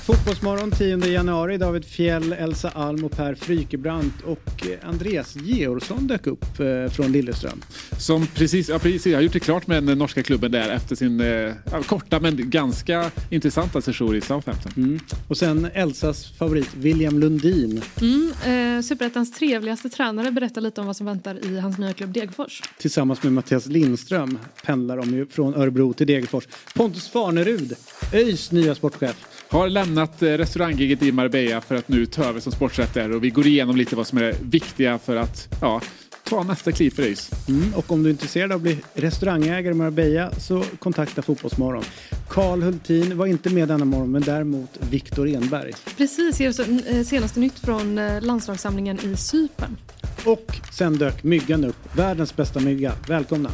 Fotbollsmorgon 10 januari. David Fjell, Elsa Alm och Per Frykebrant och Andreas Georgsson dök upp från Lilleström. Som precis har gjort det klart med den norska klubben där efter sin korta men ganska intressanta session i Southampton. Och sen Elsas favorit William Lundin. Superettans trevligaste tränare berättar lite om vad som väntar i hans nya klubb Degerfors. Tillsammans med Mattias Lindström pendlar de ju från Örebro till Degerfors. Pontus Farnerud, ÖIS nya sportchef, har lämnat restauranggiget i Marbella för att nu ta över som sportchef där, och vi går igenom lite vad som är viktiga för att ta nästa kliv för ÖIS. Och om du är intresserad av att bli restaurangägare i Marbella så kontakta Fotbollsmorgon. Karl Hultin var inte med denna morgon, men däremot Viktor Enberg. Precis, senaste nytt från landslagssamlingen i Cypern. Och sen dök Myggan upp, världens bästa mygga. Välkomna!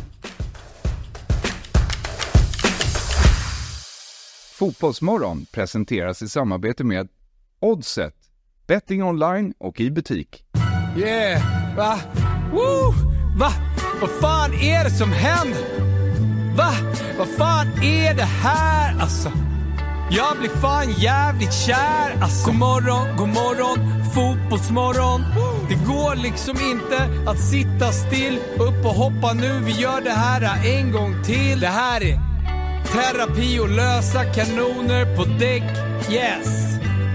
Fotbollsmorgon presenteras i samarbete med Oddset, betting online och i butik. Yeah, va? Woo! Va? Vad fan är det som händer? Va? Vad fan är det här? Alltså, jag blir fan jävligt kär. Alltså, god morgon, fotbollsmorgon. Det går liksom inte att sitta still. Upp och hoppa nu, vi gör det här en gång till. Det här är terapi och lösa kanoner på däck. Yes!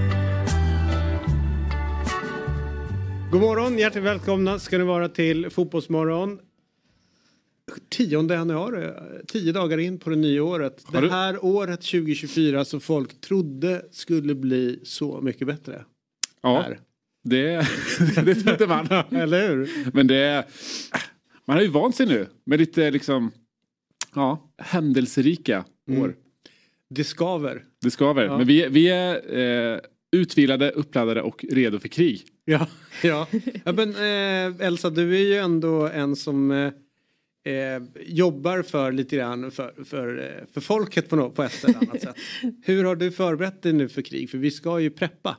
God morgon, hjärtligt välkomna ska ni vara till Fotbollsmorgon. 10 januari, 10 dagar in på det nya året. Det här året 2024 som folk trodde skulle bli så mycket bättre. Ja, det trodde man. Eller hur? Men man har ju vant sig nu med lite liksom, händelserika år. Det skaver. Ja. Men vi är utvilade, uppladdade och redo för krig. Ja, men Elsa, du är ju ändå en som jobbar för lite grann för folket på ett eller annat sätt. Hur har du förberett dig nu för krig? För vi ska ju preppa.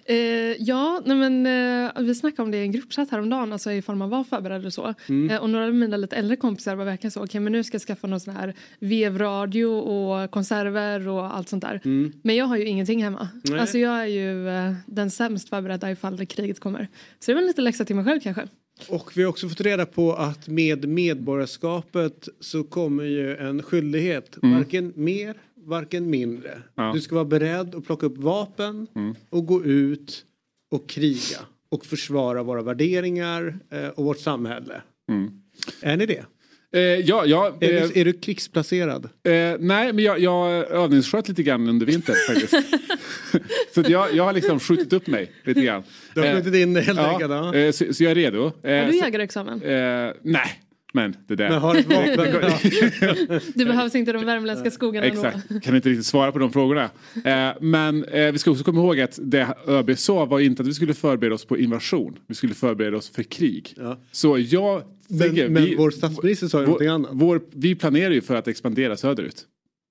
Vi snackade om det i en gruppchatt häromdagen, alltså ifall man var förberedd och så. Och några av mina lite äldre kompisar var verkligen så, okej, men nu ska jag skaffa någon sån här vevradio och konserver och allt sånt där. Men jag har ju ingenting hemma. Nej. Alltså jag är ju den sämst förberedda ifall det kriget kommer. Så det är väl lite läxa till mig själv kanske. Och vi har också fått reda på att med medborgarskapet så kommer ju en skyldighet. Varken mer, varken mindre. Du ska vara beredd att plocka upp vapen och gå ut och kriga. Och försvara våra värderingar och vårt samhälle. Är ni det? Är du krigsplacerad? Nej, men jag övningssköt lite grann under vintern faktiskt. Så jag har liksom skjutit upp mig lite grann. Du har skjutit in helt enkelt. Så jag är redo. Har du jägarexamen? Nej. Men det där. Men har ett vapen. Det behövs inte de värmländska skogarna. Exakt, kan inte riktigt svara på de frågorna. Men vi ska också komma ihåg att det ÖB sa var inte att vi skulle förbereda oss på invasion. Vi skulle förbereda oss för krig. Ja. Så jag tänker... Men vår statsminister sa ju någonting annat. Vi planerar ju för att expandera söderut.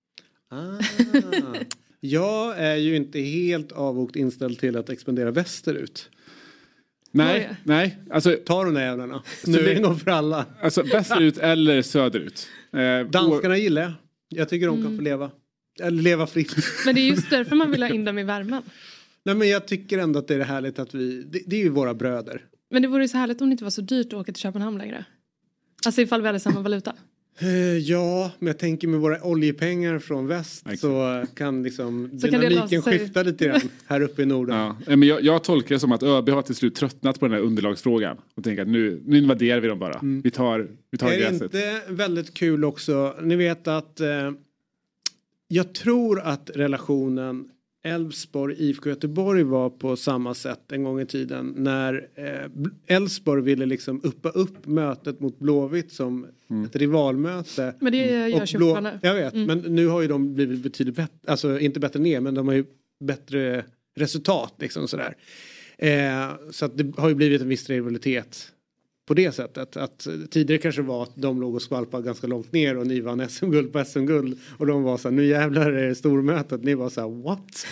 Jag är ju inte helt avvokt inställd till att expandera västerut. Nej. Alltså, ta de där jävlarna. Nu är det nog för alla. Alltså västerut eller söderut. Danskarna gillar jag. Jag tycker de kan få leva. Eller leva fritt. Men det är just därför man vill ha in dem i värmen. Nej, men jag tycker ändå att det är härligt att det är ju våra bröder. Men det vore ju så härligt om det inte var så dyrt att åka till Köpenhamn längre. Alltså ifall vi hade samma valuta. Ja, men jag tänker med våra oljepengar från väst så kan liksom dynamiken skifta lite grann här uppe i Norden. Ja, men jag tolkar det som att ÖB har till slut tröttnat på den här underlagsfrågan och tänker att nu invaderar vi dem bara. Vi tar gräset. Det är inte väldigt kul också. Ni vet att jag tror att relationen Elfsborg IFK Göteborg var på samma sätt en gång i tiden när Elfsborg ville liksom uppa upp mötet mot Blåvitt som ett rivalmöte. Men det gör Köpenhamn. Jag vet, men nu har ju de blivit betydligt bättre, alltså inte bättre ner, men de har ju bättre resultat liksom sådär. Så att det har ju blivit en viss rivalitet på det sättet. Att tidigare kanske var att de låg och skvalpade ganska långt ner och ni vann SM-guld på SM-guld. Och de var så här, nu jävlar är det stormötet. Ni var så här, what?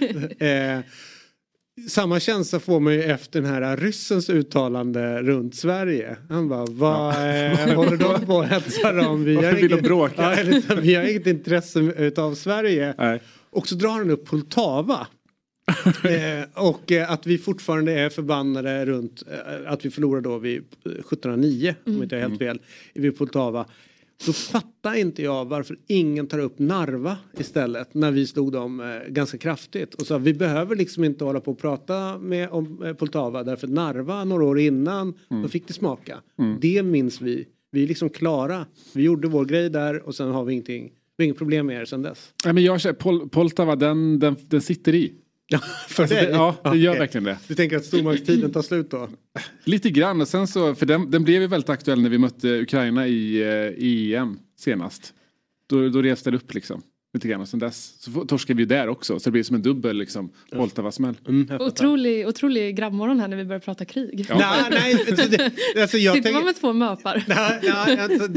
Samma känsla får man ju efter den här ryssens uttalande runt Sverige. Han bara, vad håller de på att hetsa om? Vi har inget intresse utav Sverige. Nej. Och så drar han upp Poltava. Och att vi fortfarande är förbannade runt att vi förlorade då vid 1709, om inte jag är helt fel, vid Poltava. Så fattar inte jag varför ingen tar upp Narva istället när vi slog dem ganska kraftigt. Och så vi behöver liksom inte hålla på och prata om Poltava därför Narva några år innan då fick det smaka. Det minns vi. Vi är liksom klara. Vi gjorde vår grej där och sen har vi ingenting. Vi har inget problem med er sedan dess. Nej, men jag känner Poltava den sitter i. Ja, för dig? Det gör verkligen det. Du tänker att stormaktstiden tar slut då? Lite grann. Och sen så, för den blev ju väldigt aktuell när vi mötte Ukraina i EM senast. Då reste det upp liksom. Lite grann. Och sen dess så torskade vi där också. Så det blir som en dubbel liksom, Poltava-smäll. Otrolig grabbmorgon här när vi börjar prata krig. Ja. Nej, alltså sitter man med två möpar? Alltså,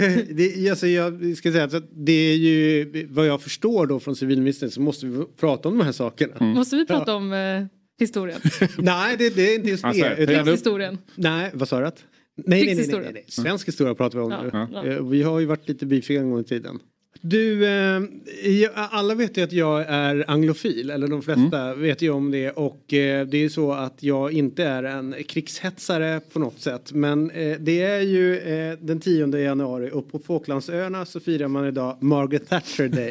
jag ska säga att det är ju vad jag förstår då från civilministern så måste vi prata om de här sakerna. Måste vi prata om historien? Nej, det är inte just det. Historien? Nej, vad sa du? Nej. Svensk historia pratar vi om nu. Vi har ju varit lite bifiga en gång i tiden. Du, alla vet ju att jag är anglofil, eller de flesta vet ju om det, och det är ju så att jag inte är en krigshetsare på något sätt, men det är ju den 10 januari och på Falklandsöarna så firar man idag Margaret Thatcher Day.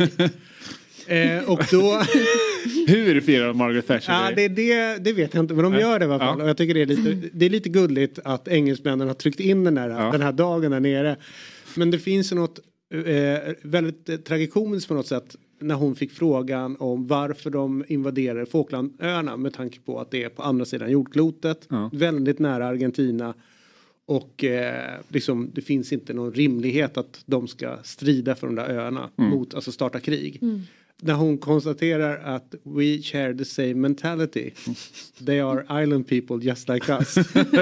Och då... Hur firar Margaret Thatcher Day? Det vet jag inte, men de gör det i alla fall. Och jag tycker det är lite gulligt att engelsmännen har tryckt in den här dagen där nere. Men det finns ju något väldigt tragikomiskt på något sätt när hon fick frågan om varför de invaderar Falklandsöarna med tanke på att det är på andra sidan jordklotet, väldigt nära Argentina, och liksom, det finns inte någon rimlighet att de ska strida för de där öarna mot, alltså starta krig. När hon konstaterar att we share the same mentality, they are island people just like us.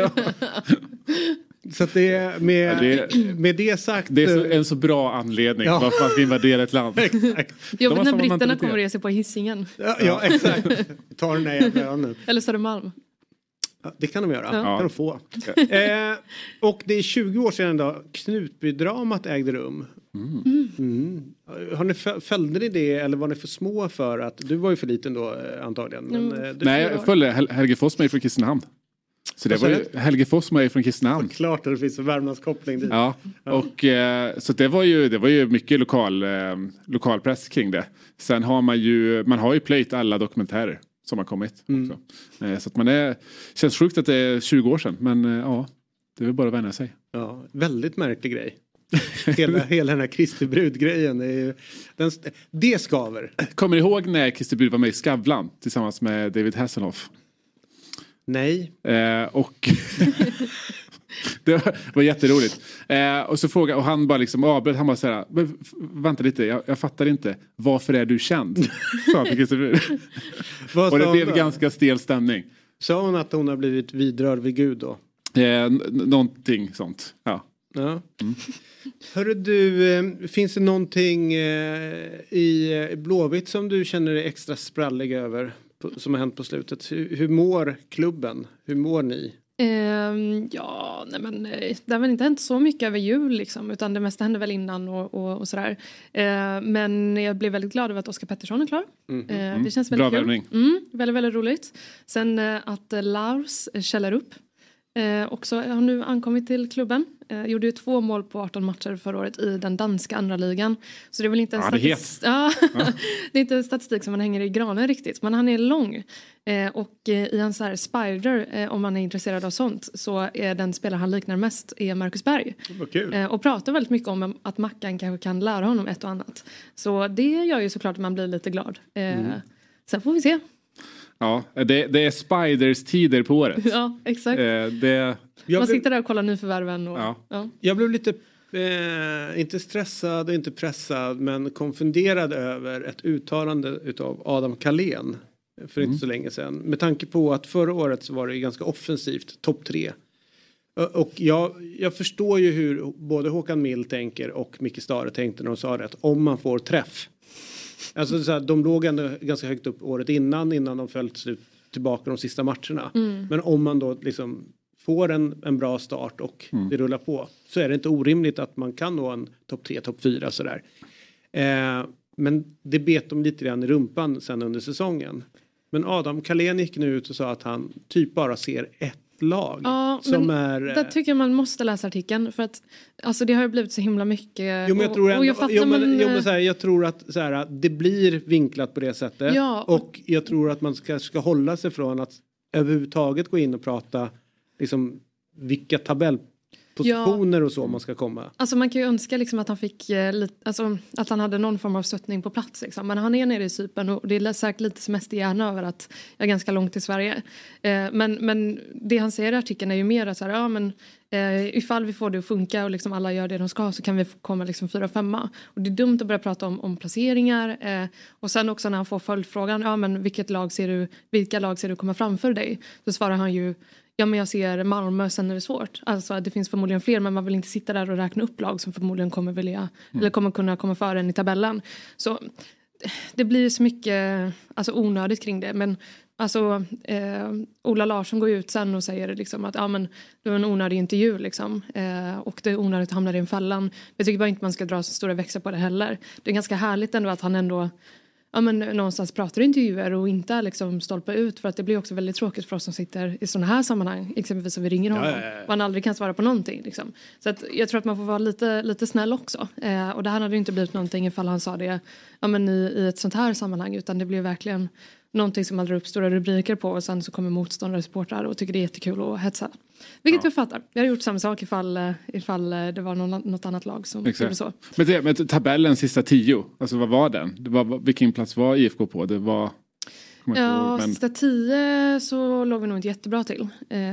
Så att det är med det sagt... Det är en så bra anledning varför man ska invadera ett land. Exakt. Jobbigt när britterna kommer att ge sig på Hisingen. Ja, exakt. Ta den där jävla önen. Eller Södermalm. Ja, det kan de göra. Det kan de få. Och det är 20 år sedan då Knutbydramat ägde rum. Har ni följde ni det eller var ni för små för att... Du var ju för liten då antagligen. Men, nej, jag följde Helge Fossmar från Kristinehamn. Så det var ju Helge Fossmar från Kristinehamn. Klart att det finns en Värmlandskoppling dit. Ja. Och så det var ju mycket lokalpress kring det. Sen har man har ju plöjt alla dokumentärer som har kommit också. Så att känns sjukt att det är 20 år sedan, men det är väl bara att vänja sig. Ja, väldigt märklig grej. hela den här Kristi Brud-grejen det skaver. Kommer ni ihåg när Kristi Brud var med i Skavlan tillsammans med David Hasselhoff? Nej. Och det var jätteroligt. Och så frågade, och han bara liksom avbröt, han bara så här, vänta lite, jag fattar inte, varför är du känd? Sa Kristi Brud. Och det blev ganska stel stämning. Sa hon att hon har blivit vidrörd vid Gud då? Någonting sånt, ja. Hörru du, finns det någonting i Blåvitt som du känner dig extra sprallig över som har hänt på slutet? Hur mår klubben? Hur mår ni? Det har väl inte hänt så mycket över jul liksom, utan det mesta hände väl innan och sådär. Men jag blev väldigt glad över att Oskar Pettersson är klar. Det känns väldigt kul. Väldigt, väldigt roligt. Sen att Lars källar upp. Också har nu ankommit till klubben. Gjorde ju 2 mål på 18 matcher förra året i den danska andra ligan. Så det är väl inte en det är inte en statistik som man hänger i granen riktigt. Men han är lång. Och i en så här Spider, om man är intresserad av sånt, så är den spelare han liknar mest är Marcus Berg. Och pratar väldigt mycket om att Mackan kanske kan lära honom ett och annat. Så det gör ju såklart att man blir lite glad. Sen får vi se. Ja, det är Spiders tider på året. Ja, exakt. Man sitter där och kollar nyförvärven. Jag blev lite, inte stressad och inte pressad, men konfunderad över ett uttalande utav Adam Kalén för inte så länge sedan. Med tanke på att förra året så var det ganska offensivt, topp 3. Och jag förstår ju hur både Håkan Mild tänker och Micke Stare tänkte när de sa det, att om man får träff. Alltså så här, de låg ändå ganska högt upp året innan de följt slut tillbaka de sista matcherna. Men om man då liksom får en bra start och det rullar på, så är det inte orimligt att man kan nå en topp 3, topp 4 sådär. Men det bet de lite grann i rumpan sen under säsongen. Men Adam Carlén gick nu ut och sa att han typ bara ser ett lag. Ja, som men är... där tycker jag man måste läsa artikeln. För att alltså, det har ju blivit så himla mycket. Jo, men jag tror jag tror att så här, det blir vinklat på det sättet. Ja. Och jag tror att man ska hålla sig från att överhuvudtaget gå in och prata liksom, vilka tabellpositioner och så man ska komma. Alltså man kan ju önska liksom att han fick att han hade någon form av stöttning på plats liksom. Men han är nere i Cypern och det är säkert lite semesterhjärna över att jag är ganska långt till Sverige. Men det han säger i artikeln är ju mer så här, ifall vi får det att funka och liksom alla gör det de ska så kan vi komma liksom 4-5. Och det är dumt att börja prata om placeringar. Och sen också när han får följdfrågan, vilka lag ser du komma framför dig? Så svarar han ju, men jag ser Malmö, sen är det svårt. Alltså det finns förmodligen fler, men man vill inte sitta där och räkna upp lag som förmodligen kommer vilja eller kommer kunna komma före en i tabellen. Så det blir så mycket onödigt kring det. Men Ola Larsson går ju ut sen och säger liksom att det var en onödig intervju liksom. Och det är onödigt att hamna i en fällan. Jag tycker bara inte man ska dra så stora växlar på det heller. Det är ganska härligt ändå att han ändå någonstans pratar intervjuer och inte liksom stolpa ut, för att det blir också väldigt tråkigt för oss som sitter i sådana här sammanhang, exempelvis om vi ringer honom och han aldrig kan svara på någonting liksom. Så att jag tror att man får vara lite snäll också, och det här hade inte blivit någonting ifall han sa det i ett sånt här sammanhang, utan det blir verkligen någonting som man drar upp stora rubriker på och sen så kommer motståndare, supportrar och tycker det är jättekul att hetsa. Vilket jag fattar. Jag har gjort samma sak ifall det var något annat lag som gjorde så. Men tabellen sista 10, alltså vad var den? Vilken plats var IFK på? Det var... sista 10 så låg vi nog inte jättebra till.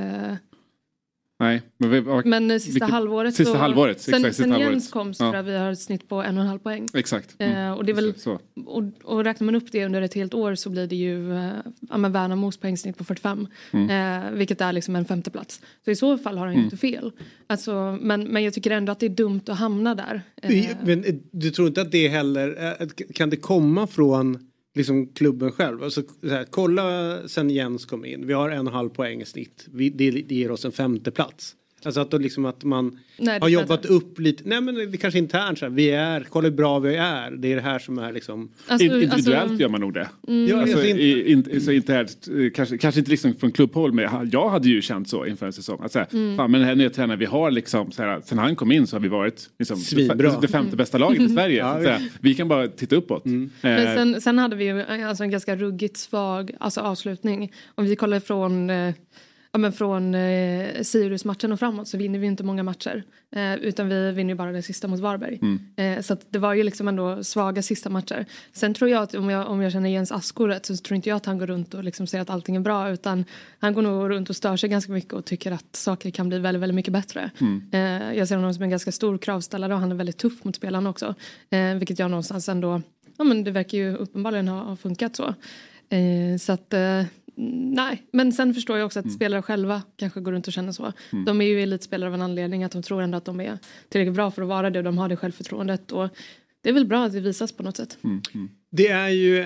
Nej, men sista halvåret sen Jens kom så tror vi har ett snitt på 1,5 poäng. Exakt. Och det är väl och räknar man upp det under ett helt år så blir det ju Värnamos poängsnitt på 45, vilket är liksom en 5:e plats. Så i så fall har han inte fel. Alltså, men jag tycker ändå att det är dumt att hamna där. Men du tror inte att det heller kan det komma från liksom klubben själv? Alltså, så här, kolla sen Jens kom in. Vi har 1,5 poäng i snitt. Det ger oss en 5:e plats. Alltså att, liksom att man har jobbat upp lite. Nej, men det är kanske internt så här. Kolla hur bra vi är. Det är det här som är liksom... Individuellt gör man nog det. Så internt, kanske inte liksom från klubbhåll, men jag hade ju känt så inför en säsong. Att säga, men den här nya tränaren vi har liksom, så här, sen han kom in så har vi varit liksom, det 5:e bästa laget i Sverige. Så att säga. Vi kan bara titta uppåt. Men sen hade vi ju en ganska ruggigt svag avslutning. Om vi kollar från Sirius-matchen och framåt så vinner vi inte många matcher. Utan vi vinner ju bara den sista mot Varberg. Så att det var ju liksom ändå svaga sista matcher. Sen tror jag att om jag känner Jens Asko rätt så tror inte jag att han går runt och liksom säger att allting är bra. Utan han går nog runt och stör sig ganska mycket och tycker att saker kan bli väldigt, väldigt mycket bättre. Jag ser honom som en ganska stor kravställare och han är väldigt tuff mot spelarna också. Vilket jag någonstans ändå... men det verkar ju uppenbarligen ha funkat så. Så att... nej, men sen förstår jag också att spelare själva kanske går runt och känner så. De är ju elitspelare av en anledning att de tror ändå att de är tillräckligt bra för att vara det och de har det självförtroendet och det är väl bra att det visas på något sätt. Det är ju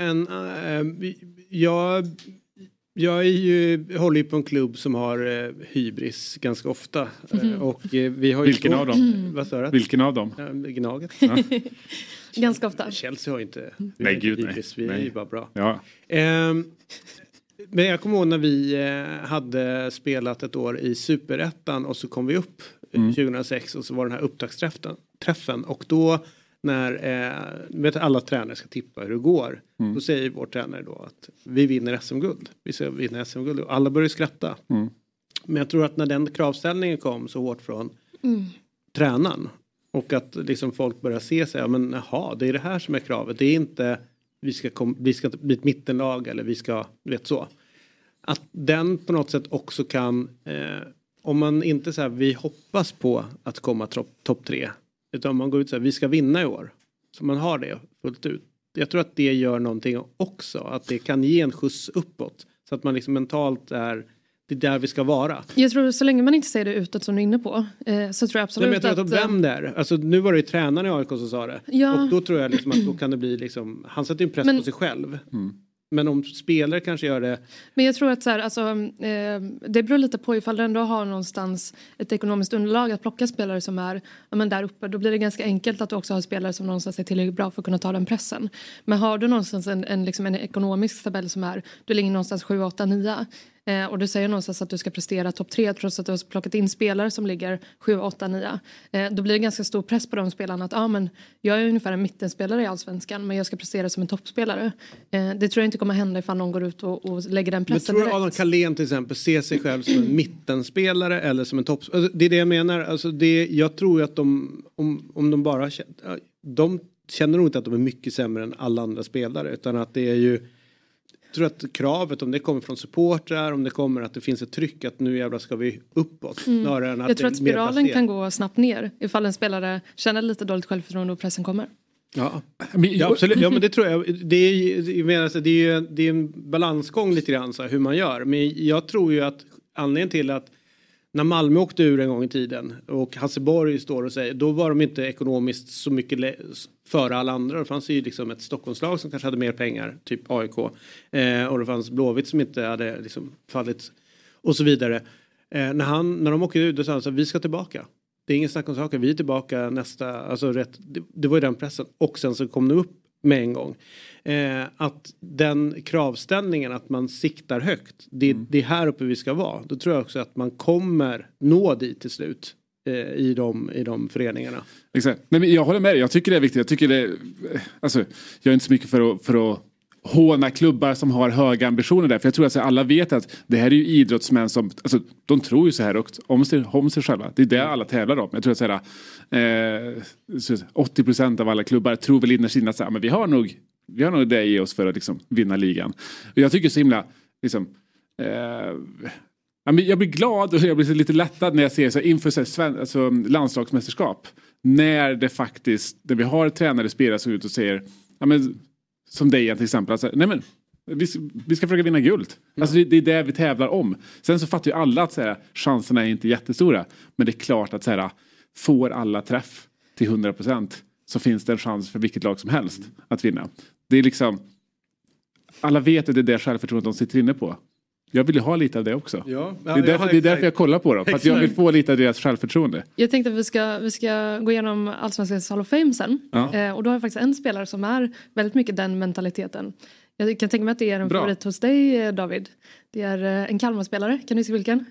jag håller ju på en klubb som har hybris ganska ofta och vi har ju Vilken av dem? Vad sa du? Vilken av dem? Gnaget. Ganska ofta. Chelsea har ju inte hybris. Vi är ju bara bra. Ja. Men jag kommer ihåg när vi hade spelat ett år i Superettan och så kom vi upp 2006 och så var den här upptaktsträffen och då när alla tränare ska tippa hur det går då säger vår tränare då att vi vinner SM-guld. Vi ska vinna SM-guld och alla börjar skratta. Men jag tror att när den kravställningen kom så hårt från tränaren och att liksom folk börjar se sig, men jaha, det är det här som är kravet. Det är inte vi ska bli ett mittenlag eller vi ska, vet så. Att den på något sätt också kan, om man inte så här, vi hoppas på att komma topp 3. Utan om man går ut så här, vi ska vinna i år. Så man har det fullt ut. Jag tror att det gör någonting också. Att det kan ge en skjuts uppåt. Så att man liksom mentalt är... Det är där vi ska vara. Jag tror så länge man inte säger det utåt som du är inne på. Så tror jag absolut men jag tror att vem det är. Alltså, nu var det ju tränaren i AIK som sa det. Ja. Och då tror jag liksom att då kan det bli liksom... Han sätter ju en press på sig själv. Men om spelare kanske gör det... Men jag tror att så här, alltså, det beror lite på ifall du ändå har någonstans ett ekonomiskt underlag att plocka spelare som är där uppe. Då blir det ganska enkelt att du också har spelare som någonstans är tillräckligt bra för att kunna ta den pressen. Men har du någonstans en ekonomisk tabell som är, du ligger någonstans 7, 8, 9 och du säger någonstans att du ska prestera topp 3 trots att du har plockat in spelare som ligger 7, 8, 9. Då blir det ganska stor press på de spelarna att men jag är ungefär en mittenspelare i Allsvenskan men jag ska prestera som en toppspelare. Det tror jag inte kommer hända ifall någon går ut och lägger den pressen. Men tror du Adam Carlén till exempel ser sig själv som en mittenspelare eller som en toppspelare? Alltså, det är det jag menar. Alltså, jag tror att om de bara de känner nog inte att de är mycket sämre än alla andra spelare utan att det är ju, jag tror att kravet, om det kommer från supportrar, om det kommer att det finns ett tryck att nu jävlar ska vi uppåt. Snarare än att jag tror att spiralen kan gå snabbt ner ifall en spelare känner lite dåligt självförtroende och pressen kommer. Ja, absolut. Ja, men det tror jag. Det är en balansgång lite grann så här, hur man gör. Men jag tror ju att anledningen till att när Malmö åkte ur en gång i tiden och Hasseborg står och säger, då var de inte ekonomiskt så mycket före alla andra. Det fanns ju liksom ett Stockholmslag som kanske hade mer pengar, typ AIK. Och det fanns Blåvitt som inte hade liksom fallit och så vidare. När de åkte ut då sa han så här, vi ska tillbaka. Det är ingen snack om saker, vi är tillbaka nästa, alltså det var ju den pressen. Och sen så kom det upp med en gång. Att den kravställningen att man siktar högt, det är här uppe vi ska vara. Då tror jag också att man kommer nå dit till slut i de föreningarna. Exakt. Nej, men jag håller med dig, jag tycker det är viktigt. Jag tycker jag är inte så mycket för att håna klubbar som har höga ambitioner där. För jag tror att alla vet att det här är ju idrottsmän som, alltså, de tror ju så här om sig själva. Det är det alla tävlar om. Jag tror att 80% av alla klubbar tror väl innerst inne att men vi har nog det i oss för att liksom vinna ligan. Och jag tycker så himla liksom, jag blir glad och jag blir lite lättad när jag ser så inför landslagsmästerskap. När vi har tränare spelare som ut och säger som Dejan till exempel. Alltså, vi ska försöka vinna guld. Alltså, det är det vi tävlar om. Sen så fattar ju alla att chanserna är inte jättestora. Men det är klart att får alla träff till 100% så finns det en chans för vilket lag som helst att vinna. Det är liksom, alla vet att det är det självförtroendet de sitter inne på. Jag vill ju ha lite av det också. Ja, det är därför jag kollar på dem. För att jag vill få lite av deras självförtroende. Jag tänkte att vi ska gå igenom Allsvenskans Hall of Fame sen. Ja. Och då har jag faktiskt en spelare som är väldigt mycket den mentaliteten. Jag kan tänka mig att det är en favorit hos dig, David. Det är en Kalmar-spelare. Kan du se vilken?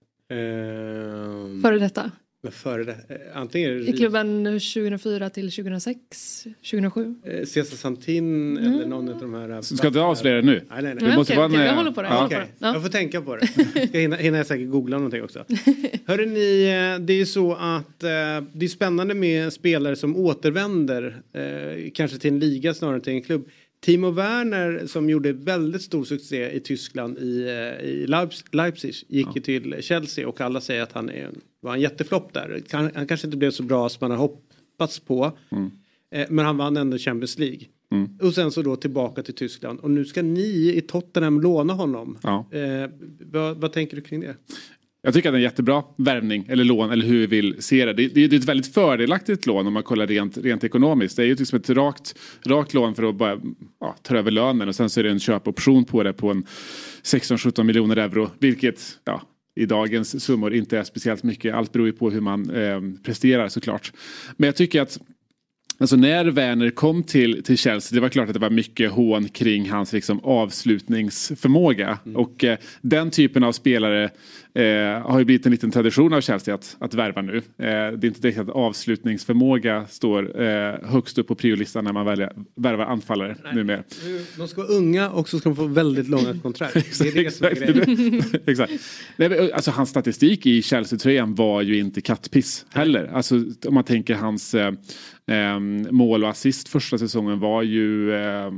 Före detta. Före det. Antingen i klubben 2004 till 2006, 2007. Cesar Santin eller någon av de här. Så ska du avslöja det nu? Nej. Det måste jag håller på det. Okay. Jag får tänka på det. Ska hinna jag säkert googla någonting också. Hörrni, det är ju så att det är spännande med spelare som återvänder kanske till en liga snarare till en klubb. Timo Werner som gjorde väldigt stor succé i Tyskland i Leipzig gick ju till Chelsea och alla säger att han var en jätteflopp där. Han kanske inte blev så bra som man har hoppats på. Men han vann ändå Champions League. Och sen så då tillbaka till Tyskland. Och nu ska ni i Tottenham låna honom. Ja. Vad tänker du kring det? Jag tycker att det är en jättebra värvning eller lån eller hur vi vill se det. Det är ett väldigt fördelaktigt lån om man kollar rent ekonomiskt. Det är ju liksom ett rakt lån för att bara ta över lönen och sen så är det en köpoption på det på en 16-17 miljoner euro. Vilket i dagens summor inte är speciellt mycket. Allt beror ju på hur man presterar såklart. Men jag tycker att alltså när Werner kom till Chelsea, det var klart att det var mycket hån kring hans liksom avslutningsförmåga. Och den typen av spelare har ju blivit en liten tradition av Chelsea att värva nu. Det är inte direkt att avslutningsförmåga står högst upp på priolistan när man värvar anfallare numera. De ska vara unga och så ska de få väldigt långa kontrakt. Exakt. Nej, alltså hans statistik i Chelsea-tröjan var ju inte kattpiss heller. Alltså om man tänker hans mål och assist första säsongen var ju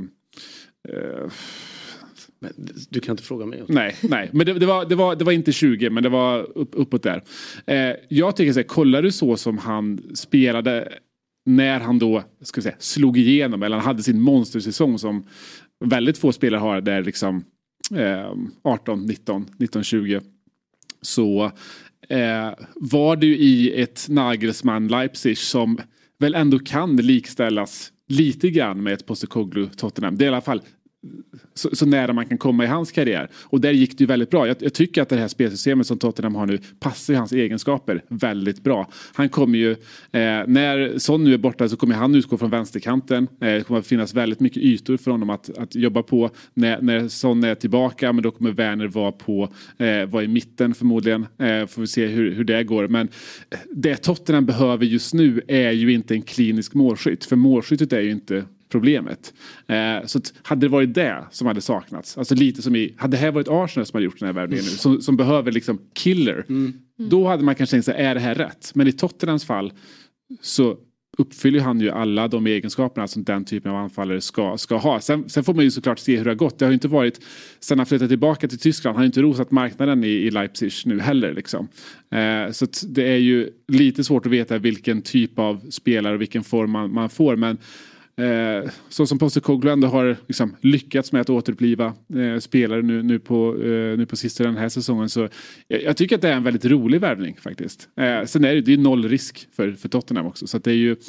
du kan inte fråga mig. Nej, men det var inte 20 men det var uppåt där. Jag tycker så här, kollar du så som han spelade när han då ska vi säga slog igenom eller han hade sin monstersäsong som väldigt få spelare har där liksom 18, 19, 20 så var det ju i ett Nagelsmann Leipzig som väl ändå kan likställas lite grann med ett Postecoglou Tottenham. Det är i alla fall så nära man kan komma i hans karriär. Och där gick det ju väldigt bra. Jag tycker att det här spelsystemet som Tottenham har nu passar ju hans egenskaper väldigt bra. Han kommer ju, när Son nu är borta så kommer han utgå från vänsterkanten. Det kommer att finnas väldigt mycket ytor för honom att jobba på. När Son är tillbaka, men då kommer Werner vara i mitten förmodligen. Får vi se hur det går. Men det Tottenham behöver just nu är ju inte en klinisk målskytt. För målskyttet är ju inte problemet. Så hade det varit det som hade saknats, alltså lite som hade det här varit Arsenal som hade gjort den här värvningen nu, som behöver liksom killer, då hade man kanske tänkt sig, är det här rätt? Men i Tottenhams fall så uppfyller han ju alla de egenskaperna som den typen av anfallare ska ha. Sen får man ju såklart se hur det har gått. Det har ju inte varit, sen han flyttade tillbaka till Tyskland, han har ju inte rosat marknaden i Leipzig nu heller liksom. Så det är ju lite svårt att veta vilken typ av spelare och vilken form man får, men så som Postecoglou ändå har liksom lyckats med att återuppliva spelare nu på sista den här säsongen, så jag tycker att det är en väldigt rolig värvning faktiskt. Sen är det är noll risk för Tottenham också, så att det är ju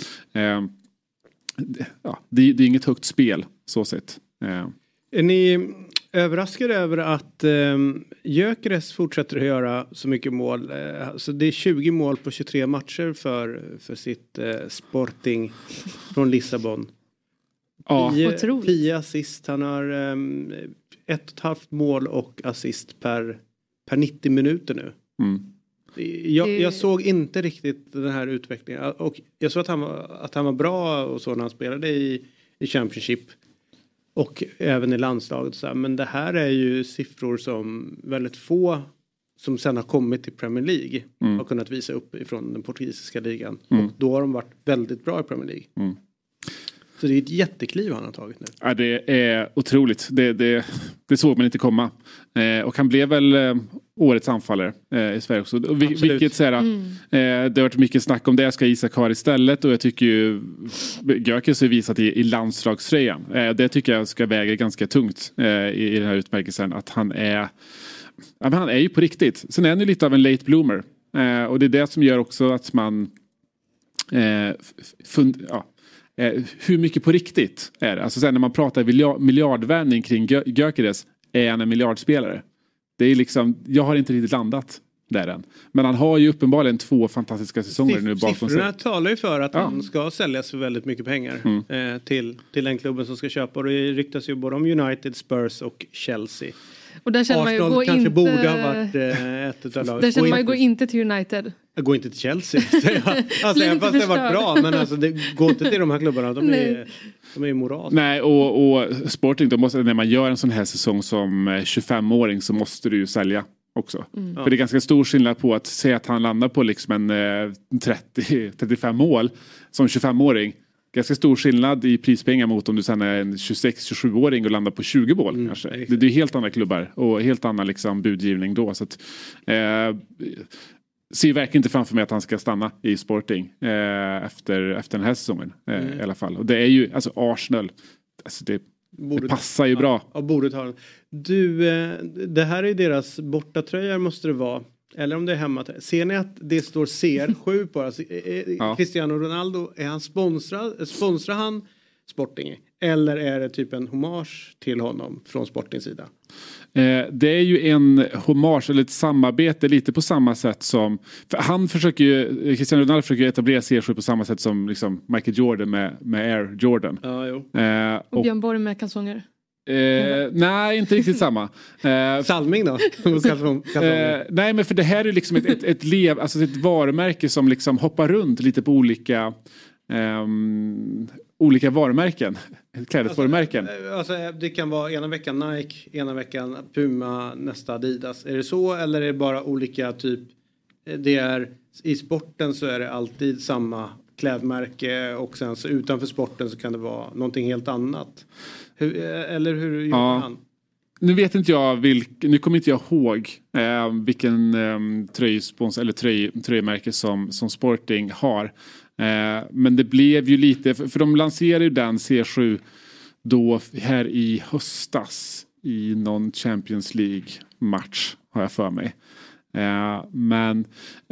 det är inget högt spel så sett. Är ni överraskade över att Gyökeres fortsätter att göra så mycket mål? Så det är 20 mål på 23 matcher för sitt Sporting från Lissabon. Ja, 10 assist. Han har 1,5 mål och assist per 90 minuter nu. Jag såg inte riktigt den här utvecklingen. Och jag såg att han var bra och så när han spelade i Championship. Och även i landslaget. Så här. Men det här är ju siffror som väldigt få som sen har kommit till Premier League har kunnat visa upp ifrån den portugisiska ligan. Och då har de varit väldigt bra i Premier League. Så det är ett jättekliv han har tagit nu. Ja, det är otroligt. Det såg man inte komma. Och han blev väl årets anfallare i Sverige också. Vilket så här, det har varit mycket snack om det. Ska Isak ha istället. Och jag tycker ju Gyökeres har visat i landslagströjan. Det tycker jag ska väga ganska tungt i den här utmärkelsen. Att han är ju på riktigt. Sen är han ju lite av en late bloomer. Och det är det som gör också att man hur mycket på riktigt är det? Alltså sen när man pratar miljardvärvning kring Gyökeres, är han en miljardspelare? Det är liksom, jag har inte riktigt landat där än. Men han har ju uppenbarligen 2 fantastiska säsonger nu bakom sig. Siffrorna talar ju för att han ska säljas för väldigt mycket pengar till den klubben som ska köpa. Och det ryktas ju både om United, Spurs och Chelsea. Och där känner Arsenal man ju kanske borde ha varit ett av lagen. Där känner man ju gå inte till United. Gå inte till Chelsea. Alltså även fast det har varit bra. Men alltså, gå inte till de här klubbarna. De är ju moral. Nej, och Sporting, när man gör en sån här säsong som 25-åring så måste du ju sälja också. För det är ganska stor skillnad på att säga att han landar på liksom en 30-35 mål som 25-åring. Ganska stor skillnad i prispengar mot om du sen är en 26-27-åring och landar på 20 mål kanske. Det är helt andra klubbar och helt annan liksom budgivning då. Så att, ser verkligen inte framför mig att han ska stanna i Sporting efter den här säsongen i alla fall. Och det är ju, alltså Arsenal, alltså det passar ju bra. Ja, borde ta den. Du, det här är deras bortatröjor måste det vara. Eller om det är hemma. Ser ni att det står CR7 på? Alltså, Cristiano Ronaldo, är han sponsrar han Sporting? Eller är det typ en hommage till honom från Sportings sida? Det är ju en hommage eller ett samarbete lite på samma sätt som, för han försöker ju, Cristiano Ronaldo försöker etablera CR7 på samma sätt som liksom Michael Jordan med Air Jordan. Ja, jo. Och Björn Borg med kalsonger. Nej, inte riktigt samma. Salming då? Nej, men för det här är liksom ett varumärke som liksom hoppar runt lite på olika varumärken. Klädesvarumärken. Alltså, det kan vara ena veckan Nike, ena veckan Puma, nästa Adidas. Är det så eller är det bara olika typ? Det är i sporten så är det alltid samma klädmärke och sen så utanför sporten så kan det vara någonting helt annat. Eller hur gör han? Nu vet inte jag nu kommer inte jag ihåg vilken tröjspons eller tröjmärke som Sporting har. Men det blev ju lite, för de lanserade ju den C7 då här i höstas i någon Champions League match har jag för mig. Men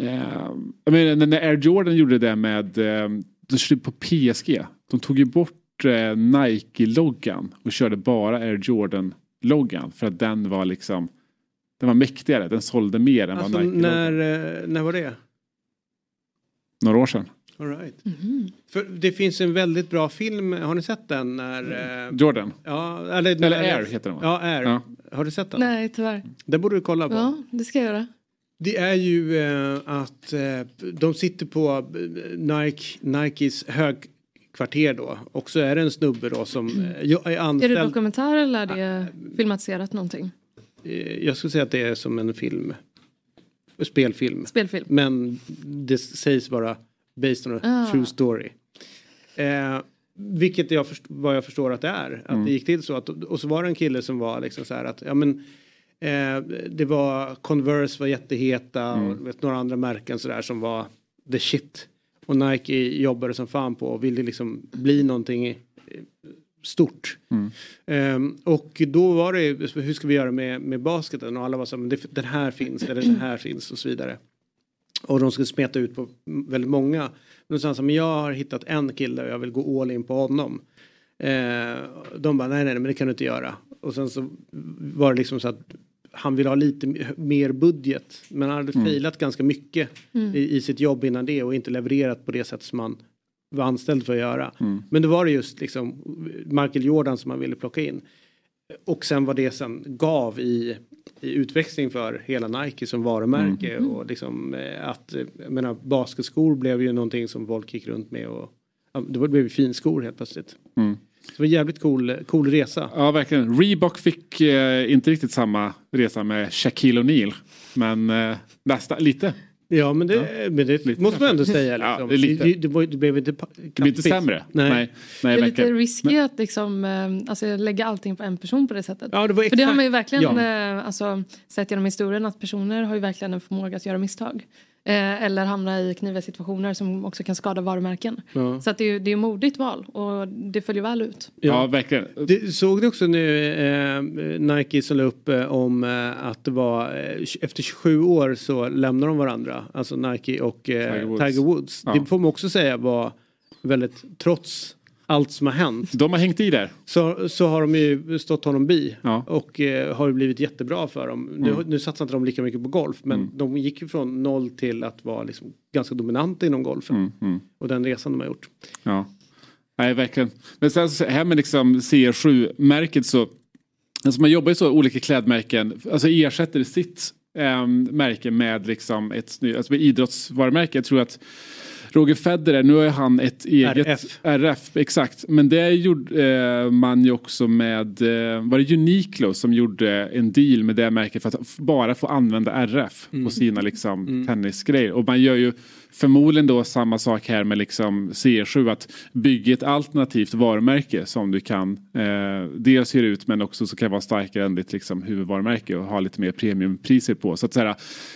när Air Jordan gjorde det med på PSG, de tog ju bort Nike-loggan och körde bara Air Jordan-loggan. För att den var liksom, den var mäktigare. Den sålde mer än alltså, vad Nike-loggan. När var det? Några år sedan. All right. För det finns en väldigt bra film, har ni sett den? När, Jordan? Ja, eller Air heter den, va? Ja, Air. Ja. Har du sett den? Nej, tyvärr. Det borde du kolla på. Ja, det ska jag göra. Det är ju att de sitter på Nikes högkvarter då. Och så är det en snubbe då som är anställd. Är det dokumentär eller är det filmatiserat någonting? Jag skulle säga att det är som en film. Spelfilm. Men det sägs vara based on a true story. Vilket vad jag förstår att det är. Att det gick till så att, och så var det en kille som var liksom så här att ja men det var Converse var jätteheta och några andra märken så där som var the shit. Och Nike jobbade som fan på och ville liksom bli någonting stort. Och då var det, hur ska vi göra med basketen? Och alla var så här, men den här finns eller den här finns och så vidare. Och de skulle smeta ut på väldigt många. Men så men jag har hittat en kille och jag vill gå all in på honom. De bara, nej, men det kan du inte göra. Och sen så var det liksom så att han ville ha lite mer budget. Men han hade failat ganska mycket i sitt jobb innan det. Och inte levererat på det sätt som man var anställd för att göra. Men då var det just liksom Michael Jordan som man ville plocka in. Och sen vad det sen gav i utväxling för hela Nike som varumärke. Och liksom att, jag menar, basketskor blev ju någonting som folk gick runt med. Och det blev ju finskor helt plötsligt. Det var en jävligt cool resa. Ja, verkligen. Reebok fick inte riktigt samma resa med Shaquille O'Neal. Men nästan lite. Ja, men det måste man ändå säga. Liksom. Ja, det blev inte det blir inte sämre. Nej, det är lite risky att liksom, alltså, lägga allting på en person på det sättet. Ja, det var exakt. För det har man ju verkligen alltså, sett genom historien att personer har ju verkligen en förmåga att göra misstag. Eller hamna i kniviga situationer som också kan skada varumärken. Ja. Så att det är modigt val och det följer väl ut. Ja, verkligen. Såg du också nu Nike som la upp om att det var efter 27 år så lämnar de varandra. Alltså Nike och Tiger Woods. Ja. Det får man också säga var väldigt, trots allt som har hänt. De har hängt i där. Så har de ju stått honom bi. Ja. Och har ju blivit jättebra för dem. Nu satsar inte de lika mycket på golf. Men de gick ju från 0 till att vara liksom ganska dominanta inom golfen. Och den resan de har gjort. Ja, nej verkligen. Men sen så här med liksom CR7-märket så. Alltså man jobbar ju så olika klädmärken. Alltså ersätter sitt märke med liksom ett alltså med idrottsvarumärke. Jag tror att Roger Federer, nu har han ett eget RF, exakt. Men det gjorde man ju också med, var det Uniqlo som gjorde en deal med det märket för att bara få använda RF på sina liksom tennisgrejer. Och man gör ju förmodligen då samma sak här med liksom CR7, att bygga ett alternativt varumärke som du kan dels göra ut men också så kan vara starkare än ditt liksom huvudvarumärke och ha lite mer premiumpriser på. Så att säga,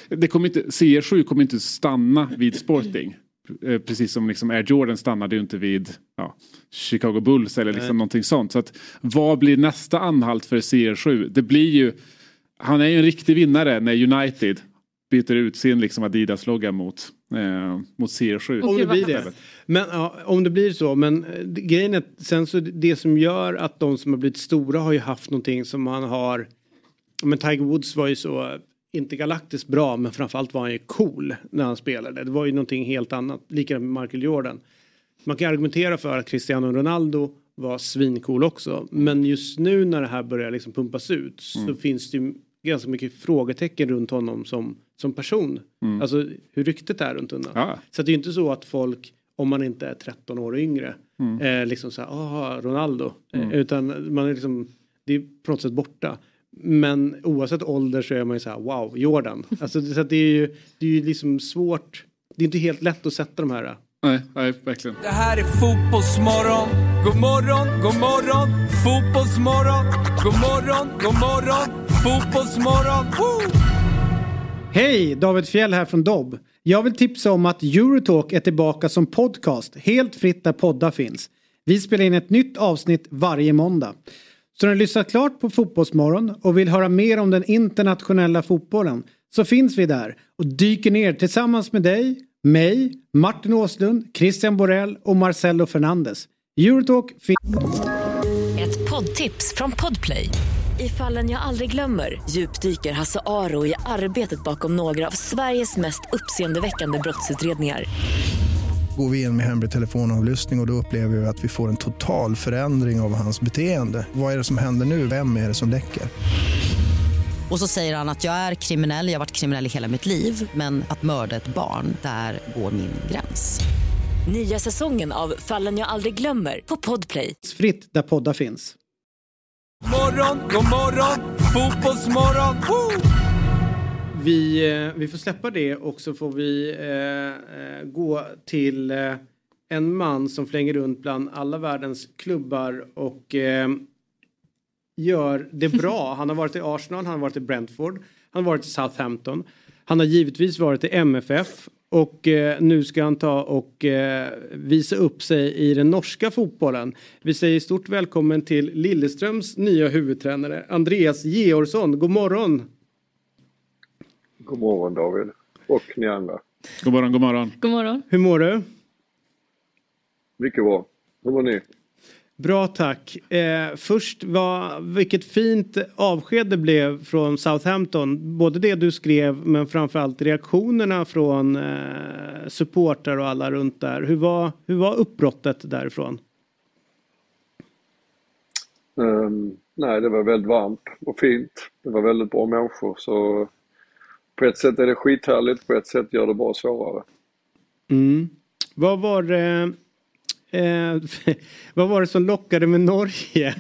CR7 kommer inte stanna vid sporting. Precis som liksom Air Jordan stannade ju inte vid Chicago Bulls eller liksom någonting sånt. Så att vad blir nästa anhalt för CR7? Det blir ju, han är ju en riktig vinnare när United byter ut sin liksom Adidas-logga mot CR7. Om det blir det. Men, om det blir så. Men grejen är sen så det som gör att de som har blivit stora har ju haft någonting som man har. Men Tiger Woods var ju så inte galaktiskt bra, men framförallt var han ju cool när han spelade. Det var ju någonting helt annat. Likadant med Michael Jordan. Man kan argumentera för att Cristiano Ronaldo var svincool också. Men just nu när det här börjar liksom pumpas ut så finns det ju ganska mycket frågetecken runt honom som person. Alltså hur ryktet är runt honom. Ja. Så det är ju inte så att folk, om man inte är 13 år yngre, liksom så här, Ronaldo. Utan man är liksom, det är på något sätt borta. Men oavsett ålder så är man ju så här, wow, Jordan. Alltså så att det är ju liksom svårt. Det är inte helt lätt att sätta de här. Nej, verkligen. Det här är fotbollsmorgon. God morgon, god morgon. Fotbollsmorgon. God morgon, god morgon. Fotbollsmorgon. Woo! Hej, David Fjell här från Dobb. Jag vill tipsa om att Eurotalk är tillbaka som podcast. Helt fritt där poddar finns. Vi spelar in ett nytt avsnitt varje måndag. Så när du lyssnat klart på Fotbollsmorgon och vill höra mer om den internationella fotbollen så finns vi där och dyker ner tillsammans med dig, mig, Martin Åslund, Christian Borell och Marcelo Fernandes. Eurotalk Ett poddtips från Podplay. I Fallen jag aldrig glömmer djupdyker Hasse Aro i arbetet bakom några av Sveriges mest uppseendeväckande brottsutredningar. Går vi in med hemlig telefonavlyssning och då upplever vi att vi får en total förändring av hans beteende. Vad är det som händer nu? Vem är det som läcker? Och så säger han att jag är kriminell, jag har varit kriminell i hela mitt liv. Men att mörda ett barn, där går min gräns. Nya säsongen av Fallen jag aldrig glömmer på Podplay. fritt där poddar finns. Morgon, god morgon, fotbollsmorgon. Woo! Vi får släppa det och så får vi gå till en man som flänger runt bland alla världens klubbar och gör det bra. Han har varit i Arsenal, han har varit i Brentford, han har varit i Southampton. Han har givetvis varit i MFF och nu ska han ta och visa upp sig i den norska fotbollen. Vi säger stort välkommen till Lilleströms nya huvudtränare Andreas Georgsson. God morgon! God morgon David och ni andra. God morgon, god morgon. God morgon. Hur mår du? Mycket bra. Hur mår ni? Bra tack. Först, vilket fint avsked det blev från Southampton. Både det du skrev men framförallt reaktionerna från supportrar och alla runt där. Hur var uppbrottet därifrån? Nej, det var väldigt varmt och fint. Det var väldigt bra människor, så på ett sätt är det skithärligt, på ett sätt gör det bara svårare. Vad var det som lockade med Norge?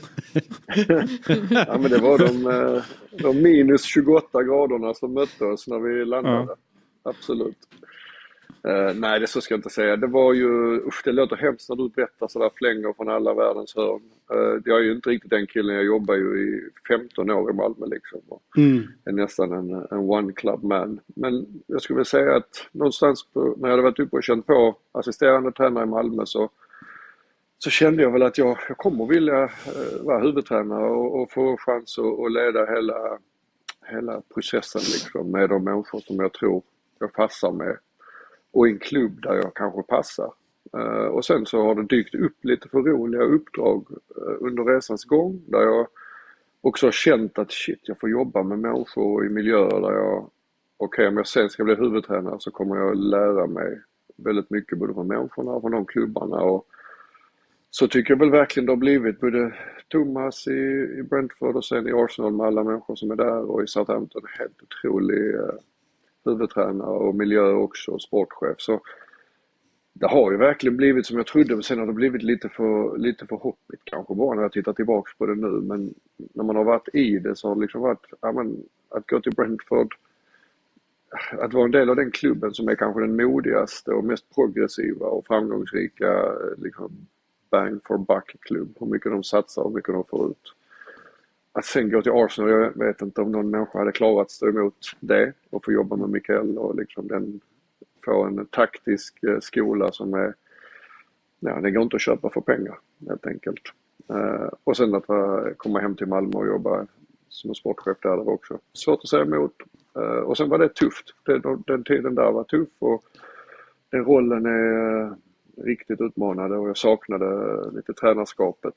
Ja, men det var de minus 28 graderna som mötte oss när vi landade. Ja. Absolut. Nej, det så ska jag inte säga. Det var ju, det låter hemskt när du berättar sådär flänger från alla världens hörn. Jag är ju inte riktigt den killen, jag jobbar ju i 15 år i Malmö liksom. Är nästan en one club man. Men jag skulle vilja säga att någonstans när jag hade varit uppe och känt på assisterande tränare i Malmö så kände jag väl att jag kommer vilja vara huvudtränare och få chans att leda hela processen liksom, med de människor som jag tror jag passar med. Och i en klubb där jag kanske passar. Och sen så har det dykt upp lite för roliga uppdrag under resans gång. Där jag också har känt att jag får jobba med människor i miljöer där jag... Okej, om jag sen ska bli huvudtränare så kommer jag lära mig väldigt mycket både från människorna och från de klubbarna. Och så tycker jag väl verkligen det har blivit både Thomas i Brentford och sen i Arsenal med alla människor som är där. Och i Southampton helt otrolig... huvudtränare och miljö också och sportchef. Så det har ju verkligen blivit som jag trodde, men sen har det blivit lite för hoppigt kanske bara när jag tittar tillbaka på det nu. Men när man har varit i det så har det liksom varit att gå till Brentford, att vara en del av den klubben som är kanske den modigaste och mest progressiva och framgångsrika liksom bang for buck klubb. Hur mycket de satsar och hur mycket de får ut. Att sen gå till Arsenal, jag vet inte om någon människa hade klarat stå emot det och få jobba med Mikael och liksom få en taktisk skola som är, det går inte att köpa för pengar helt enkelt. Och sen att komma hem till Malmö och jobba som sportchef där också. Svårt att säga emot. Och sen var det tufft. Den tiden där var tuff och den rollen är riktigt utmanande och jag saknade lite tränarskapet.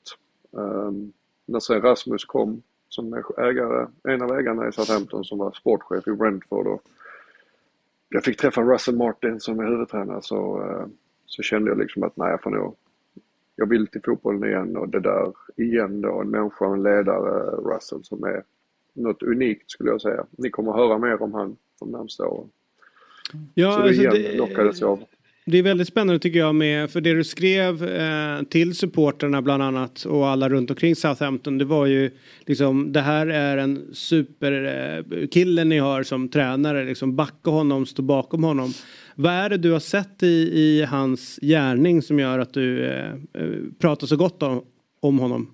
När sen Rasmus kom som är en av ägarna i Southampton som var sportchef i Brentford och jag fick träffa Russell Martin som är huvudtränare så kände jag liksom att jag vill till fotbollen igen och det där igen då, en människa, en ledare, Russell, som är något unikt skulle jag säga. Ni kommer att höra mer om han de närmaste åren. Ja, så alltså det lockades jag av. Det är väldigt spännande tycker jag för det du skrev till supporterna bland annat och alla runt omkring Southampton, det var ju liksom, det här är en superkille ni har som tränare, liksom backa honom, stå bakom honom. Vad är det du har sett i hans gärning som gör att du pratar så gott om honom?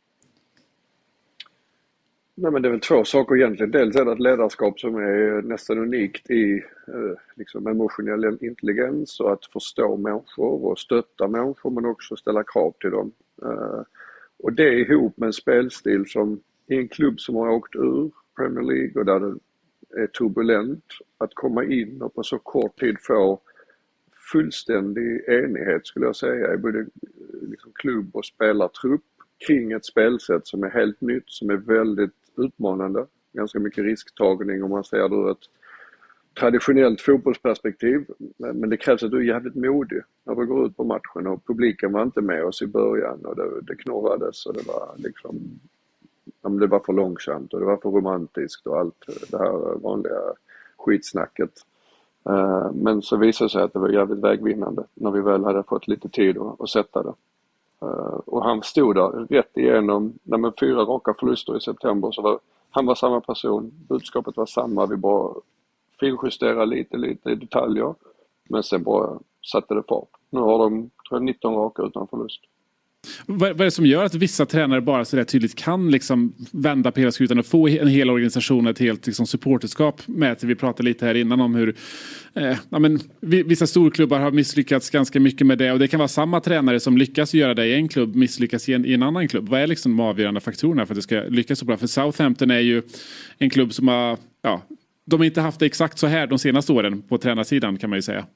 Nej, men det är väl två saker egentligen. Dels är det ett ledarskap som är nästan unikt i liksom emotionell intelligens och att förstå människor och stötta människor men också ställa krav till dem. Och det ihop med en spelstil som i en klubb som har åkt ur Premier League och där det är turbulent, att komma in och på så kort tid få fullständig enighet skulle jag säga i både liksom klubb och spelartrupp kring ett spelsätt som är helt nytt, som är väldigt utmanande. Ganska mycket risktagning om man ser det ur ett traditionellt fotbollsperspektiv. Men det krävs att du är jävligt modig när du går ut på matchen, och publiken var inte med oss i början och det knorrades och det var liksom, det var för långsamt och det var för romantiskt och allt det här vanliga skitsnacket. Men så visade det sig att det var jävligt vägvinnande när vi väl hade fått lite tid att sätta det. Och han stod där rätt igenom, med 4 raka förluster i september, så han var samma person, budskapet var samma, vi bara finjustera lite i detaljer, men sen bara satte det fart. Nu har de, tror jag, 19 raka utan förlust. Vad är det som gör att vissa tränare bara så där tydligt kan liksom vända på hela skutan och få en hel organisation, ett helt liksom supporterskap med? Vi pratade lite här innan om hur vissa storklubbar har misslyckats ganska mycket med det, och det kan vara samma tränare som lyckas göra det i en klubb misslyckas i en annan klubb. Vad är liksom de avgörande faktorerna för att det ska lyckas så bra? För Southampton är ju en klubb som har, de har inte haft det exakt så här de senaste åren på tränarsidan, kan man ju säga.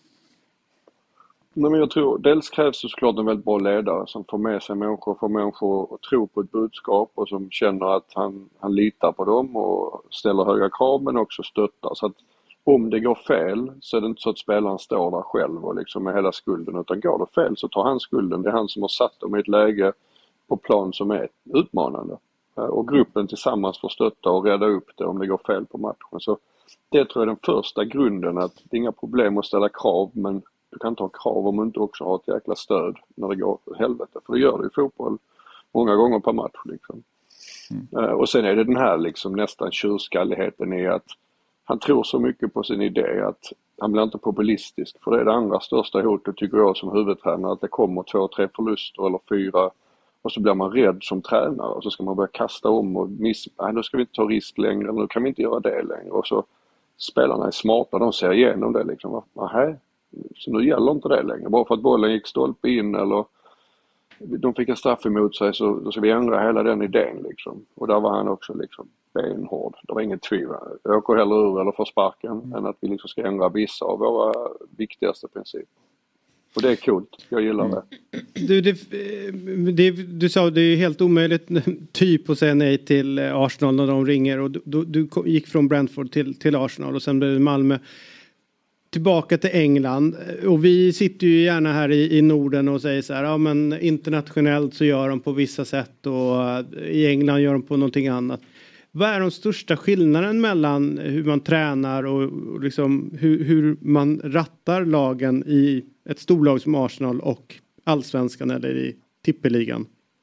Nej, men jag tror dels krävs det såklart en väldigt bra ledare som får med sig människor, får människor att tro på ett budskap och som känner att han litar på dem och ställer höga krav, men också stöttar. Så att om det går fel så är det inte så att spelaren står där själv och liksom med hela skulden, utan går det fel så tar han skulden. Det är han som har satt dem i ett läge på plan som är utmanande. Och gruppen tillsammans får stötta och rädda upp det om det går fel på matchen. Så det tror jag är den första grunden, att det är inga problem att ställa krav, men du kan inte ha krav om du inte också har ett jäkla stöd när det går helvete. För det gör det i fotboll många gånger per match liksom. Och sen är det den här liksom nästan tjurskalligheten i att han tror så mycket på sin idé att han blir inte populistisk. För det är det andra största hotet, tycker jag, som huvudtränare, att det kommer 2-3 förluster eller 4, och så blir man rädd som tränare och så ska man börja kasta om och då ska vi inte ta risk längre, nu kan vi inte göra det längre. Och så spelarna är smarta, de ser igenom det liksom. Så nu gäller inte det längre. Bara för att bollen gick stolpe in eller de fick en straff emot sig, så då ska vi ändra hela den idén liksom. Och där var han också liksom benhård. Det var ingen tvivel. Jag åker hellre ur eller får sparken än att vi liksom ska ändra vissa av våra viktigaste principer. Och det är coolt. Jag gillar det. Du sa det är helt omöjligt typ att säga nej till Arsenal när de ringer. Och du gick från Brentford till Arsenal och sen blev det Malmö. Tillbaka till England, och vi sitter ju gärna här i Norden och säger så här, men internationellt så gör de på vissa sätt och i England gör de på någonting annat. Vad är de största skillnaden mellan hur man tränar och liksom hur man rattar lagen i ett storlag som Arsenal och Allsvenskan eller i tippeligan?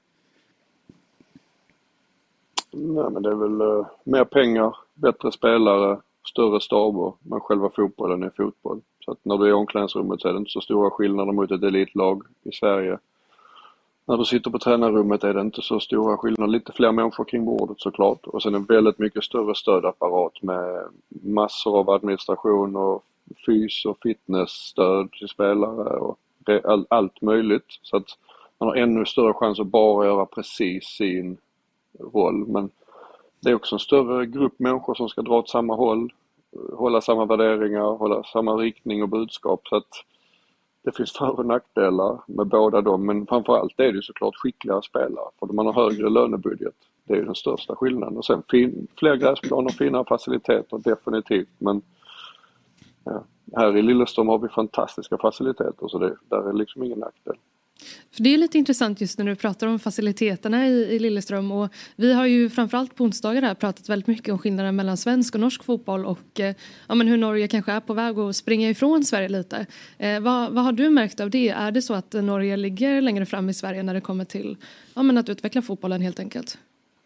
Nej, men det är väl mer pengar, bättre spelare, större staber, men själva fotbollen är fotboll. Så att när du är i omklädningsrummet så är det inte så stora skillnader mot ett elitlag i Sverige. När du sitter på tränarrummet är det inte så stora skillnader. Lite fler människor kring bordet såklart. Och sen en väldigt mycket större stödapparat med massor av administration och fys och fitnessstöd till spelare och allt möjligt. Så att man har ännu större chans att bara göra precis sin roll. Men det är också en större grupp människor som ska dra åt samma håll, hålla samma värderingar, hålla samma riktning och budskap. Så att det finns för- och nackdelar med båda dem, men framförallt är det ju såklart skickliga spelare, för man har högre lönebudget. Det är ju den största skillnaden. Och sen fler gräsplaner, fina faciliteter, definitivt. Men här i Lilleström har vi fantastiska faciliteter, så där är liksom ingen nackdel. För det är lite intressant just när du pratar om faciliteterna i Lilleström, och vi har ju framförallt på onsdagar här pratat väldigt mycket om skillnaden mellan svensk och norsk fotboll och hur Norge kanske är på väg att springa ifrån Sverige lite. Vad har du märkt av det? Är det så att Norge ligger längre fram i Sverige när det kommer till att utveckla fotbollen helt enkelt?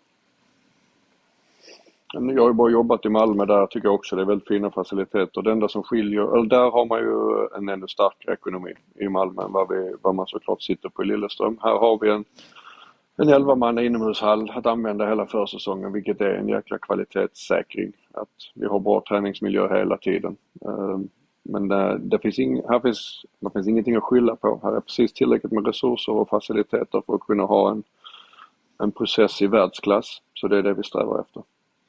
Jag har ju bara jobbat i Malmö, där tycker jag också det är väldigt fina faciliteter. Det enda som skiljer, eller där har man ju en ännu starkare ekonomi i Malmö än vad man såklart sitter på i Lilleström. Här har vi en 11-man inomhushall att använda hela försäsongen, vilket är en jäkla kvalitetssäkring. Att vi har bra träningsmiljö hela tiden. Men det finns ingenting att skylla på. Här är precis tillräckligt med resurser och faciliteter för att kunna ha en process i världsklass. Så det är det vi strävar efter.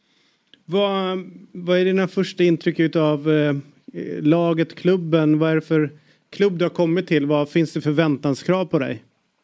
Vad är dina första intryck av laget, klubben? Vad är det för klubb du har kommit till? Vad finns det för förväntanskrav på dig?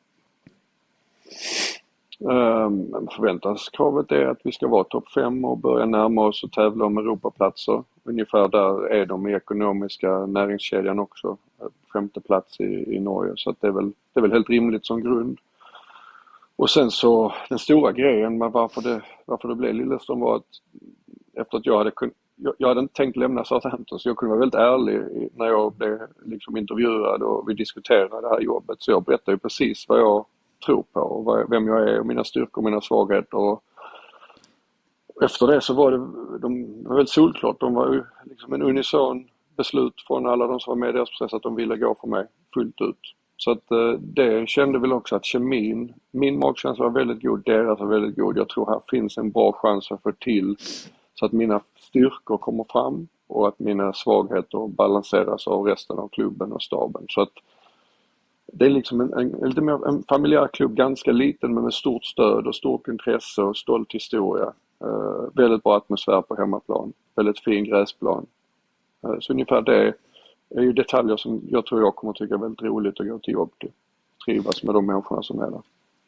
Förväntanskravet är att vi ska vara topp 5 och börja närma oss och tävla om Europaplatser. Ungefär där är de i ekonomiska näringskedjan också. 5:e plats i Norge, så att det är väl helt rimligt som grund. Och sen så den stora grejen med varför det blev Lillestrøm var att efter att jag hade inte tänkt lämna Southampton, så jag kunde vara väldigt ärlig när jag blev liksom intervjuad och vi diskuterade det här jobbet. Så jag berättade ju precis vad jag tror på och vem jag är och mina styrkor och mina svagheter. Och efter det så var det var väldigt solklart. De var ju liksom en unison beslut från alla de som var med i deras process att de ville gå för mig fullt ut. Så att det kände väl också att kemin, min magkänsla var väldigt god, deras var väldigt god. Jag tror här finns en bra chans att få till så att mina styrkor kommer fram och att mina svagheter balanseras av resten av klubben och staben. Så att det är liksom en familjär klubb, ganska liten men med stort stöd och stort intresse och stolt historia. Väldigt bra atmosfär på hemmaplan, väldigt fin gräsplan. Så ungefär det är ju detaljer som jag tror jag kommer tycka är väldigt roligt att gå till jobb till. Trivas med de människorna som är där.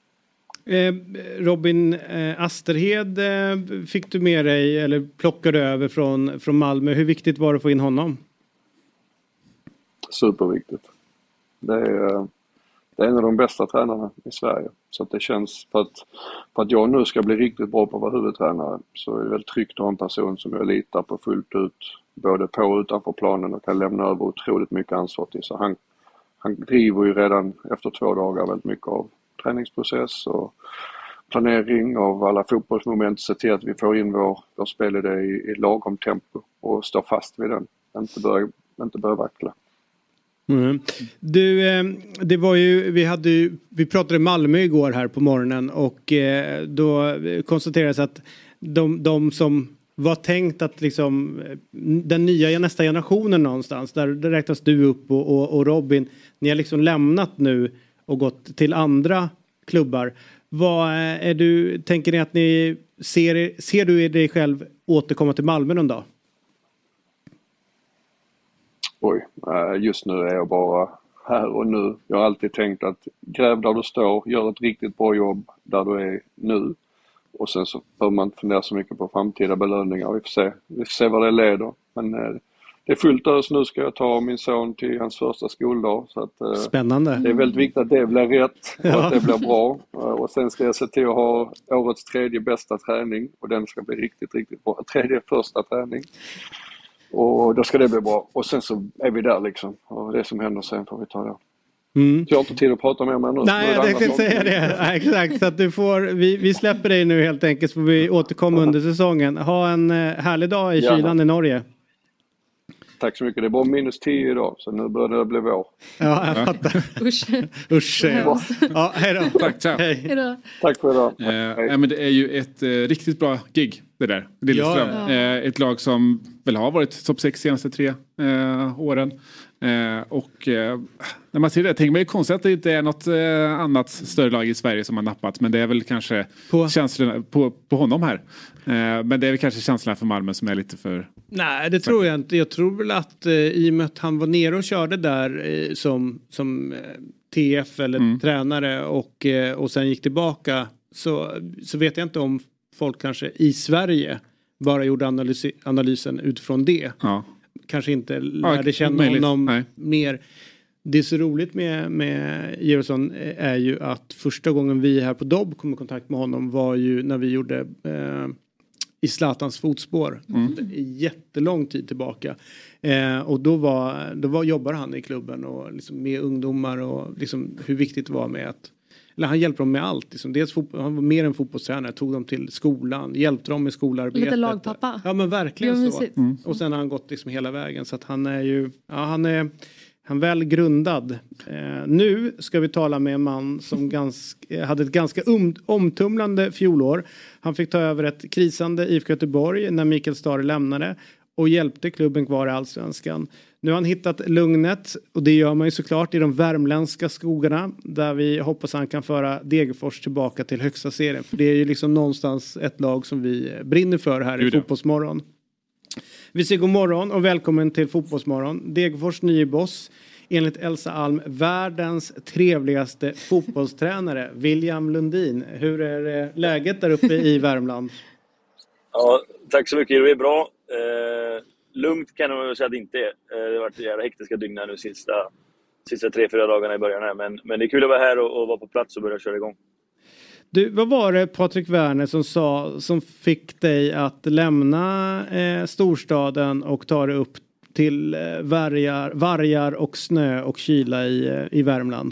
Robin Asterhed fick du med dig eller plockade över från Malmö. Hur viktigt var det att få in honom? Superviktigt. Det är en av de bästa tränarna i Sverige. Så att det känns för att jag nu ska bli riktigt bra på att vara huvudtränare, så är det väldigt tryggt att ha en person som jag litar på fullt ut. Både på och utanför planen och kan lämna över otroligt mycket ansvar till. Så han driver ju redan efter 2 dagar väldigt mycket av träningsprocess och planering av alla fotbollsmoment. Se till att vi får in vår spelidé i lagom tempo och stå fast vid den. Inte börja vackla. Mm. Du, det var ju, vi pratade Malmö igår här på morgonen och då konstaterades att de som var tänkt att liksom den nästa generationen någonstans, där räknas du upp och Robin, ni har liksom lämnat nu och gått till andra klubbar. Tänker ni att ni ser du dig själv återkomma till Malmö någon dag? Just nu är jag bara här och nu. Jag har alltid tänkt att gräv där du står, gör ett riktigt bra jobb där du är nu. Och sen så bör man inte fundera så mycket på framtida belöningar. Vi får se vad det leder. Men det är fullt ös. Nu ska jag ta min son till hans första skoldag. Så att, spännande. Det är väldigt viktigt att det blir rätt och att det blir bra. Och sen ska jag se till att ha årets 3:e bästa träning. Och den ska bli riktigt, riktigt bra. 3:e första träning. Och då ska det bli bra. Och sen så är vi där liksom. Och det som händer sen får vi ta det. Så jag har inte tid att prata med mig nu. Nej, jag tänkte säga det. Ja, exakt, så att du får, vi släpper dig nu helt enkelt, så får vi återkomma under säsongen. Ha en härlig dag i kylan i Norge. Tack så mycket. Det är bara -10 idag, så nu börjar det bli vår. Ja, jag fattar. Usch. Ja, hej då. Tack, ciao. Hej då. Tack för idag. Men det är ju ett riktigt bra gig det där. Lillestrøm. Ja. Ett lag som väl har varit topp 6 senaste 3 åren. När man ser det tänker man ju konstigt att det inte är något annat större lag i Sverige som har nappat, men det är väl kanske känslorna på honom här. Men det är väl kanske känslan för Malmö som är lite för... Nej, det tror jag inte. Jag tror väl att i och med att han var nere och körde där som TF eller tränare och sen gick tillbaka, så vet jag inte om folk kanske i Sverige bara gjorde analysen utifrån det. Ja. Kanske inte lärde känna honom mer. Det är så roligt med Georgsson är ju att första gången vi här på Dobb kom i kontakt med honom var ju när vi gjorde i Zlatans fotspår. Jättelång tid tillbaka. Och då jobbar han i klubben och liksom med ungdomar och liksom hur viktigt det var med att han hjälpte dem med allt. Liksom. Dels han var mer än fotbollstränare. Tog dem till skolan. Hjälpte dem med skolarbetet. Lite lagpappa. Ja, men verkligen så. Och sen har han gått liksom hela vägen. Så att han är ju... Ja, han är väl grundad. Nu ska vi tala med en man som hade ett ganska omtumlande fjolår. Han fick ta över ett krisande IFK Göteborg när Mikael Stahre lämnade. Och hjälpte klubben kvar i Allsvenskan. Nu har han hittat lugnet. Och det gör man ju såklart i de värmländska skogarna. Där vi hoppas han kan föra Degerfors tillbaka till högsta serien. För det är ju liksom någonstans ett lag som vi brinner för här i Fotbollsmorgon. Vi säger god morgon och välkommen till Fotbollsmorgon. Degerfors nye boss. enligt Elsa Alm världens trevligaste fotbollstränare, William Lundin. Hur är läget där uppe i Värmland? Ja, tack så mycket. Det är bra. Lugnt kan man säga att det inte är. Det har varit jävla hektiska dygn nu sista 3-4 dagarna i början här. Men det är kul att vara här och vara på plats och börja köra igång. Du, vad var det Patrik Werner som fick dig att lämna storstaden och ta dig upp till vargar och snö och kyla i Värmland?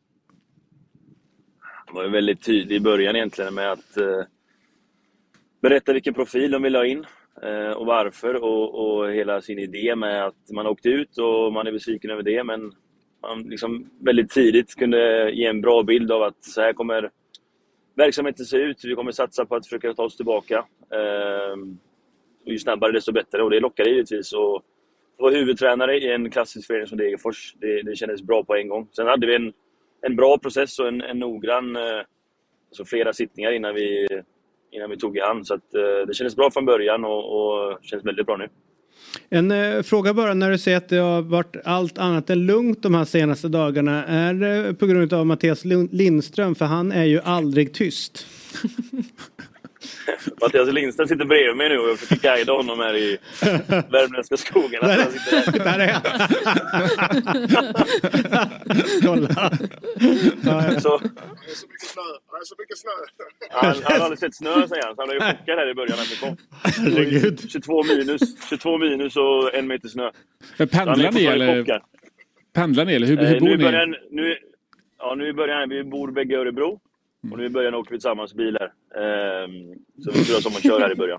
Det var väldigt tydligt i början egentligen med att berätta vilken profil de vill ha in och varför och hela sin idé med att man åkte ut och man är besviken över det, men man liksom väldigt tidigt kunde ge en bra bild av att så här kommer verksamheten se ut. Vi kommer satsa på att försöka ta oss tillbaka. Och ju snabbare desto bättre, och det lockar givetvis. Och vara huvudtränare i en klassisk förening som Degerfors, det kändes bra på en gång. Sen hade vi en bra process och en noggrann, alltså flera sittningar innan vi tog i hand. Så att, det kändes bra från början och känns väldigt bra nu. En fråga bara, när du säger att det har varit allt annat än lugnt de här senaste dagarna. Är det på grund av Mattias Lindström? För han är ju aldrig tyst. Mattias Lindström sitter bredvid mig nu och jag försöker guida honom här i värmländska skogarna. Där är han. Kolla. Så mycket snö. Han har aldrig sett snö, säger han. Han har ju chockat här i början när vi kom. Herregud. 22 minus och 1 meter snö. Men pendlar ni eller hur bor ni? Nu i början, vi bor bägge i Örebro. Och nu i början åker vi tillsammans bilar. Så vi tror att man kör här i början.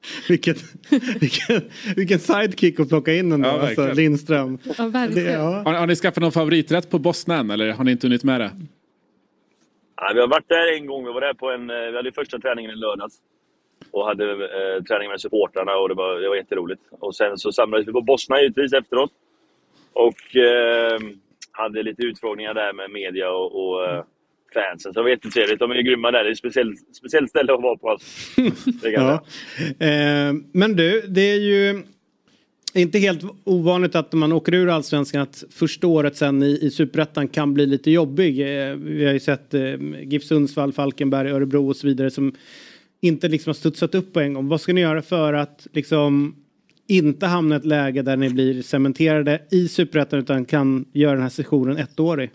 Vilken sidekick att plocka in ändå, alltså, Lindström. Ja, verkligen. Har ni skaffat någon favoriträtt på Bosnan eller har ni inte hunnit med det? Ja, vi har varit där en gång. Vi var där på vi hade första träningen i lördags. Och hade träning med supportrarna och det var jätteroligt. Och sen så samlades vi på Bosnan givetvis efteråt. Och hade lite utfrågningar där med media och fansen. Så det var jättetrevligt. De är grymma där. Det är ett speciellt ställe att vara på. Alltså. Ja. Men du, det är ju inte helt ovanligt att man åker ur Allsvenskan att första året sen i Superettan kan bli lite jobbig. Vi har ju sett GIF Sundsvall, Falkenberg, Örebro och så vidare som inte liksom har studsat upp på en gång. Vad ska ni göra för att liksom inte hamna i ett läge där ni blir cementerade i Superettan utan kan göra den här sessionen ettårig?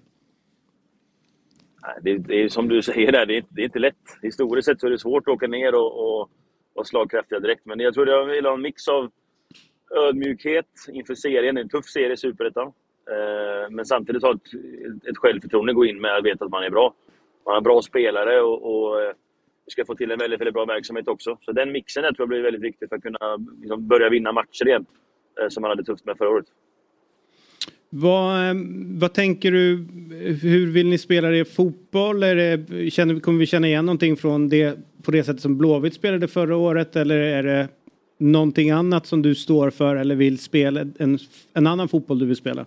Det är som du säger där, det är inte lätt. Historiskt sett så är det svårt att åka ner och slagkraftiga direkt. Men jag tror det vill ha en mix av ödmjukhet inför serien. Det är en tuff serie i Superettan. Men samtidigt ha ett självförtroende, gå in med att veta att man är bra. Man har bra spelare och vi ska få till en väldigt, väldigt bra verksamhet också. Så den mixen tror jag blir väldigt viktig för att kunna liksom börja vinna matcher igen. Som man hade tufft med förra året. Vad tänker du, hur vill ni spela det fotboll? Kommer vi känna igen någonting från det på det sättet som Blåvitt spelade förra året? Eller är det någonting annat som du står för eller vill spela, en annan fotboll du vill spela?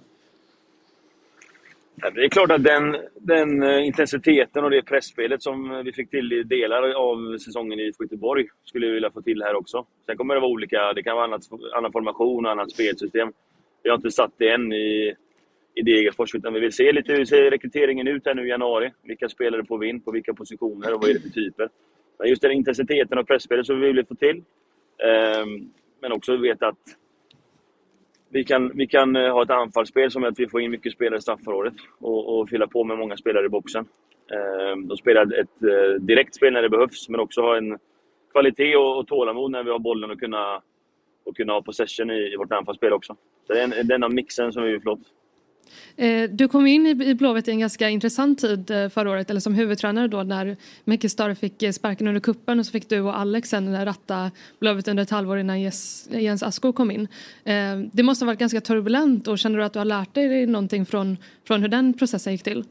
Ja, det är klart att den intensiteten och det pressspelet som vi fick till i delar av säsongen i Göteborg skulle vi vilja få till här också. Sen kommer det vara olika, det kan vara annan formation och annat spelsystem. Vi har inte satt det än i Degerfors, utan vi vill se lite hur ser rekryteringen ut här nu i januari. Vilka spelare får vi in, på vilka positioner och vad är det för typer. Men just den intensiteten och pressspelet så vill vi få till. Men också veta att vi kan ha ett anfallsspel som är att vi får in mycket spelare i straffområdet och fylla på med många spelare i boxen. De spelar ett direkt spel när det behövs, men också ha en kvalitet och tålamod när vi har bollen och kunna ha possession i vårt anfallsspel också. Så det är den av mixen som vi vill flott. Du kom in i Blåvitt i en ganska intressant tid förra året, eller som huvudtränare då, när Micke Stare fick sparken under kuppen och så fick du och Alex sen ratta Blåvitt under ett halvår innan Jens Asko kom in. Det måste ha varit ganska turbulent, och känner du att du har lärt dig någonting från hur den processen gick till?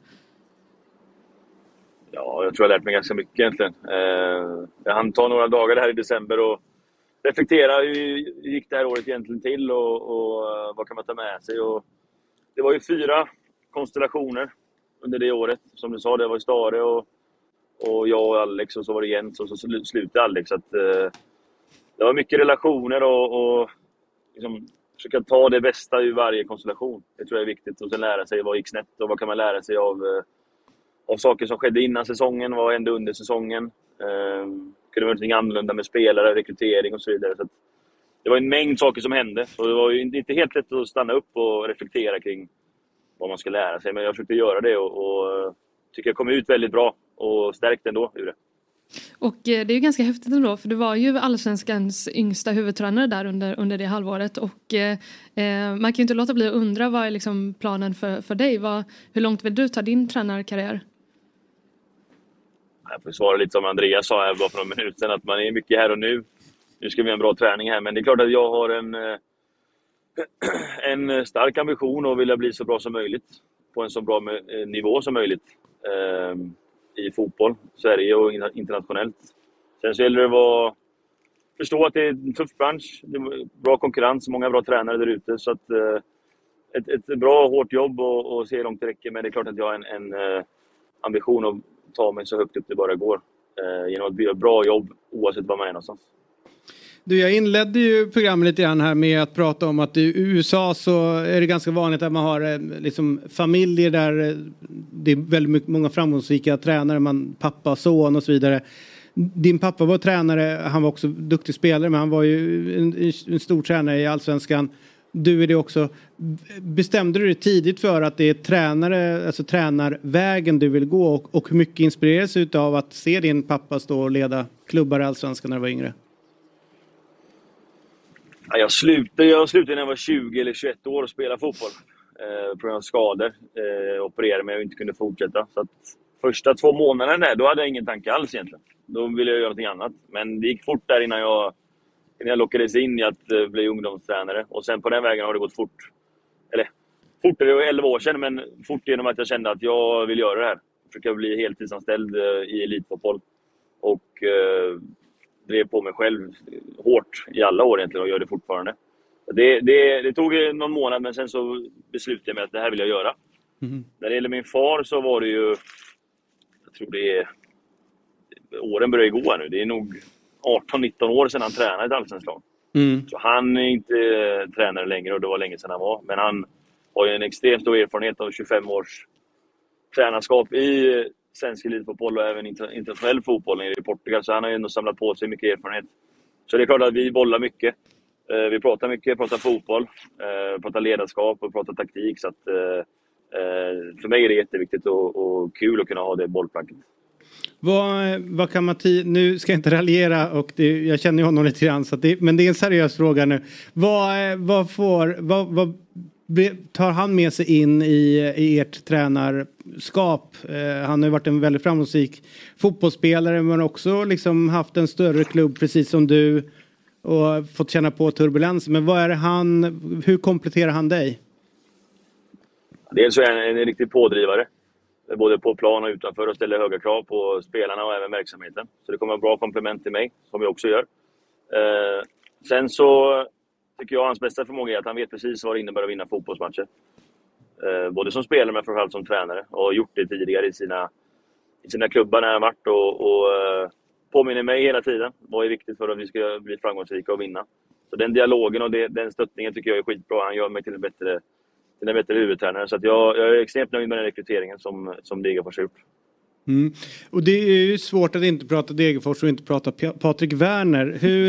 Ja, jag tror jag har lärt mig ganska mycket egentligen. Jag hann ta några dagar här i december och reflektera hur gick det här året egentligen till och vad kan man ta med sig. Och det var ju 4 konstellationer under det året. Som du sa, det var Stare och jag och Alex, och så var det Jens och så slutade Alex. Så att, det var mycket relationer och liksom försöka ta det bästa ur varje konstellation. Det tror jag är viktigt. Och sen lära sig vad gick snett och vad kan man lära sig av saker som skedde innan säsongen, vad hände under säsongen. Kunde det vara någonting annorlunda med spelare, rekrytering och så vidare. Så det var en mängd saker som hände. Så det var ju inte helt lätt att stanna upp och reflektera kring vad man ska lära sig. Men jag försökte göra det och tycker jag kom ut väldigt bra och stärkt ändå ur det. Och det är ju ganska häftigt ändå, för du var ju Allsvenskans yngsta huvudtränare där under det halvåret. Och man kan ju inte låta bli att undra, vad är liksom planen för dig? Hur långt vill du ta din tränarkarriär? Jag får svara lite som Andreas sa här bara för några minuter sedan, att man är mycket här och nu. Nu ska vi ha en bra träning här, men det är klart att jag har en stark ambition och vilja bli så bra som möjligt på en så bra nivå som möjligt i fotboll, Sverige och internationellt. Sen så gäller det att förstå att det är en tuff bransch, det är bra konkurrens, många bra tränare där ute, så att ett bra hårt jobb och se hur långt det räcker, men det är klart att jag har en ambition att ta mig så högt upp det bara går genom att göra bra jobb oavsett var man är någonstans. Du, jag inledde ju programmet lite grann här med att prata om att i USA så är det ganska vanligt att man har liksom familjer där det är väldigt många framgångsrika tränare, pappa, son och så vidare. Din pappa var tränare, han var också duktig spelare, men han var ju en stor tränare i Allsvenskan. Du är det också. Bestämde du dig tidigt för att det är tränarvägen du vill gå, och hur mycket inspireras du av att se din pappa stå och leda klubbar i Allsvenskan när du var yngre? Jag slutade när jag var 20 eller 21 år och spela fotboll. På grund av skador. Opererade mig och inte kunde fortsätta. Så att första 2 månaderna där, då hade jag ingen tanke alls egentligen. Då ville jag göra någonting annat. Men det gick fort där innan jag lockades in i att bli ungdomstränare. Och sen på den vägen har det gått fort. Eller fort, det var 11 år sedan, men fort genom att jag kände att jag vill göra det här. Försöka bli heltidsanställd i elitfotboll. Och drev på mig själv hårt i alla år egentligen och gör det fortfarande. Det tog någon månad, men sen så beslutade jag mig att det här vill jag göra. Mm. När det gäller min far så var det ju, jag tror det är, åren börjar gå nu. Det är nog 18-19 år sedan han tränade i ett allsvenskt lag. Mm. Så han är inte tränare längre och det var länge sedan han var. Men han har ju en extremt stor erfarenhet av 25 års tränarskap i svensk elitfotboll och även internationell fotboll i Portugal. Så han har ju ändå samlat på sig mycket erfarenhet. Så det är klart att vi bollar mycket. Vi pratar mycket, pratar fotboll, pratar ledarskap och pratar taktik. Så att, för mig är det jätteviktigt och kul att kunna ha det bollplanket. Vad kan man nu ska jag inte raljera, och jag känner ju honom lite grann, så men det är en seriös fråga nu. Vad tar han med sig in i ert tränarskap? Han har ju varit en väldigt framgångsrik fotbollsspelare, men också liksom haft en större klubb precis som du och fått känna på turbulens. Men hur kompletterar han dig? Dels så är han en riktig pådrivare. Både på plan och utanför, och ställer höga krav på spelarna och även verksamheten. Så det kommer att vara bra komplement till mig, som jag också gör. Sen så tycker jag hans bästa förmåga är att han vet precis vad det innebär att vinna fotbollsmatcher. Både som spelare men framförallt som tränare. Och gjort det tidigare i sina klubbar när han varit. Och påminner mig hela tiden vad är viktigt för att vi ska bli framgångsrika och vinna. Så den dialogen och den stöttningen tycker jag är skitbra. Han gör mig till en bättre huvudtränare. Så att jag är extremt nöjd med den rekryteringen som Degerfors har gjort. Mm. Och det är ju svårt att inte prata Degerfors och inte prata Patrik Werner.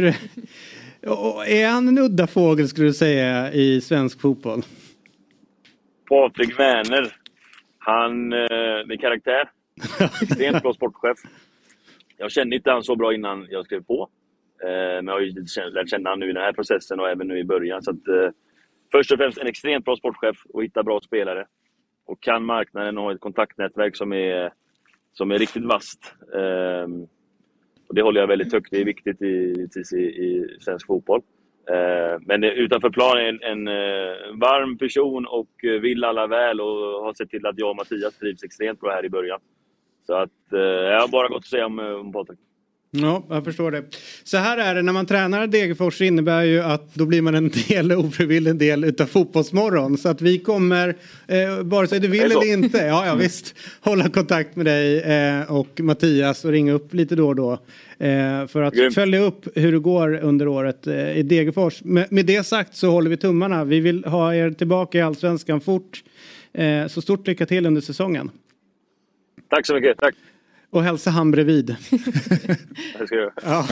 Är han en udda fågel, skulle du säga, i svensk fotboll? Patrik Werner, han med karaktär. Extremt bra sportchef. Jag kände inte han så bra innan jag skrev på. Men jag har ju lärt känna han nu i den här processen och även nu i början. Så att, först och främst en extremt bra sportchef och hitta bra spelare. Och kan marknaden och ett kontaktnätverk som är riktigt vasst. Och det håller jag väldigt högt. Det är viktigt i svensk fotboll. Men utanför plan är en varm person och vill alla väl och har sett till att jag och Mattias trivs extremt bra här i början. Så att jag har bara gått att säga om Patrik. Ja, jag förstår det. Så här är det, när man tränar Degerfors innebär ju att då blir man en ofrivillig del utav Fotbollsmorgon. Så att vi kommer, vare sig du vill eller inte, ja visst, hålla kontakt med dig och Mattias och ringa upp lite då och då. För att följa upp hur det går under året i Degerfors. Med det sagt så håller vi tummarna. Vi vill ha er tillbaka i Allsvenskan fort. Så stort lycka till under säsongen. Tack så mycket, tack. Och hälsa han bredvid. Det ska jag göra. Ja.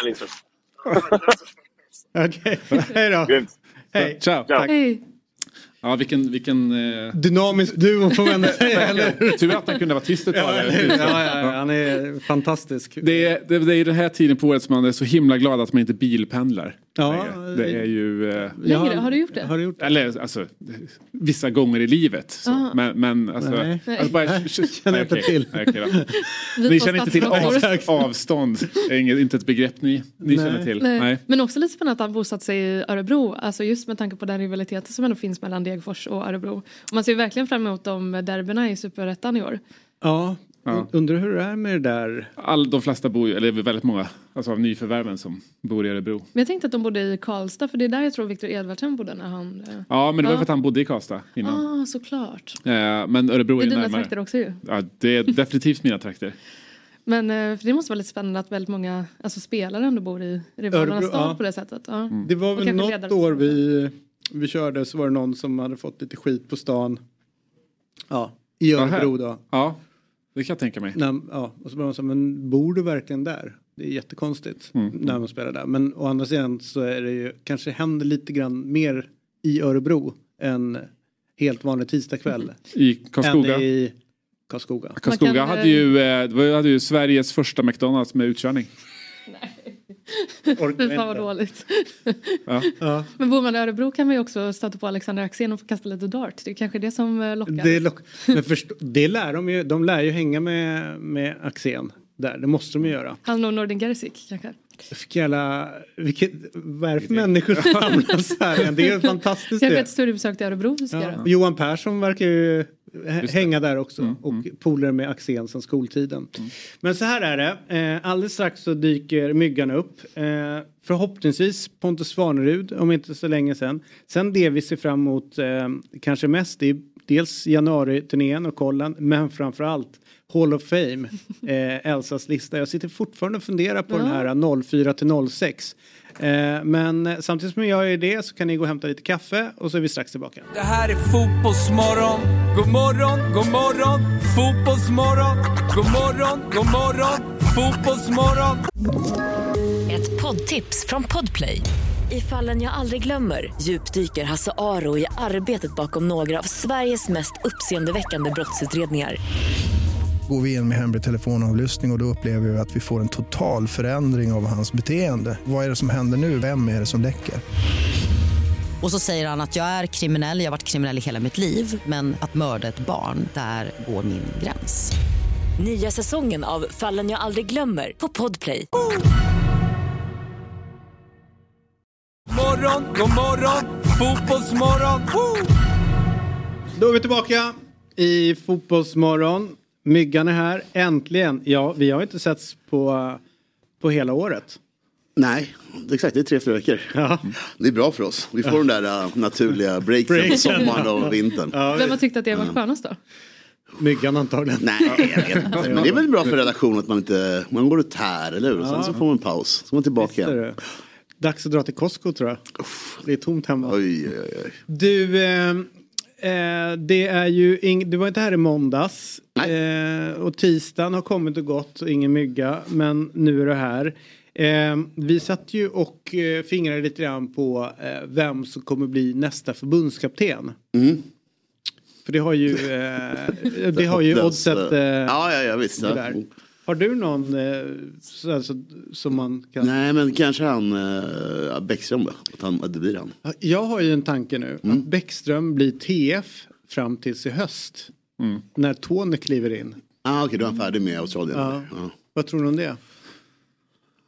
Okej, hej då. Hej. Ciao. Tack. Hej. Ja, vilken dynamisk duo får man säga, eller? Tyvärr att han kunde vara tyst ett tag. Ja, han är fantastisk. Det är ju den här tiden på året som man är så himla glad att man inte bilpendlar. Ja, det är ju... Längre, har du gjort det? Har du gjort det? Eller alltså, vissa gånger i livet. Så. Men alltså... Nej. Alltså bara, Känner inte till. Ni känner inte till avstånd. Det är inte ett begrepp ni känner till. Nej. Men också lite spännande att han bosatt sig i Örebro. Alltså just med tanke på den rivaliteten som ändå finns mellan Degerfors och Örebro. Och man ser verkligen fram emot de derbyna i Superettan i år. Ja. Undrar hur det är med det där. De flesta bor ju, eller väldigt många av nyförvärven som bor i Örebro. Men jag tänkte att de bodde i Karlstad, för det är där jag tror Victor Edvardsen bodde när han... Ja, men det var för att han bodde i Karlstad innan. Såklart. Men Örebro är dina närmare. trakter också ju. Ja, det är definitivt mina trakter. Men för det måste vara lite spännande att väldigt många spelare ändå bor i rivalernas stad på det sättet. Ja. Det var väl något år vi körde, så var det någon som hade fått lite skit på stan. Ja, i Örebro då. Ja. Det kan jag tänka mig. Och så man så, men bor du verkligen där? Det är jättekonstigt när man spelar där. Men å andra sidan så är det ju, kanske händer lite grann mer i Örebro än helt vanlig tisdagkväll. I Karlskoga? Än i Karlskoga. Karlskoga hade ju Sveriges första McDonalds med utkörning. Nej. Fan vad dåligt. Ja. Men bor man i Örebro kan man ju också stöta på Alexander Axén och få kasta lite dart. Det är kanske det som lockar. Men det lär de ju. De lär ju hänga med Axén där. Det måste de ju göra. Han och Nordin Gerzik kanske. Vad är det för människor som samlas här? Det är ju fantastiskt. Jag vet ett studiebesök till Örebro. Johan Persson verkar ju hänga där också. Och polare med Axén sedan skoltiden. Men så här är det. Alldeles strax så dyker Myggan upp. Förhoppningsvis Pontus Svanerud om inte så länge sen. Sen det vi ser fram emot kanske mest i dels januari-turnén och kollen. Men framförallt Hall of Fame, Elsas lista. Jag sitter fortfarande och funderar på den här 04-06. Men samtidigt som jag gör det så kan ni gå och hämta lite kaffe och så är vi strax tillbaka. Det här är Fotbollsmorgon. God morgon, god morgon. Fotbollsmorgon. God morgon, god morgon. Fotbollsmorgon. Ett poddtips från Podplay. I Fallen jag aldrig glömmer djupdyker Hasse Aro i arbetet bakom några av Sveriges mest uppseendeväckande brottsutredningar. Går vi in med hemlig telefonavlyssning och då upplever vi att vi får en total förändring av hans beteende. Vad är det som händer nu? Vem är det som läcker? Och så säger han att jag är kriminell, jag har varit kriminell i hela mitt liv. Men att mörda ett barn, där går min gräns. Nya säsongen av Fallen jag aldrig glömmer på Podplay. Morgon, god morgon. Fotbollsmorgon. Då är vi tillbaka i Fotbollsmorgon. Myggan är här, äntligen. Ja, vi har inte setts på hela året. Nej, exakt. Det är 3-4 veckor. Ja. Det är bra för oss. Vi får den där naturliga breaksen på sommaren och vintern. Ja. Vem har tyckt att det var skönast då? Myggan antagligen. Nej, jag vet inte. Men det är väl bra för redaktionen att man går ut här, eller hur? Och sen så får man en paus. Så går man tillbaka igen. Dags att dra till Costco, tror jag. Det är tomt hemma. Oj. Du, det är ju du var inte här i måndags. Och tisdagen har kommit och gått och ingen mygga. Men nu är det här. Vi satt ju och fingrade lite grann på vem som kommer bli nästa förbundskapten. För det har ju Oddset. Ja, visst. Ja. Har du någon som man kan... Nej, men kanske han Bäckström då. Att det blir han. Jag har ju en tanke nu. Att Bäckström blir TF fram tills i höst. När Tony kliver in. Okej, då är han färdig med Australien. Ja. Vad tror du om det?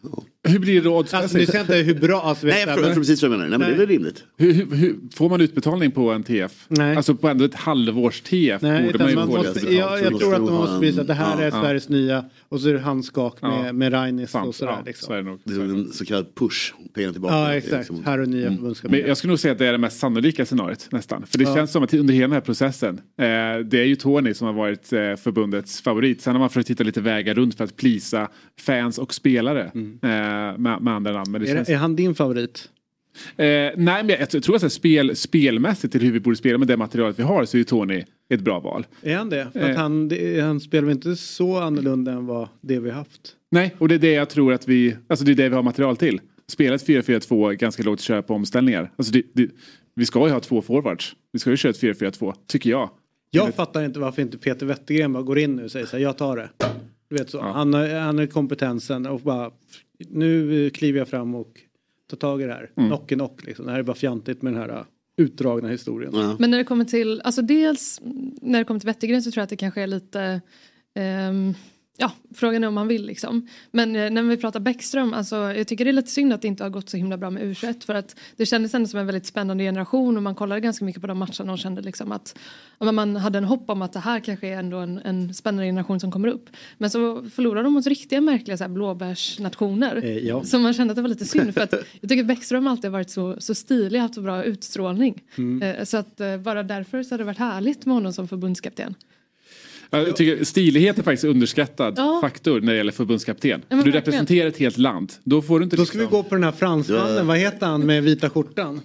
Hur blir det då? Alltså du ser inte hur bra... Alltså, nej, jag tror precis vad jag menar. Nej, men det är väl rimligt. Hur får man utbetalning på en TF? Nej. Alltså på ändå ett halvårs TF? Nej, jag tror att man måste visa att det här är Sveriges nya. Och så är det handskak med Rainis och sådär. Liksom. Så är det nog. Det är en så kallad push. Pengar tillbaka. Ja, exakt. Liksom. Här är nya förbundskapten. Men jag skulle nog säga att det är det mest sannolika scenariot nästan. För det känns som att under hela den här processen. Det är ju Tony som har varit förbundets favorit. Sen har man försökt hitta lite vägar runt för att plisa fans och spelare. Med andra namn. Men är han din favorit? Nej, men jag tror att spelmässigt till hur vi borde spela med det materialet vi har så är ju Tony ett bra val. Är han det? För att han spelar inte så annorlunda än vad det vi har haft. Nej, och det är det jag tror att vi... Alltså det är det vi har material till. Spelet 4-4-2 ganska lågt att köra på omställningar. Alltså vi ska ju ha 2 forwards. Vi ska ju köra ett 4-4-2, tycker jag. Jag fattar inte varför inte Peter Wettergren bara går in nu och säger så här, jag tar det. Du vet så. Ja. Han har kompetensen och bara, nu kliver jag fram och tar tag i det här. Knock liksom. Det här är bara fjantigt med den här utdragna historien. Ja. Men när det kommer till, alltså dels när det kommer till Wettergren så tror jag att det kanske är lite... frågan är om man vill liksom. Men när vi pratar Bäckström, alltså, jag tycker det är lite synd att det inte har gått så himla bra med U21. För att det kändes ändå som en väldigt spännande generation. Och man kollade ganska mycket på de matcherna och kände liksom att man hade en hopp om att det här kanske är ändå en spännande generation som kommer upp. Men så förlorade de mot riktiga märkliga så här, blåbärsnationer. Så man kände att det var lite synd. För att jag tycker att Bäckström alltid har varit så stilig, haft så bra utstrålning. Så att bara därför så hade det varit härligt med honom som förbundskapten. Jag tycker stilighet är faktiskt underskattad faktor när det gäller förbundskapten. Du representerar ett helt land. Då får du inte... Då ska vi gå på den här fransmannen. Vad heter han med vita skjortan?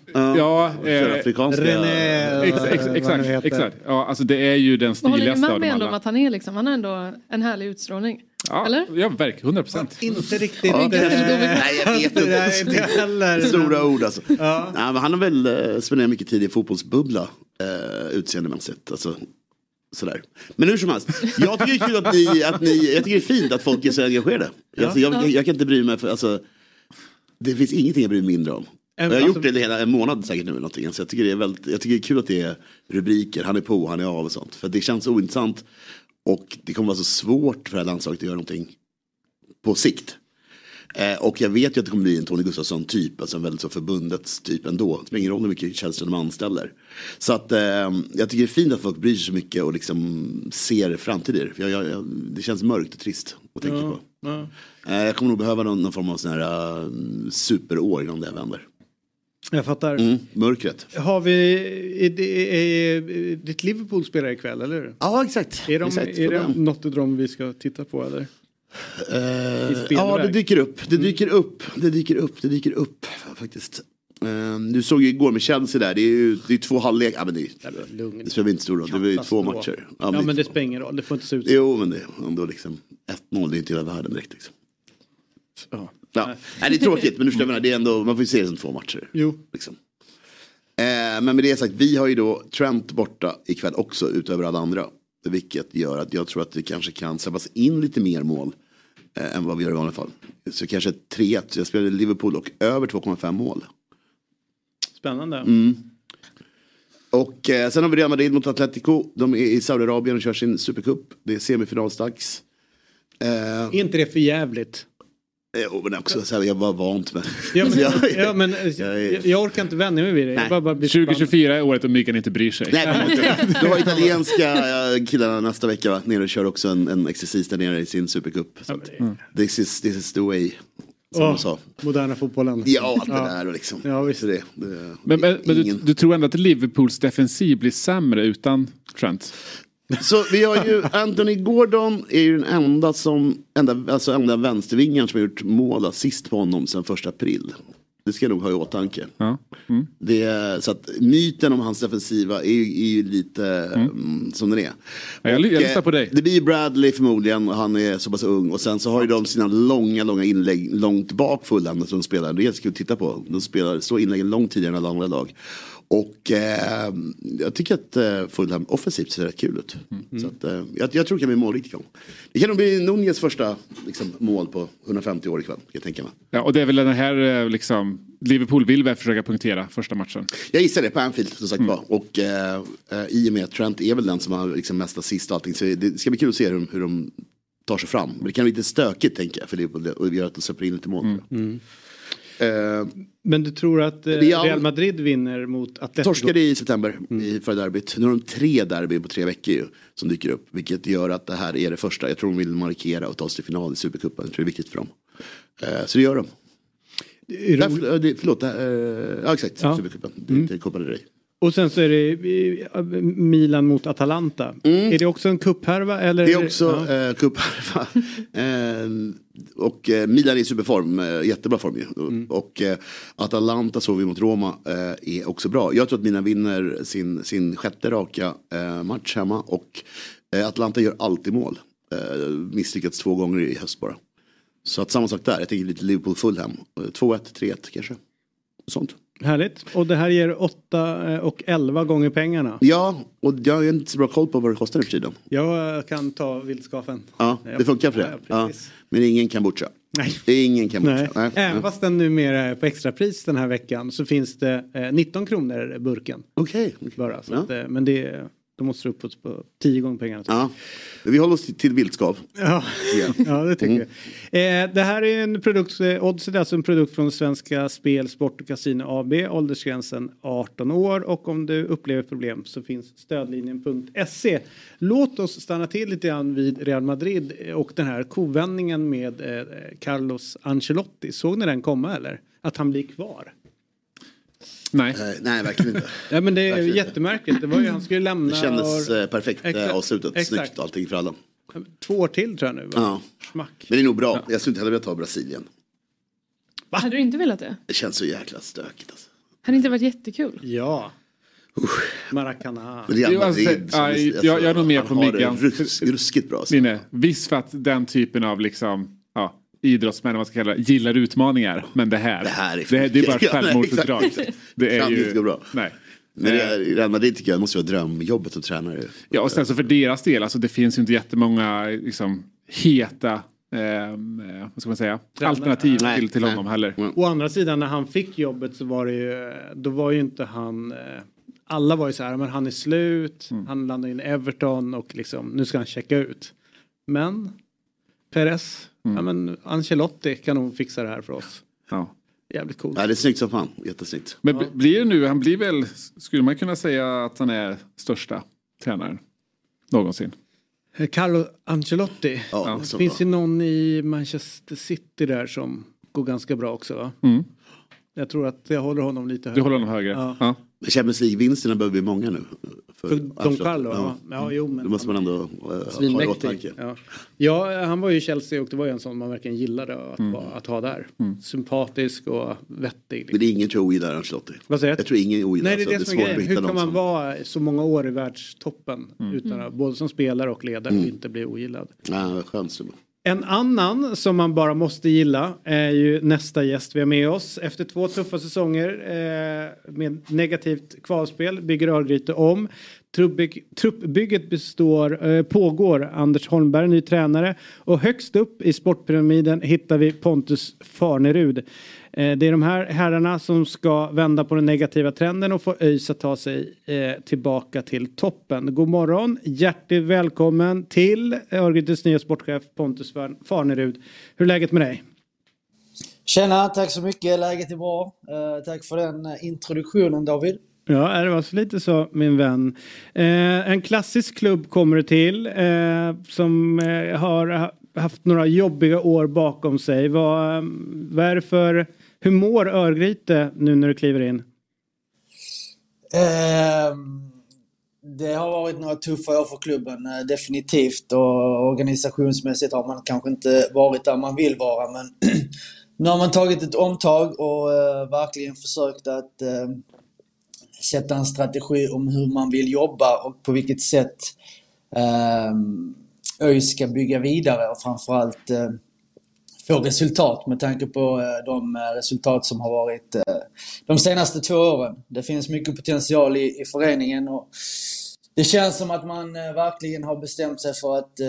René. Exakt. Ja, alltså det är ju den stiligaste av dem alla. Att han är liksom, han har ändå en härlig utstrålning. Ja, eller? Ja, verkligen. 100%. Inte riktigt. Nej, jag vet inte heller. Stora ord alltså. Ja. Nej, men han har väl spenderat mycket tid i fotbollsbubbla utseendemässigt. Alltså. Sådär. Men hur som helst, jag tycker det är kul att ni jag tycker det är fint att folk är så engagerade. Alltså, jag kan inte bry mig för, alltså, det finns ingenting jag bryr mig mindre om. Jag har gjort det hela en månad säkert nu eller någonting. Så jag tycker det är kul att det är rubriker, han är på, han är av och sånt. För det känns ointressant och det kommer vara så svårt för det här landslaget att göra någonting på sikt. Och jag vet ju att det kommer bli en Tony Gustafsson typ, alltså en väldigt så förbundets typ ändå. Det spelar ingen roll hur mycket tjänster de anställer. Så att jag tycker det är fint att folk bryr sig så mycket och liksom ser framtider. För det känns mörkt och trist att tänka på. Jag kommer nog behöva någon form av sån här superår innan det vänder. Jag fattar. Mörkret. Har vi ditt Liverpool spelar ikväll, eller? Ja, exakt. Är det något av dem vi ska titta på, eller? Ja, det dyker upp faktiskt. Du såg ju igår med Chelsea där. Det är 2 halvlek. Ja, men det spelar inte stor roll. Det är 2 matcher. Ja, men det spelar ingen roll. Det får inte se ut så. Jo, men det är ändå liksom 1-0. Det är inte hela världen direkt liksom. Ja. Nej, det är tråkigt, men nu förstår jag, det är ändå, man får ju se det som 2 matcher. Jo. Liksom. Men med det sagt, vi har ju då Trent borta ikväll också utöver alla andra. Vilket gör att jag tror att det kanske kan släppas in lite mer mål än vad vi gör i vanliga fall. Så kanske 3-1. Jag spelade Liverpool och över 2,5 mål. Spännande. Och sen har vi Real Madrid mot Atletico. De är i Saudiarabien och kör sin Supercup. Det är semifinalsdags. Är inte det för jävligt? Jo, men också så här, jag var vant med. Jag orkar inte vänja mig vid det. 2024 är året och Mikael inte bryr sig. Nej, du har italienska killarna nästa vecka nere och kör också en exercis där nere i sin Supercup. This is the way. Som de sa. Moderna fotbollen. Ja, allt det där och liksom. Ja, visst. Men du tror ändå att Liverpools defensiv blir sämre utan Trent? Så vi har ju Anthony Gordon är ju den enda vänstervingen som har gjort mål assist på honom sedan 1 april. Det ska jag nog ha i åtanke. Så att myten om hans defensiva är ju lite som den är. Jag lyssnar på dig. Det blir Bradley förmodligen och han är så pass ung. Och sen så har ju de sina långa inlägg långt bak Fulham som spelar. Det är jättekul att titta på. De spelar så inläggen långt tidigare än alla andra lag. Och jag tycker att Fulham offensivt ser rätt kul ut. Så att, jag tror det kan bli mål riktigt gång. Det kan nog bli Nunez första liksom, mål på 150 år ikväll, kan jag tänka mig. Ja, och det är väl den här liksom, Liverpool vill väl försöka punktera första matchen. Jag gissar det på Anfield som sagt var. Och i och med att Trent är väl den som har liksom, mest assist och allting. Så det ska bli kul att se hur de tar sig fram. Men det kan bli lite stökigt tänker jag för det och gör att de släpper in lite mål. Men du tror att Real Madrid vinner mot Atletico? Torskade i september i förra derbyt. Nu har de 3 derby på 3 veckor ju, som dyker upp. Vilket gör att det här är det första. Jag tror de vill markera och ta sig till final i Supercupen. Jag tror det är viktigt för dem. Så det gör de. Exakt. Supercupen. Det är Copa del Rey. Och sen så är det Milan mot Atalanta. Är det också en cupphärva? Eller det är också cupphärva. Och Milan är i superform, jättebra form ju. Och Atalanta såg vi mot Roma är också bra. Jag tror att Milan vinner sin 6:e raka match hemma. Och Atalanta gör alltid mål. Misslyckats 2 gånger i höst bara. Så att samma sak där, jag tänker lite Liverpool Fulham. 2-1, 3-1 kanske. Sånt. Härligt. Och det här ger 8 och 11 gånger pengarna. Ja, och jag har inte så bra koll på vad det kostar i tiden. Jag kan ta vildskafen. Ja, det funkar för det. Ja, men ingen kan butcha. Nej. Ingen kan butcha. Nej. Även fast den numera är på extrapris den här veckan så finns det 19 kronor burken. Okej. Bara, så att, men då måste du upp på 10 gånger pengarna. Ja, vi håller oss till vildskav. Ja, det tycker jag. Det här är en produkt, Oddset är alltså en produkt från Svenska Spel, Sport och Casino AB. Åldersgränsen 18 år och om du upplever problem så finns stödlinjen.se. Låt oss stanna till lite grann vid Real Madrid och den här kovändningen med Carlos Ancelotti. Såg ni den komma eller? Att han blir kvar? Nej. Nej, verkligen inte. Ja, men det är jättemärkligt. Det var ju han skulle lämna. Det kändes perfekt avslutat. Snyggt allting för alla. 2 år till tror jag nu. Ja. Smack. Men det är nog bra. Jag skulle inte heller vilja ta Brasilien. Va? Hade du inte velat det? Det känns så jäkla stökigt alltså. Hade inte varit jättekul? Ja. Maracana. Jag är nog med på Miggan. Ruskigt bra. Visst för att den typen av liksom idrottsmän, man ska kalla det, gillar utmaningar. Men det här är bara ett självmordsuppdrag. Det är ju bra. Nej. Men Real Madrid tycker jag måste vara drömjobbet som tränare. Ja, och sen så för deras del, alltså det finns ju inte jättemånga liksom heta vad ska man säga, alternativ till honom heller. Å andra sidan när han fick jobbet så var det ju, då var ju inte han alla var ju så här, men han är slut, han landar in Everton och liksom, nu ska han checka ut. Men Perez, ja men Ancelotti kan nog fixa det här för oss. Ja. Jävligt coolt. Ja, det är snyggt som fan, jättesnyggt. Men blir det nu, han blir väl, skulle man kunna säga att han är största tränaren någonsin? Carlo Ancelotti. Ja, det finns ju någon i Manchester City där som går ganska bra också va? Jag tror att jag håller honom lite högre. Du håller honom högre? Ja. Champions League-vinsterna behöver bli många nu. För Don Carlo, ja. Men det måste man ändå ha i åtanke. Ja, han var ju i Chelsea och det var ju en sån man verkligen gillade att ha där. Sympatisk och vettig. Liksom. Men det är ingen tror ogillar Ancelotti. Vad säger du? Jag tror ingen ogillar. Nej, det är det som är grejen. Hur kan man vara så många år i världstoppen utan att, både som spelare och ledare och inte bli ogillad? Ja, skönt. En annan som man bara måste gilla är ju nästa gäst vi har med oss. Efter 2 tuffa säsonger med negativt kvalspel bygger Örgryte om. Truppbygget pågår. Anders Holmberg, ny tränare. Och högst upp i sportpyramiden hittar vi Pontus Farnerud. Det är de här herrarna som ska vända på den negativa trenden och få ÖIS att ta sig tillbaka till toppen. God morgon, hjärtligt välkommen till Örgrytes nya sportchef Pontus Farnerud. Hur är läget med dig? Tjena, tack så mycket. Läget är bra. Tack för den introduktionen, David. Ja, det var så lite så, min vän. En klassisk klubb kommer det till som har haft några jobbiga år bakom sig. Vad är det för, hur mår Örgryte nu när du kliver in? Det har varit några tuffa år för klubben, definitivt. Och organisationsmässigt har man kanske inte varit där man vill vara. Men nu har man tagit ett omtag och verkligen försökt att sätta en strategi om hur man vill jobba och på vilket sätt ÖIS ska bygga vidare och framförallt få resultat med tanke på de resultat som har varit de senaste 2 åren. Det finns mycket potential i föreningen och det känns som att man verkligen har bestämt sig för att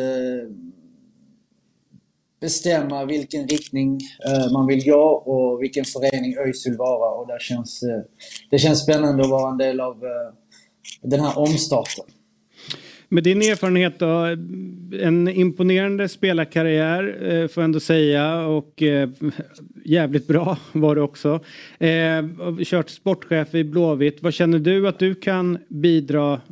bestämma vilken riktning man vill gå och vilken förening ÖIS vill vara, och det känns spännande att vara en del av den här omstarten. Med din erfarenhet då, en imponerande spelarkarriär får jag ändå säga, och jävligt bra var det också. Kört sportchef i Blåvitt. Vad känner du att du kan bidra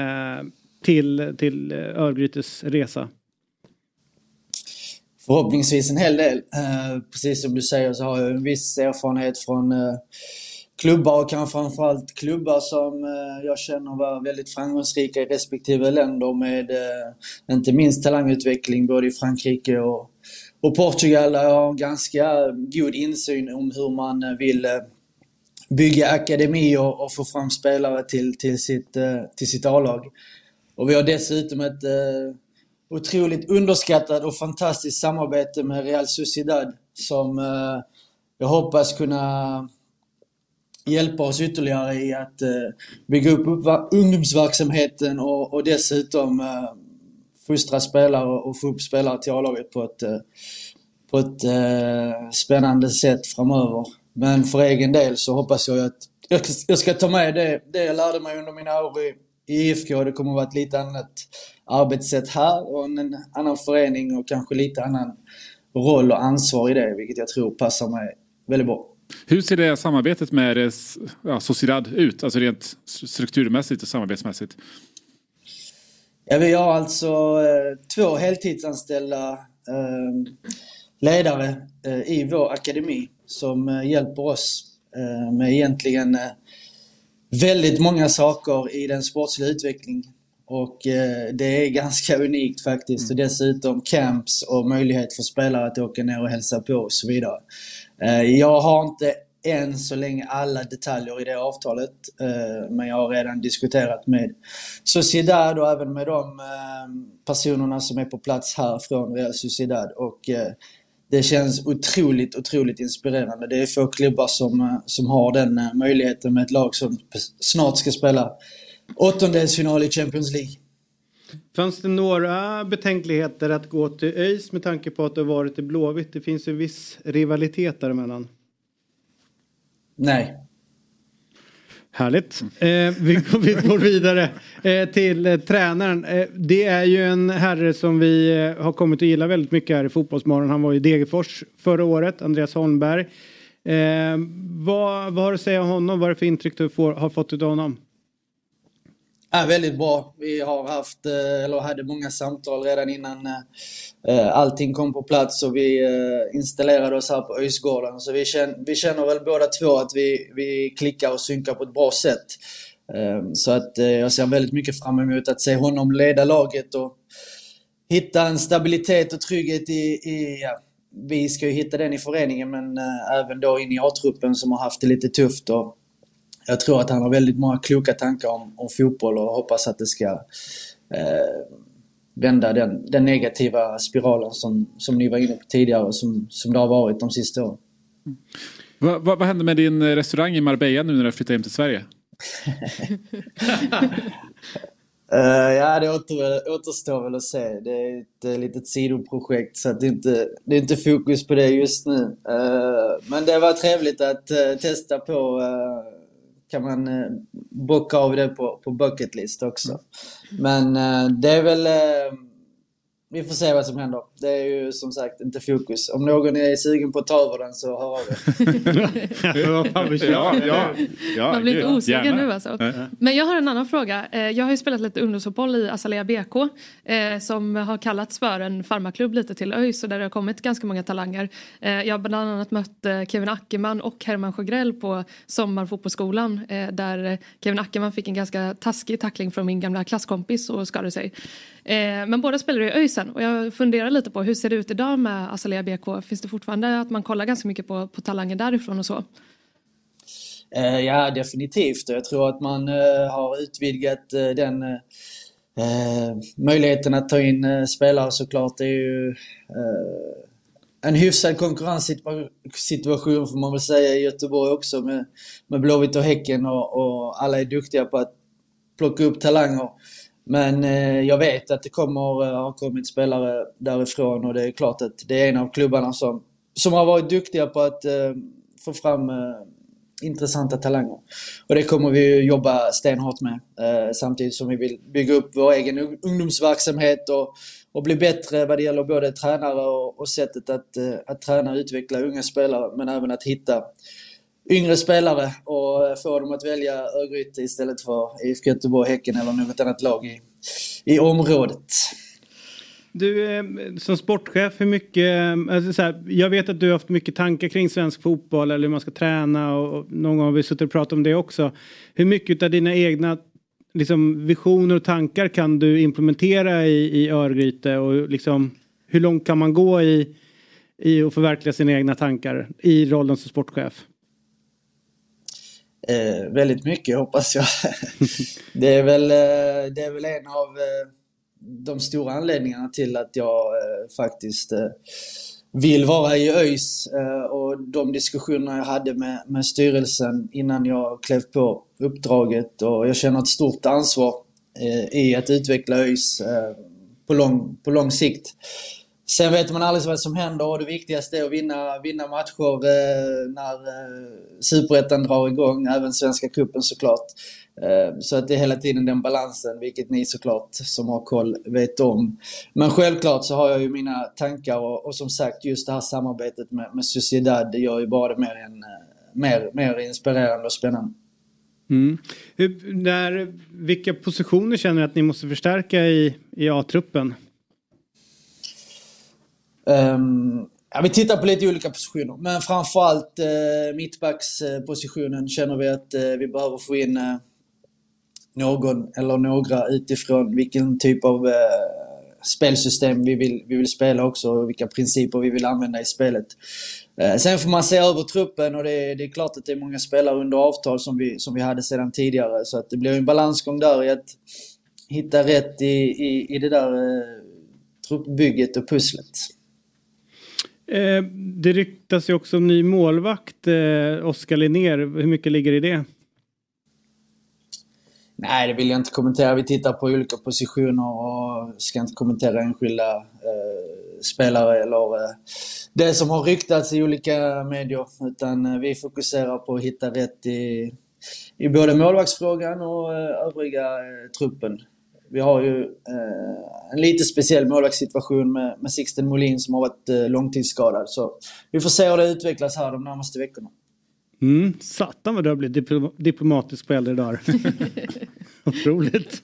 till Örgrytes resa? Förhoppningsvis en hel del. Precis som du säger så har jag en viss erfarenhet från klubbar, och kanske framförallt klubbar som jag känner var väldigt framgångsrika i respektive länder med inte minst talangutveckling både i Frankrike och Portugal. Jag har ganska god insyn om hur man vill bygga akademi och få fram spelare till sitt A-lag. Och vi har dessutom ett otroligt underskattat och fantastiskt samarbete med Real Sociedad som jag hoppas kunna hjälpa oss ytterligare i att bygga upp ungdomsverksamheten och dessutom fostra spelare och få upp spelare till A-laget på ett spännande sätt framöver. Men för egen del så hoppas jag att jag ska ta med det jag lärde mig under mina år i IFK. Det kommer att vara ett lite annat arbetssätt här och en annan förening och kanske lite annan roll och ansvar i det, vilket jag tror passar mig väldigt bra. Hur ser det samarbetet med Sociedad ut? Alltså rent strukturmässigt och samarbetsmässigt? Ja, vi har alltså 2 heltidsanställda ledare i vår akademi som hjälper oss med egentligen väldigt många saker i den sportsliga utvecklingen. Och det är ganska unikt faktiskt. Och dessutom camps och möjlighet för spelare att åka ner och hälsa på och så vidare. Jag har inte än så länge alla detaljer i det avtalet. Men jag har redan diskuterat med Sociedad och även med de personerna som är på plats här från Real Sociedad. Och det känns otroligt inspirerande. Det är få klubbar som har den möjligheten med ett lag som snart ska spela åttondelsfinal i Champions League. Fanns det några betänkligheter att gå till ÖIS med tanke på att det har varit i Blåvitt? Det finns en viss rivalitet däremellan. Nej. Härligt. Vi går vidare till tränaren. Det är ju en herre som vi har kommit att gilla väldigt mycket här i Fotbollsmorgon. Han var i Degerfors förra året, Andreas Holmberg. Vad har du att säga om honom? Vad är det för intryck du har fått av honom? Ja, väldigt bra. Vi har hade många samtal redan innan allting kom på plats och vi installerade oss här på Öjsgården. Så vi känner väl båda två att vi klickar och synkar på ett bra sätt. Så att jag ser väldigt mycket fram emot att se honom leda laget och hitta en stabilitet och trygghet vi ska ju hitta den i föreningen, men även då in i A-truppen som har haft det lite tufft. Och jag tror att han har väldigt många kloka tankar om fotboll och hoppas att det ska vända den negativa spiralen som ni var inne på tidigare och som det har varit de sista åren. Vad hände med din restaurang i Marbella nu när du flyttade hem till Sverige? Ja, det återstår väl att se. Det är ett litet sidoprojekt så att det är inte fokus på det just nu. Men det var trevligt att testa på. Kan man bocka av det på bucket list också. Men det är väl... vi får se vad som händer. Det är ju som sagt inte fokus. Om någon är sugen på att ta över den så hör av det. Man blir lite osugen nu alltså. Men jag har en annan fråga. Jag har ju spelat lite ungdomsfotboll i Azalea BK. Som har kallats för en farmaklubb lite till ÖIS. Och där det har kommit ganska många talanger. Jag har bland annat mött Kevin Ackerman och Herman Sjögrell på sommarfotbollsskolan. Där Kevin Ackerman fick en ganska taskig tackling från min gamla klasskompis och skadade sig. Men båda spelar i ÖIS. Och jag funderar lite på hur ser det ut idag med Azalea BK? Finns det fortfarande att man kollar ganska mycket på talanger därifrån och så? Ja, definitivt. Jag tror att man har utvidgat den möjligheten att ta in spelare såklart. Det är ju en hyfsad konkurrenssituation får man väl säga i Göteborg också med Blåvitt och Häcken och alla är duktiga på att plocka upp talanger. Men jag vet att det har kommit spelare därifrån och det är klart att det är en av klubbarna som har varit duktiga på att få fram intressanta talanger. Och det kommer vi ju jobba stenhårt med. Samtidigt som vi vill bygga upp vår egen ungdomsverksamhet och bli bättre vad det gäller både tränare och sättet att träna och utveckla unga spelare. Men även att hitta yngre spelare och få dem att välja Örgryte istället för IFK Göteborg, Häcken eller något annat lag i området. Du som sportchef, hur mycket, alltså så här, jag vet att du har haft mycket tankar kring svensk fotboll eller hur man ska träna och någon gång har vi suttit och pratat om det också. Hur mycket av dina egna liksom, visioner och tankar kan du implementera i Örgryte och liksom, hur långt kan man gå i att förverkliga sina egna tankar i rollen som sportchef? Väldigt mycket hoppas jag. Det är väl en av de stora anledningarna till att jag faktiskt vill vara i ÖIS och de diskussioner jag hade med styrelsen innan jag klev på uppdraget, och jag känner ett stort ansvar i att utveckla ÖIS på lång sikt. Sen vet man aldrig vad som händer, och det viktigaste är att vinna matcher när Superettan drar igång, även Svenska cupen såklart. Så att det är hela tiden den balansen, vilket ni såklart som har koll vet om. Men självklart så har jag ju mina tankar och som sagt just det här samarbetet med Sociedad, det gör ju bara det mer inspirerande och spännande. Vilka positioner känner att ni måste förstärka i A-truppen? Vi tittar på lite olika positioner, men framförallt mittbackspositionen känner vi att vi behöver få in någon eller några utifrån vilken typ av spelsystem vi vill spela också och vilka principer vi vill använda i spelet. Sen får man se över truppen, och det är klart att det är många spelare under avtal som vi hade sedan tidigare, så att det blir en balansgång där i att hitta rätt i det där truppbygget och pusslet. Det ryktas ju också om ny målvakt, Oskar Linnér. Hur mycket ligger i det? Nej, det vill jag inte kommentera. Vi tittar på olika positioner och ska inte kommentera enskilda spelare eller det som har ryktats i olika medier, utan vi fokuserar på att hitta rätt i både målvaktsfrågan och övriga truppen. Vi har ju en lite speciell målvaktssituation med Sixten Molin som har varit långtidsskadad. Så vi får se hur det utvecklas här de närmaste veckorna. Satan vad du har blivit diplomatisk på äldre dagar. Otroligt.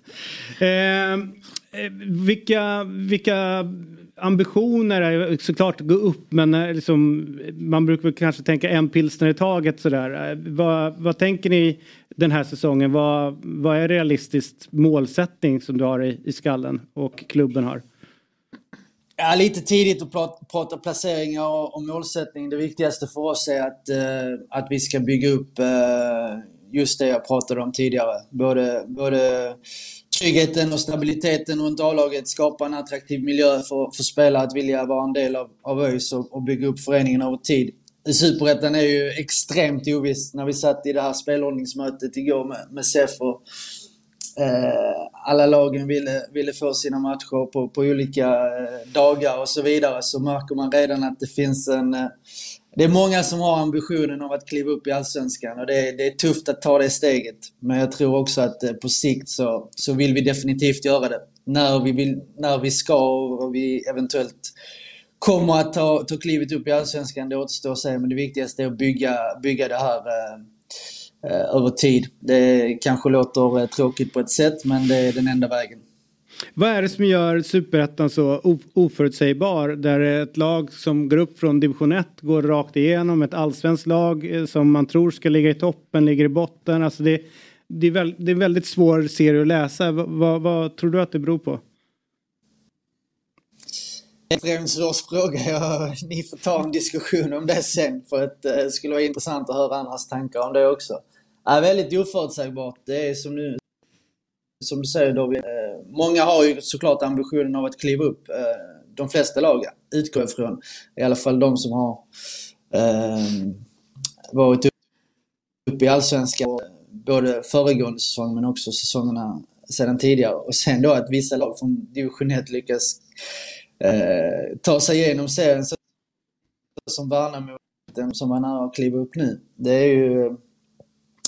Vilka ambitioner är såklart att gå upp, men liksom, man brukar kanske tänka en pilsner i taget sådär. Vad tänker ni den här säsongen? Vad är realistiskt målsättning som du har i skallen och klubben har? Ja, lite tidigt att prata placeringar och målsättning. Det viktigaste för oss är att vi ska bygga upp just det jag pratade om tidigare. Både tryggheten och stabiliteten runt A-laget, skapa en attraktiv miljö för spelare att vilja vara en del av ÖIS och bygga upp föreningen över tid. Superettan är ju extremt oviss. När vi satt i det här spelordningsmötet igår med SEF och alla lagen ville få sina matcher på olika dagar och så vidare, så märker man redan att det finns det är många som har ambitionen av att kliva upp i Allsvenskan, och det är tufft att ta det steget. Men jag tror också att på sikt så vill vi definitivt göra det. När vi ska och vi eventuellt kommer att ta klivet upp i Allsvenskan, det återstår att säga, men det viktigaste är att bygga det här över tid. Det kanske låter tråkigt på ett sätt, men det är den enda vägen. Vad är det som gör Superettan så oförutsägbar? Där ett lag som går upp från division 1 går rakt igenom, ett allsvenskt lag som man tror ska ligga i toppen, ligger i botten. Alltså det är en väldigt svår serie att läsa. Vad tror du att det beror på? Det är en svår fråga. Ni får ta en diskussion om det sen, för att det skulle vara intressant att höra andras tankar om det också. Det är väldigt oförutsägbart. Det är som du säger David, många har ju såklart ambitionen av att kliva upp. De flesta lag utgår ifrån, i alla fall de som har varit uppe i Allsvenskan både föregående säsong men också säsongerna sedan tidigare. Och sen då att vissa lag från division 1 lyckas ta sig igenom serien som Värnamo som var nära att kliva upp nu. Det är ju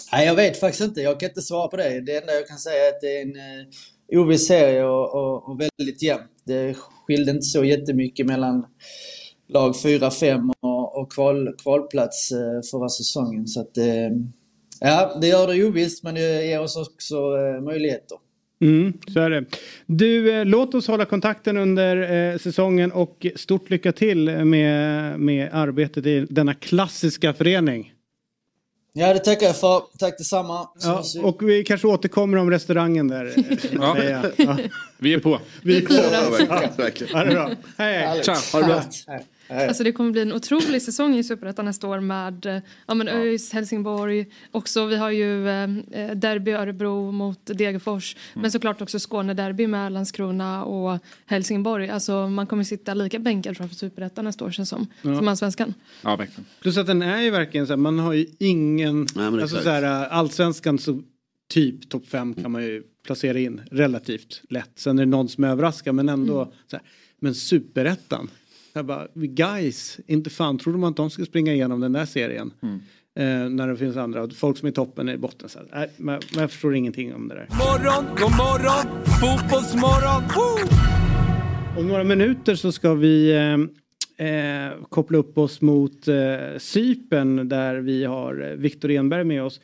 Nej, jag vet faktiskt inte. Jag kan inte svara på det. Det enda jag kan säga är att det är en oviss serie och väldigt jämnt. Det skilde inte så jättemycket mellan lag 4-5 och kvalplats förra säsongen. Så att, ja, det gör det ovisst, men det ger oss också möjligheter. Så är det. Du, låt oss hålla kontakten under säsongen och stort lycka till med arbetet i denna klassiska förening. Ja, det tackar jag för. Tack detsamma. Ja, och vi kanske återkommer om restaurangen där. Ja. Vi är på. Vi är på. Verkligen. Ha det bra. Hej. Ciao. Ha det bra. Alltså det kommer bli en otrolig säsong i Superettan nästa år med ÖIS, Helsingborg. Också, vi har ju derby Örebro mot Degerfors. Men såklart också Skåne-derby med Landskrona och Helsingborg. Alltså man kommer sitta lika bänkad framför Superettan nästa år som allsvenskan. Ja, verkligen. Plus att den är ju verkligen så här, man har ju ingen... alltså så här, allsvenskan så typ topp 5 kan man ju placera in relativt lätt. Sen är det någon som överraskar, men ändå så här, men Superettan. Jag bara, guys, inte fan trodde man att de skulle springa igenom den där serien. När det finns andra. Folk som är i toppen är i botten. Så här, men jag förstår ingenting om det där. God morgon, fotbollsmorgon. Om några minuter så ska vi koppla upp oss mot Cypern där vi har Viktor Enberg med oss.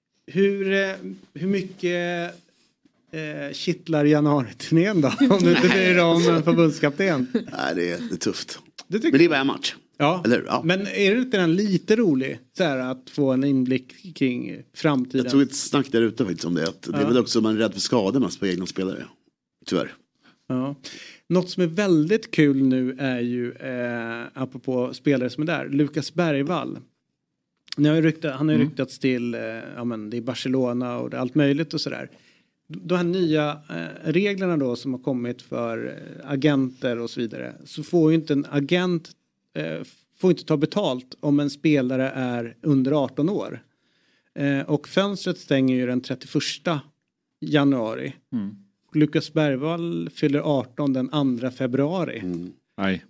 Hur mycket kittlar januari-turnén då? Om det inte blir om förbundskapten. Nej, det är tufft. Men det är bara en match. Ja. Eller, ja. Men är det inte den lite rolig så här, att få en inblick kring framtiden? Jag tog ett snack där ute faktiskt om det. Att det är väl också man är rädd för skador mest på egna spelare. Tyvärr. Ja. Något som är väldigt kul nu är ju apropå spelare som är där. Lukas Bergvall. Han har ju ryktats till det är Barcelona och det är allt möjligt och sådär. De här nya reglerna då som har kommit för agenter och så vidare, så får ju inte en agent får inte ta betalt om en spelare är under 18 år. Och fönstret stänger ju den 31 januari. Lukas Bergvall fyller 18 den 2 februari. Nej.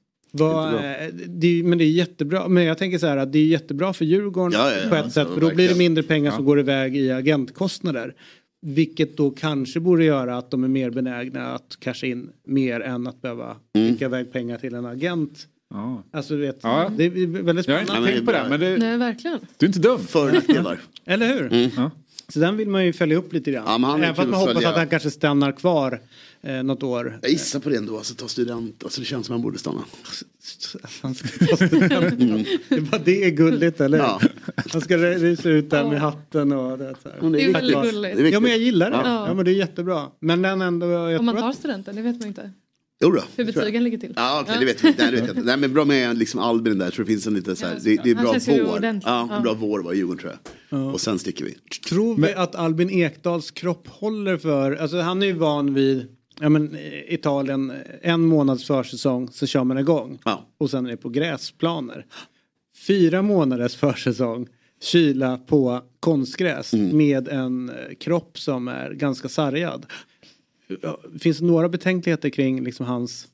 Men det är jättebra. Men jag tänker så här att det är jättebra för Djurgården på ett sätt. För då blir det mindre pengar som går iväg i agentkostnader. Vilket då kanske borde göra att de är mer benägna att casha in mer än att behöva skicka iväg pengar till en agent. Alltså du vet, det är väldigt spännande. Jag har inte tänkt på det, men Nej, verkligen. Du är inte dum. Fördelar. Eller hur? Så den vill man ju följa upp lite grann. Även fast man hoppas att han kanske stannar kvar något år. Jag gissar på det ändå. Alltså ta student. Alltså det känns som man borde stanna. Han ska ta student. Det är gulligt, eller? Ja. Han ska rysa ut där med hatten och det så här. Det är väldigt gulligt. Ja, men jag gillar det. Ja, men det är jättebra. Men den ändå... Om man tar studenten, det vet man inte. Jo då, hur betygen ligger till. Ja, okej, det vet vi. Nej, men bra med liksom Albin där. Jag tror det finns en lite så här, det är bra vår. Ja, bra vår var Djurgården tror jag. Och sen sticker vi. Tror vi att Albin Ekdals kropp håller för, alltså han är ju van vid Italien, en månads försäsong så kör man igång. Och sen är det på gräsplaner. 4 månaders försäsong, kyla på konstgräs med en kropp som är ganska sargad. Finns det några betänkligheter kring liksom hans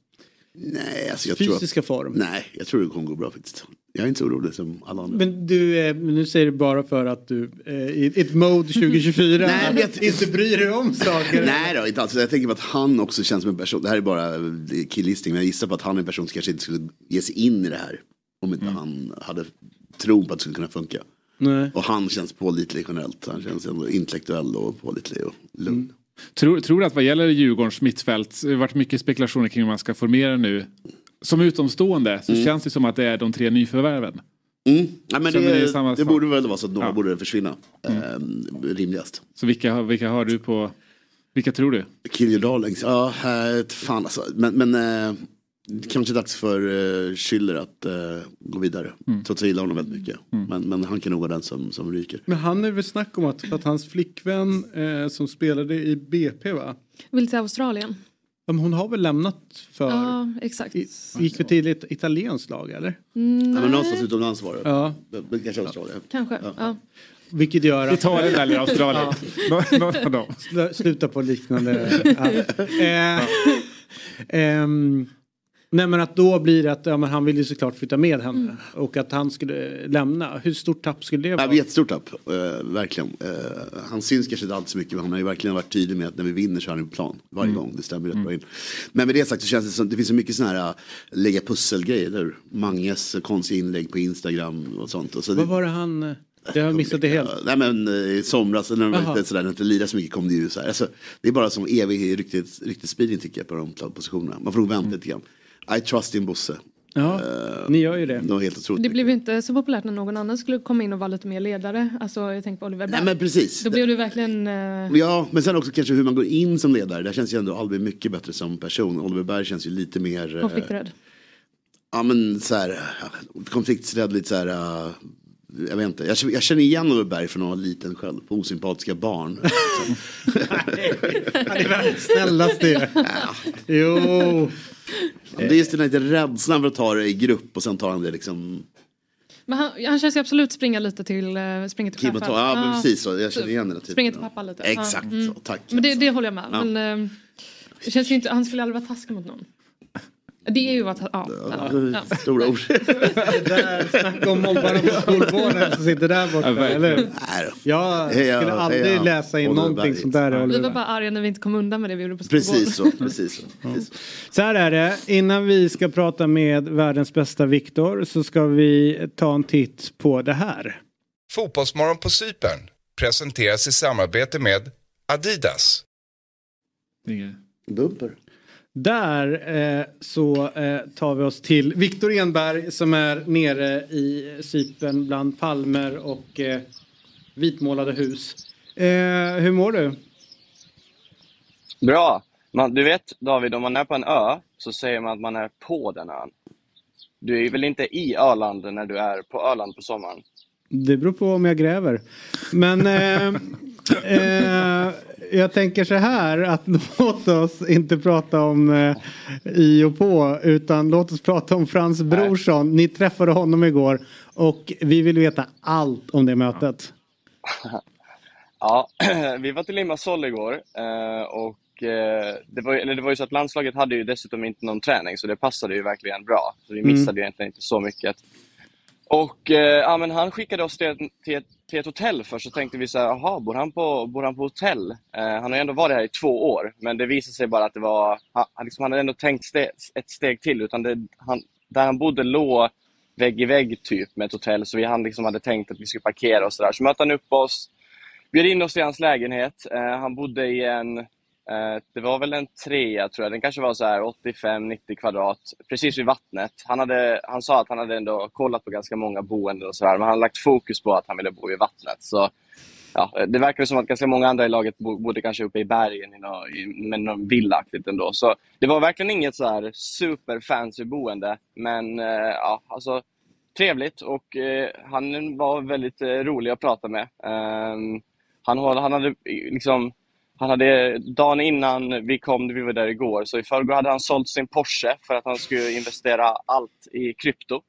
fysiska form? Nej, jag tror det kommer gå bra faktiskt. Jag är inte så orolig som alla andra. Men du, nu säger du bara för att du i ett mode 2024 inte bryr dig om saker. Nej då, inte alls. Jag tänker på att han också känns som en person. Det här är bara killlisting, men jag gissar på att han är en person som kanske inte skulle ge sig in i det här om inte han hade tro på att det skulle kunna funka. Nej. Och han känns pålitlig generellt. Han känns ändå intellektuell och pålitlig och lugn. Tror du att vad gäller Djurgårdens mittfält, det har varit mycket spekulationer kring hur man ska formera nu. Som utomstående så känns det som att det är de 3 nyförvärven. Ja, men det borde väl vara så att några borde försvinna. Rimligast. Så vilka har du på... Vilka tror du? Kilje Darlings. Ja, fan alltså. Men kanske dags för Schüller att gå vidare. Trots att jag gillar honom väldigt mycket. Men han kan nog vara den som ryker. Men han är väl snack om att hans flickvän som spelade i BP, va? Vill till Australien. Men hon har väl lämnat för... Ja, exakt. Gick för tidigt italienskt lag, eller? Men någonstans utomlands var det. Ja. Kanske Australien. Kanske, ja. Vilket gör att... Italien eller Australien. Någon av dem. Sluta på liknande... Nej, men att då blir det att men han vill ju såklart flytta med henne. Och att han skulle lämna. Hur stort tapp skulle det vara? Det är jättestort tapp, verkligen. Han syns kanske inte alltid så mycket, men han har ju verkligen varit tydlig med att när vi vinner så har han en plan varje gång. Det stämmer rätt bra in. Men med det sagt så känns det som det finns så mycket sådana här lägga pusselgrejer. Där. Manges konstiga inlägg på Instagram och sånt. Och så vad var det han... Det har missat det helt. Nej, men i somras när det inte lirar så mycket kom det ju så här. Alltså, det är bara som evig riktigt speeding tycker jag på de positionerna. Man får nog vänta lite grann. I trust in Bosse. Ja, ni gör ju det. Det var helt otroligt. Det blev ju inte så populärt när någon annan skulle komma in och vara lite mer ledare. Alltså jag tänker på Oliver Berg. Nej, men precis. Då blev det verkligen... Ja, men sen också kanske hur man går in som ledare. Det känns ju ändå Albin mycket bättre som person. Oliver Berg känns ju lite mer... konflikträdd. Ja, men så här... konflikträdd, lite så här... jag vet inte. Jag känner igen Oliver Berg från någon liten själv. På osympatiska barn. Han är väldigt snällast det. Jo... Det är just den lite rädslan för att ta det i grupp och sen tar han det liksom... Men han känns ju absolut springa till chefen. Ja, men precis så. Jag känner igen det. Springa till pappa lite. Exakt, tack. Men det håller jag med. Ja. Men det känns ju inte... Han skulle aldrig vara taskig mot någon. Det är ju att... Stora ord. Där snackar om mobbarna på skolgården som sitter där borta, eller? Jag skulle aldrig läsa in någonting sånt där. Vi var bara arga när vi inte kom undan med det vi gjorde på skolgården. Precis så. Så här är det. Innan vi ska prata med världens bästa Viktor så ska vi ta en titt på det här. Fotbollsmorgon på Cypern presenteras i samarbete med Adidas. Bumper. Där så tar vi oss till Viktor Enberg som är nere i Cypern bland palmer och vitmålade hus. Hur mår du? Bra. Du vet David, om man är på en ö så säger man att man är på den ön. Du är väl inte i Öland när du är på Öland på sommaren? Det beror på om jag gräver. Men jag tänker så här att låt oss inte prata om i och på utan låt oss prata om Frans Brorsson. Ni träffade honom igår och vi vill veta allt om det mötet. Ja, vi var till Limassol igår och det var ju så att landslaget hade ju dessutom inte någon träning så det passade ju verkligen bra. Så vi missade ju egentligen inte så mycket. Och men han skickade oss till ett hotell först så tänkte vi så här, jaha, bor han på hotell? Han har ju ändå varit här i 2 år, men det visade sig bara att det var, han hade ändå tänkt ett steg till, utan där han bodde låg vägg i vägg typ med ett hotell, så han liksom hade tänkt att vi skulle parkera och sådär. Så mötte han upp oss, bjöd in oss till hans lägenhet. Han bodde i det var väl en 3 tror jag. Den kanske var så här 85-90 kvadrat. Precis vid vattnet. Han sa att han hade ändå kollat på ganska många boenden och sådär. Men han hade lagt fokus på att han ville bo vid vattnet. Så ja, det verkar som att ganska många andra i laget bodde kanske uppe i bergen med någon villaaktigt ändå. Så det var verkligen inget så här super fancy boende. Men ja, alltså trevligt. Och han var väldigt rolig att prata med. Han hade dagen innan vi var där igår, så i förrgår hade han sålt sin Porsche för att han skulle investera allt i krypto.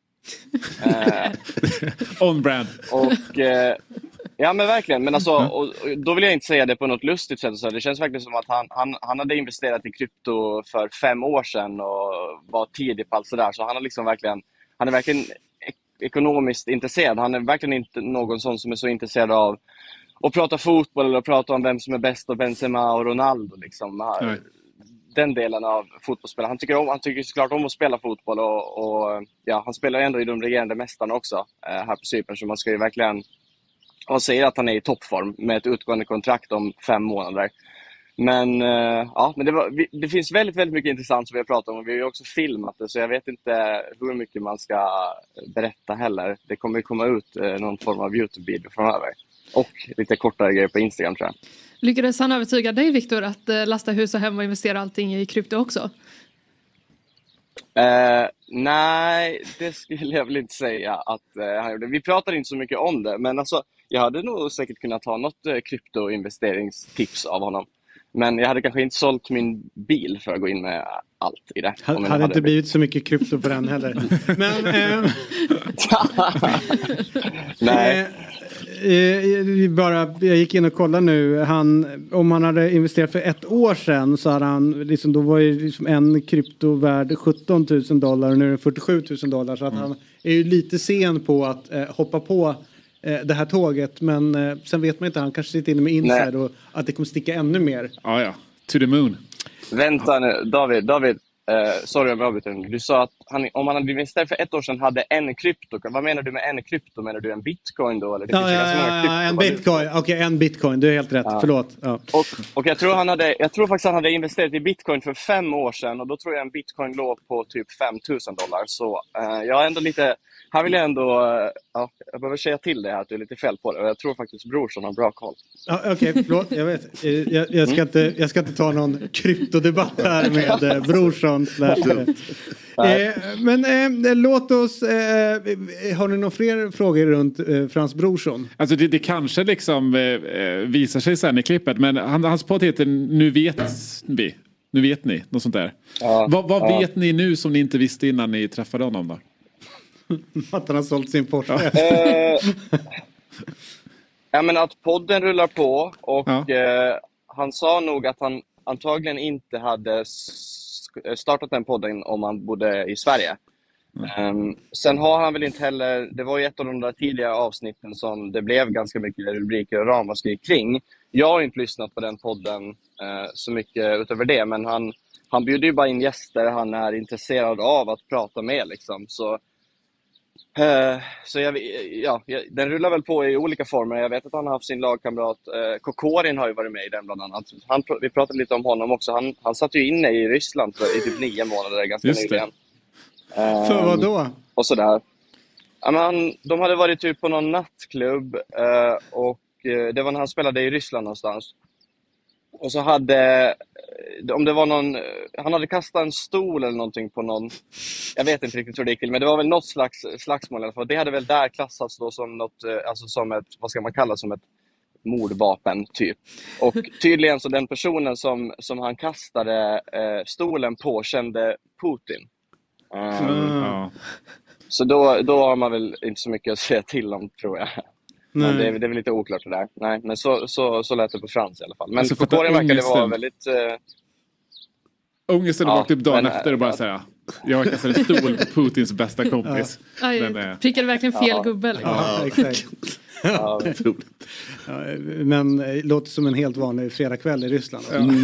On brand. Och ja men verkligen, men alltså och då vill jag inte säga det på något lustigt sätt så det känns verkligen som att han hade investerat i krypto för 5 år sedan och var tidig på allt sådär, så han är verkligen ekonomiskt intresserad. Han är verkligen inte någon sån som är så intresserad av och prata fotboll eller prata om vem som är bäst av Benzema och Ronaldo liksom. Den delen av fotbollsspelare. Han tycker såklart om att spela fotboll och ja, han spelar ändå i de regerande mästarna också här på Cypern, så man ska ju verkligen, han säger att han är i toppform med ett utgående kontrakt om 5 månader. Men ja, men det finns väldigt, väldigt mycket intressant som vi har pratat om och vi har ju också filmat det, så jag vet inte hur mycket man ska berätta heller. Det kommer ju komma ut någon form av YouTube-video framöver. Och lite kortare grejer på Instagram tror jag. Lyckades han övertyga dig Viktor att lasta hus och hem och investera allting i krypto också? Nej, det skulle jag väl inte säga att han gjorde. Vi pratade inte så mycket om det, men alltså, jag hade nog säkert kunnat ta något kryptoinvesteringstips av honom. Men jag hade kanske inte sålt min bil för att gå in med allt i det. Hade inte blivit så mycket krypto på den heller. Men nej. Jag gick in och kollade nu. Om han hade investerat för 1 år sedan så hade han liksom, då var ju liksom en krypto värd $17,000 och nu är det $47,000. Så att han är ju lite sen på att hoppa på det här tåget. Men sen vet man inte, han kanske sitter inne med inside och att det kommer sticka ännu mer. Ja. To the moon. Vänta nu, David. Sorry om jag avbryter. Du sa att om han hade investerat för 1 år sedan hade en krypto. Vad menar du med en krypto? Menar du en bitcoin då? Eller det en bitcoin. Okej, en bitcoin. Du är helt rätt. Ja. Förlåt. Ja. Och jag tror faktiskt han hade investerat i bitcoin för 5 år sedan. Och då tror jag en bitcoin låg på typ $5,000. Så jag är ändå lite... Här vill jag ändå... jag behöver säga till det här att du är lite fel på det. Och jag tror faktiskt Brorsson har bra koll. Okej, förlåt. Jag vet. Jag ska inte ta någon kryptodebatt här med Brorsson. Men låt oss... har ni några fler frågor runt Frans Brorsson? Alltså det kanske liksom visar sig sen i klippet. Men hans podd heter Nu vet vi. Nu vet ni. Något sånt där. Vad vet ni nu som ni inte visste innan ni träffade honom då? Att han har sålt sin Porsche. Jag menar att podden rullar på. Och han sa nog att han antagligen inte hade startat den podden om han bodde i Sverige. Sen har han väl inte heller... Det var ju ett av de där tidiga avsnitten som det blev ganska mycket rubriker och ramaskri kring. Jag har inte lyssnat på den podden så mycket utöver det. Men han bjuder ju bara in gäster han är intresserad av att prata med liksom. Så den rullar väl på i olika former. Jag vet att han har haft sin lagkamrat Kokorin har ju varit med i den bland annat. Vi pratade lite om honom också. Han satt ju inne i Ryssland i typ 9 månader ganska nyligen. För vad då? Och sådär. De hade varit typ på någon nattklubb och det var när han spelade i Ryssland någonstans. Och så om det var han hade kastat en stol eller någonting på någon, jag vet inte riktigt hur det gick till, men det var väl något slags slagsmål i alla fall. Det hade väl där klassats då som något, alltså som ett, vad ska man kalla, som ett mordvapen typ. Och tydligen så den personen som han kastade stolen på kände Putin. Så då har man väl inte så mycket att säga till om, tror jag. Men det är väl lite oklart det där. Nej, men så lät det på Frans i alla fall. Men alltså, på Koren verkade det vara väldigt... Ångesten har varit upp dagen efter och bara säga jag kastade en stol på Putins bästa kompis. Prickade verkligen fel gubbe. Liksom. Ja, exakt. Men det låter som en helt vanlig fredagkväll i Ryssland.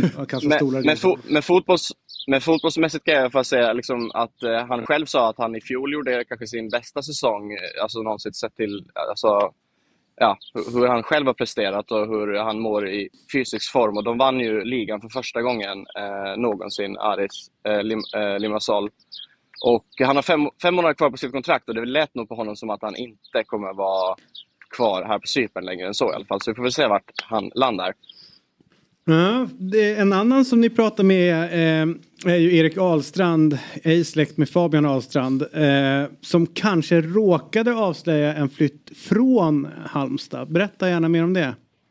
Men fotbollsmässigt kan jag fast säga liksom att han själv sa att han i fjol gjorde kanske sin bästa säsong, alltså någonsin sett till hur han själv har presterat och hur han mår i fysisk form. Och de vann ju ligan för första gången någonsin, Aris Limassol. Och han har 5 månader kvar på sitt kontrakt och det lät nog på honom som att han inte kommer vara kvar här på Cypern längre än så i alla fall. Så vi får väl se vart han landar. Ja, en annan som ni pratar med är ju Erik Ahlstrand, är släkt med Fabian Ahlstrand, som kanske råkade avslöja en flytt från Halmstad. Berätta gärna mer om det.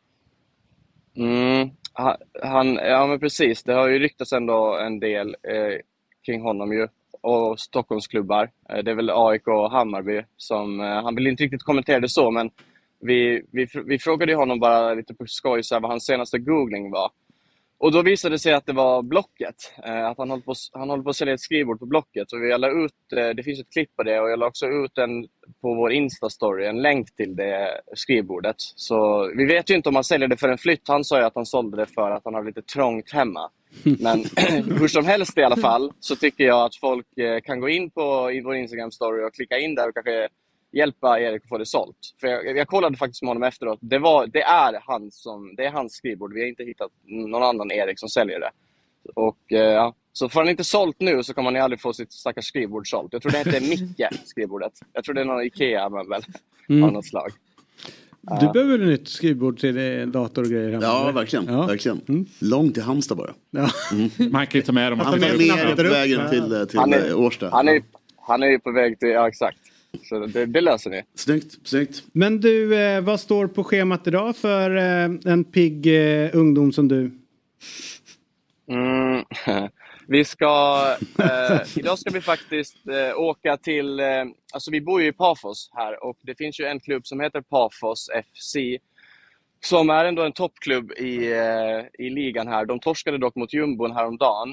Ja men precis, det har ju ryktats ändå en del kring honom ju. Och Stockholmsklubbar. Det är väl AIK och Hammarby som, han vill inte riktigt kommentera det så, men vi frågade ju honom bara lite på skoj så här, vad hans senaste googling var. Och då visade det sig att det var Blocket. Att han håller på att sälja ett skrivbord på Blocket. Och vi la ut, det finns ett klipp på det, och jag la också ut på vår Insta-story en länk till det skrivbordet. Så vi vet ju inte om han säljer det för en flytt. Han sa ju att han sålde det för att han har lite trångt hemma. Men hur som helst i alla fall så tycker jag att folk kan gå in i vår Instagram-story och klicka in där och kanske hjälpa Erik att få det sålt. För jag kollade faktiskt med honom efteråt. Det är hans skrivbord. Vi har inte hittat någon annan Erik som säljer det. Och så får han inte sålt nu så kommer han aldrig få sitt stackars skrivbord sålt. Jag tror det heter Micke, skrivbordet. Jag tror det är någon Ikea-möbel av något slag. Du behöver ett nytt skrivbord till dator och grejer hemma. Ja, verkligen. Långt till Halmstad bara. Ja. Man kan ju ta med dem. Han tar med på vägen till Årsta. Han är ju på väg till, exakt. Så det löser ni. Snyggt. Men du, vad står på schemat idag för en pigg ungdom som du? Idag ska vi faktiskt åka till, alltså vi bor ju i Pafos här och det finns ju en klubb som heter Pafos FC som är ändå en toppklubb i ligan här. De torskade dock mot Jumbon häromdagen.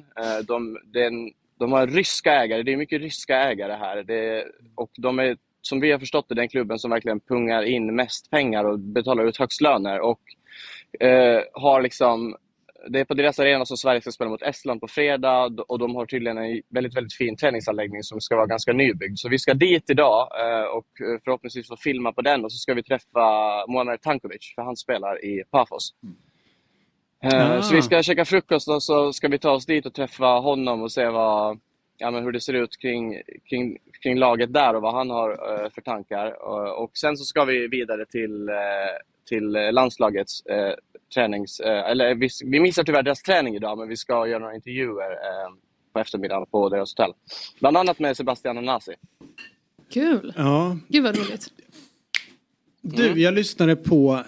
De har ryska ägare, det är mycket ryska ägare här. Och de är, som vi har förstått det, den klubben som verkligen pungar in mest pengar och betalar ut högst löner. Och har liksom, det är på deras arena som Sverige ska spela mot Estland på fredag. Och de har tydligen en väldigt, väldigt fin träningsanläggning som ska vara ganska nybyggd. Så vi ska dit idag och förhoppningsvis få filma på den. Och så ska vi träffa Muamer Tankovic, för han spelar i Pafos. Så vi ska käka frukost och så ska vi ta oss dit och träffa honom och se hur det ser ut kring laget där och vad han har för tankar. Och sen så ska vi vidare till landslagets tränings... Eller vi missar tyvärr deras träning idag, men vi ska göra några intervjuer på eftermiddagen på deras hotell. Bland annat med Sebastian Anasi. Kul! Ja. Gud vad roligt. Du, jag lyssnade på...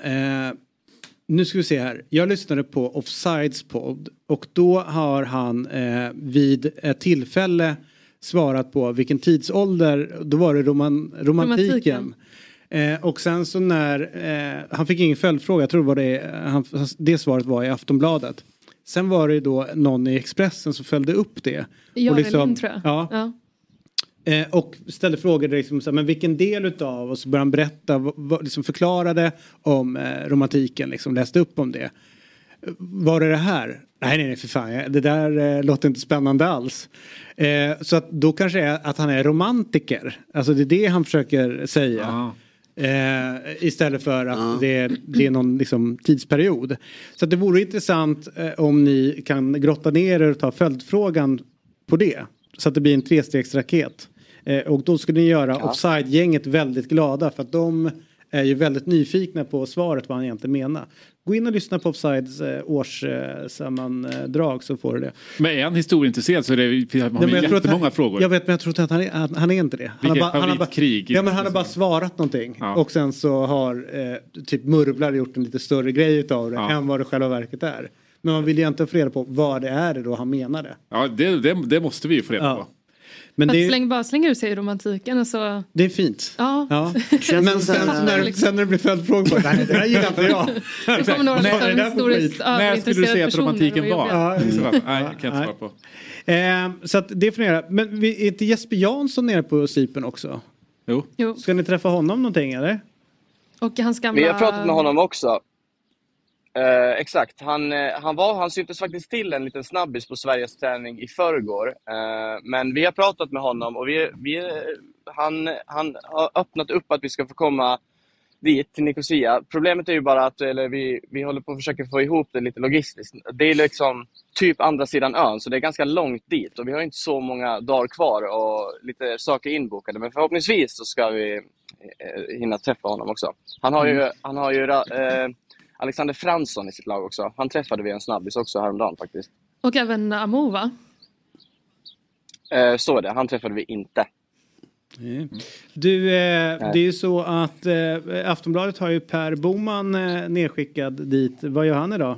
Nu ska vi se här. Jag lyssnade på Offsides podd och då har han vid ett tillfälle svarat på vilken tidsålder, då var det romantiken. Och sen så när han fick ingen följdfråga, jag tror det svaret var i Aftonbladet. Sen var det då någon i Expressen som följde upp det. Ja, och liksom, tror jag. Ja. Och ställde frågor liksom, så här, men vilken del utav, och så började han berätta, liksom förklarade om romantiken, liksom, läste upp om det. Var det här? Nej för fan, det där låter inte spännande alls. Så att då kanske är att han är romantiker. Alltså det är det han försöker säga. Istället för att det är någon liksom, tidsperiod. Så att det vore intressant om ni kan grotta ner er och ta följdfrågan på det. Så att det blir en 3-stegsraket. Och då skulle ni göra Offside-gänget väldigt glada. För att de är ju väldigt nyfikna på svaret vad han egentligen menar. Gå in och lyssna på Offsides årssammandrag så får du det. Men är han historieintresserad så är det jättemånga frågor. Jag vet, men jag tror att han är inte det. Han har bara svarat någonting. Ja. Och sen så har typ Murvlar gjort en lite större grej utav det än vad det själva verket är. Men man vill ju inte få reda på vad det är då han menade. Ja, det måste vi ju få reda på. Men bara slänga ut sig i romantiken. Alltså... Det är fint. Ja. Men sen när det blir följdfrågor på det här gillar inte jag. Det kommer några historiskt när skulle du säga att romantiken var? Nej, jag kan inte svara på. Så att det fungerar. Men är inte Jesper Jansson nere på Cypern också? Jo. Ska ni träffa honom någonting eller? Och hans gamla... Vi har pratat med honom också. Exakt, han syntes faktiskt till en liten snabbis på Sveriges träning i förrgår. Men vi har pratat med honom och han har öppnat upp att vi ska få komma dit till Nicosia. Problemet är ju bara att vi håller på att försöka få ihop det lite logistiskt. Det är liksom typ andra sidan ön, så det är ganska långt dit och vi har inte så många dagar kvar och lite saker inbokade. Men förhoppningsvis så ska vi hinna träffa honom också. Han har ju Alexander Fransson i sitt lag också. Han träffade vi en snabbis också häromdagen faktiskt. Och även Amo, va? Så är det. Han träffade vi inte. Du, det är ju så att Aftonbladet har ju Per Boman nedskickad dit. Vad gör han idag?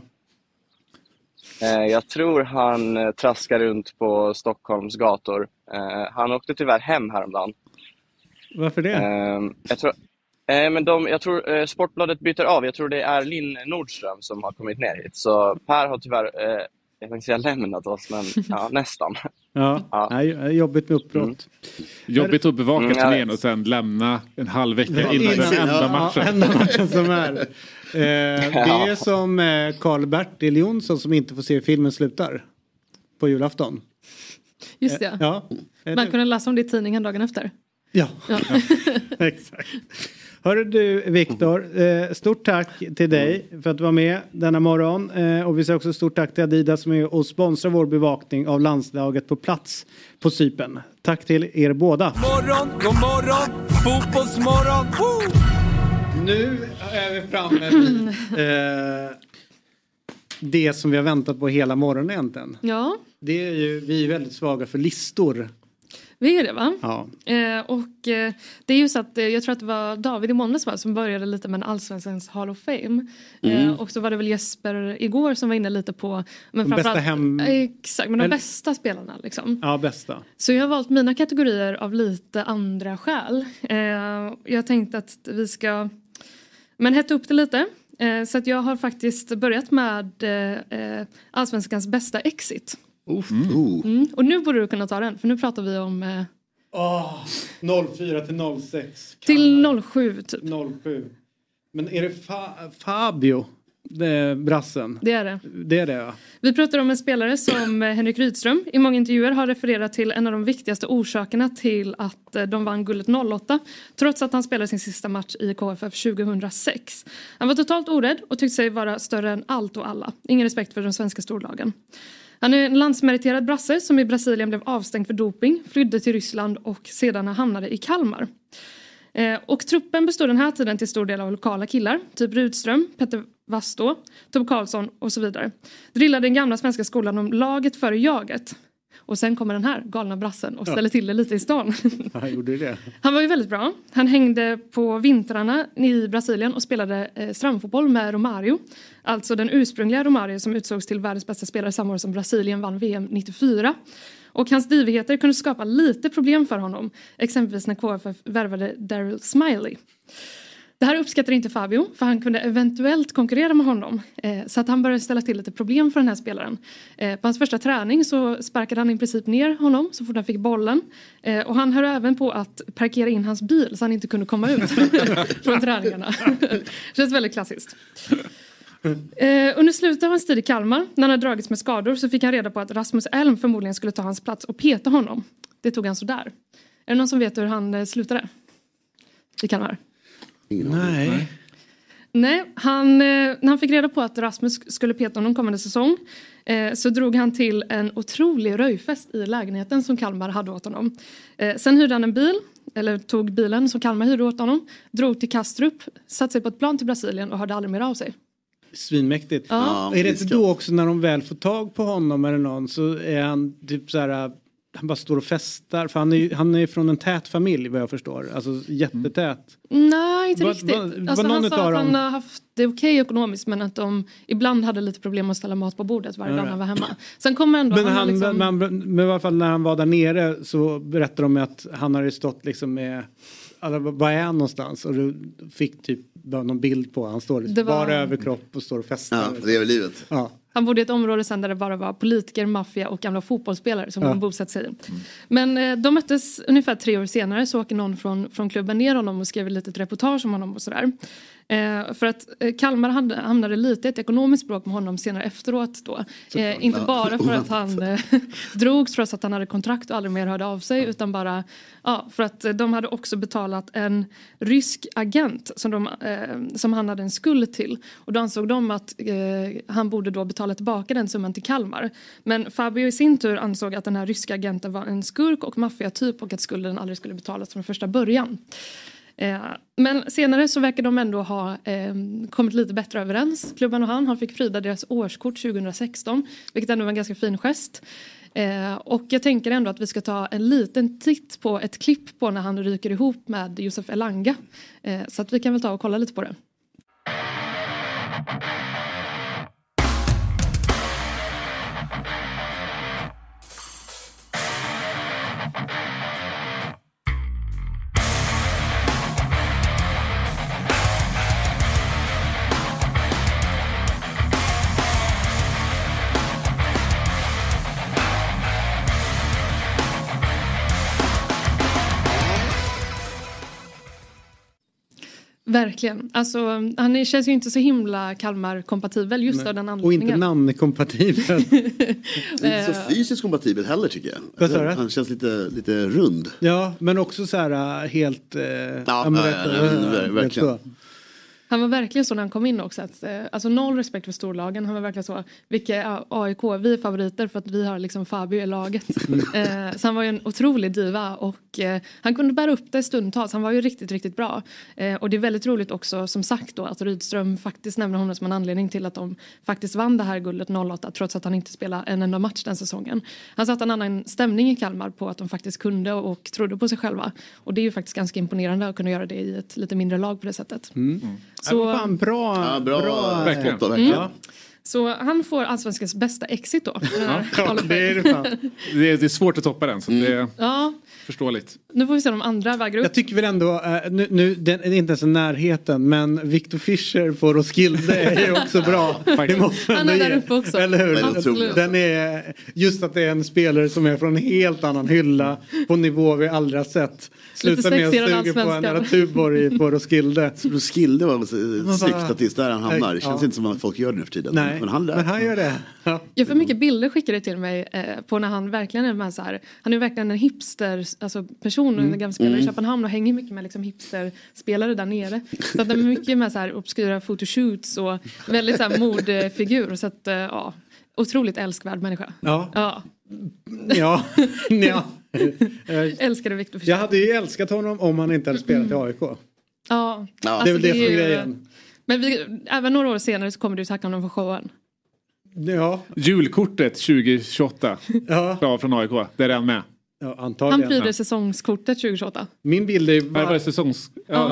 Jag tror han traskar runt på Stockholms gator. Han åkte tyvärr hem häromdagen. Varför det? Jag tror Sportbladet byter av. Jag tror det är Linn Nordström som har kommit ner hit. Så Per har tyvärr, jag kan inte säga lämnat oss, men nästan. Nej, jobbigt med uppbrott. Jobbigt att bevaka turnén och sen lämna en halv vecka innan den enda matchen. Enda matchen som är. Det är som Carl-Bertil Jonsson som inte får se filmen slutar på julafton. Just det. Man kunde läsa om det i tidningen dagen efter. Ja. Exakt. Hörru du Viktor, stort tack till dig för att du var med denna morgon. Och vi säger också stort tack till Adidas som är och sponsrar vår bevakning av landslaget på plats på Cypern. Tack till er båda. God morgon, fotbollsmorgon. Nu är vi framme vid det som vi har väntat på hela morgonen egentligen. Ja. Det är ju, vi är väldigt svaga för listor. Vi är det, va? Ja. Det är ju så att jag tror att det var David i måndags som började lite med en allsvenskans Hall of Fame. Och så var det väl Jesper igår som var inne lite på de bästa exakt, men de bästa spelarna liksom. Ja, bästa. Så jag har valt mina kategorier av lite andra skäl. Jag tänkte att vi ska hetta upp det lite. Så att jag har faktiskt börjat med allsvenskans bästa exit. Och nu borde du kunna ta den, för nu pratar vi om 04 till 06 till 07 typ. 07. Men är det Fabio, brassen? Det är det. Det är det, ja. Vi pratar om en spelare som Henrik Rydström i många intervjuer har refererat till en av de viktigaste orsakerna till att de vann guldet 08, trots att han spelade sin sista match i KFF 2006. Han var totalt orädd och tyckte sig vara större än allt och alla. Ingen respekt för de svenska storlagen. Han är en landsmeriterad brasse som i Brasilien blev avstängd för doping, flydde till Ryssland och sedan hamnade i Kalmar. Och truppen bestod den här tiden till stor del av lokala killar, typ Rydström, Petter Wastå, Tobbe Karlsson och så vidare. Drillade den gamla svenska skolan om laget före jaget. Och sen kommer den här galna brassen och ställer till det lite i stan. Han gjorde det. Han var ju väldigt bra. Han hängde på vintrarna i Brasilien och spelade strandfotboll med Romario. Alltså den ursprungliga Romario som utsågs till världens bästa spelare samma år som Brasilien vann VM 94. Och hans divigheter kunde skapa lite problem för honom. Exempelvis när KFF värvade Daryl Smiley. Det här uppskattar inte Fabio, för han kunde eventuellt konkurrera med honom. Så att han började ställa till lite problem för den här spelaren. På hans första träning så sparkade han i princip ner honom så fort han fick bollen. Och han höll även på att parkera in hans bil så han inte kunde komma ut från träningarna. Det känns väldigt klassiskt. Under slutet av hans tid i Kalmar, när han hade dragits med skador, så fick han reda på att Rasmus Elm förmodligen skulle ta hans plats och peta honom. Det tog han så där. Är det någon som vet hur han slutade i Kalmar? Nej. Nej, när han fick reda på att Rasmus skulle peta honom kommande säsong så drog han till en otrolig röjfest i lägenheten som Kalmar hade åt honom. Sen hyrde han en bil, eller tog bilen som Kalmar hyrde åt honom, drog till Kastrup, satte sig på ett plan till Brasilien och hörde aldrig mer av sig. Svinmäktigt. Ja. Är det inte då också när de väl får tag på honom eller någon så är han typ så här, han bara står och festar, för han är från en tät familj vad jag förstår, alltså jättetät. Nej, inte riktigt. Alltså, han sa att han har haft det okej ekonomiskt, men att de ibland hade lite problem att ställa mat på bordet varje dag han var hemma. Sen kommer ändå men i alla fall när han var där nere så berättade de att han hade stått liksom med vad är han någonstans, och du fick typ någon bild på han står bara överkropp och står och festar. Ja, det är väl livet. Ja. Han bodde i ett område sen där det bara var politiker, maffia och gamla fotbollsspelare som de bosatt sig i. Men de möttes ungefär 3 år senare, så åker någon från klubben ner honom och skrev ett litet reportage om honom och sådär. För att Kalmar hamnade lite ett ekonomiskt bråk med honom senare efteråt då. Inte bara för att han drogs trots att han hade kontrakt och aldrig mer hörde av sig, utan bara för att de hade också betalat en rysk agent som han hade en skuld till. Och då ansåg de att han borde då betala tillbaka den summan till Kalmar. Men Fabio i sin tur ansåg att den här ryska agenten var en skurk och maffiatyp och att skulden aldrig skulle betalas från första början. Men senare så verkar de ändå ha kommit lite bättre överens. Klubben och han fick pryda deras årskort 2016, vilket ändå var en ganska fin gest. Och jag tänker ändå att vi ska ta en liten titt på ett klipp på när han ryker ihop med Josef Elanga. Så att vi kan väl ta och kolla lite på det. Verkligen. Alltså, han känns ju inte så himla Kalmar-kompatibel just av den anledningen. Och inte namnkompatibel. Inte så fysiskt kompatibel heller tycker jag. Han känns lite rund. Ja, men också så här helt... verkligen. Han var verkligen så när han kom in också. Att, alltså noll respekt för storlagen. Han var verkligen så. Vilka är AIK? Vi är favoriter för att vi har liksom Fabio i laget. Så han var ju en otrolig diva. Och han kunde bära upp det stundtals. Han var ju riktigt, riktigt bra. Och det är väldigt roligt också som sagt då. Att Rydström faktiskt nämner honom som en anledning till att de faktiskt vann det här guldet 08. Trots att han inte spelade en enda match den säsongen. Han satte en annan stämning i Kalmar på att de faktiskt kunde och trodde på sig själva. Och det är ju faktiskt ganska imponerande att kunna göra det i ett lite mindre lag på det sättet. Så det var fan bra. Verkligen. Ja. Så han får allsvenskans bästa exit då. Det är svårt att toppa den. Så det är förståeligt. Nu får vi se de andra vägar upp. Jag tycker väl ändå, nu den är inte ens i närheten, men Victor Fischer på Roskilde är ju också bra. Han är där uppe också. Eller hur? Den är, just att det är en spelare som är från en helt annan hylla på nivå vi aldrig har sett. Sluta med att suga på en jävla Tuborg på Roskilde. Roskilde var snyggt att det är där han hamnar. Det känns inte som att folk gör det nu för tiden. Nej, men han gör det. Jag får mycket bilder skickade till mig på när han verkligen är med så här. Han är verkligen en hipster, alltså person, en gammal spelare i Köpenhamn och hänger mycket med liksom hipsterspelare där nere. Så att det är mycket med så här obskyra fotoshoots och väldigt så här modfigur. Så att otroligt älskvärd människa. Ja. Älskade Victor Fischer. Jag hade ju älskat honom om han inte hade spelat i AIK. Ja. Det är väl det som är grejen. Men även några år senare så kommer du tacka honom för showen. Ja. Julkortet 2028 från AIK. Det är den med. Ja, antagligen. Han pryder säsongkortet 2028. Min bild är var säsongs...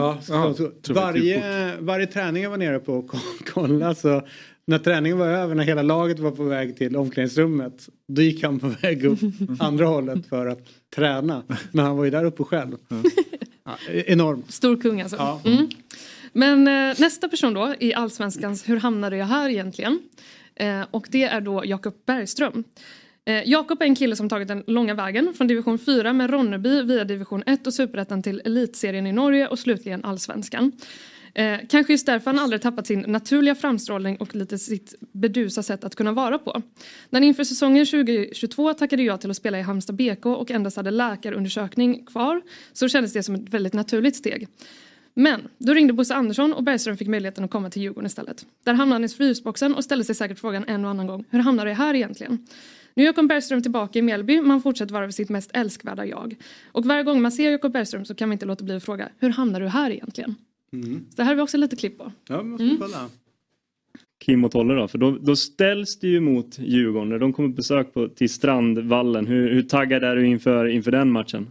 varje träning jag var nere på och kolla så när träningen var över, när hela laget var på väg till omklädningsrummet, då gick han på väg upp andra hållet för att träna. Men han var ju där uppe själv. Enormt. Stor kung alltså. Ja. Men nästa person då i Allsvenskans hur hamnade jag här egentligen? Och det är då Jakob Bergström. Jakob är en kille som tagit den långa vägen från division 4 med Ronneby via division 1 och superettan till elitserien i Norge och slutligen Allsvenskan. Kanske just därför han aldrig tappat sin naturliga framstrålning och lite sitt bedusa sätt att kunna vara på. När inför säsongen 2022 tackade jag till att spela i Halmstad BK och endast hade läkarundersökning kvar, så kändes det som ett väldigt naturligt steg. Men då ringde Bosse Andersson och Bergström fick möjligheten att komma till Djurgården istället. Där hamnade han i frysboxen och ställde sig säkert frågan en och annan gång: hur hamnade jag här egentligen? Nu är Jakob Bergström tillbaka i Mjällby, man fortsätter vara vid sitt mest älskvärda jag. Och varje gång man ser Jakob Bergström så kan vi inte låta bli att fråga: hur hamnar du här egentligen? Så det här har vi också lite klipp på. Ja, måste kolla. Kim och Tolle då, för då ställs det ju mot Djurgården när de kommer på besök till Strandvallen. Hur taggad är du inför den matchen?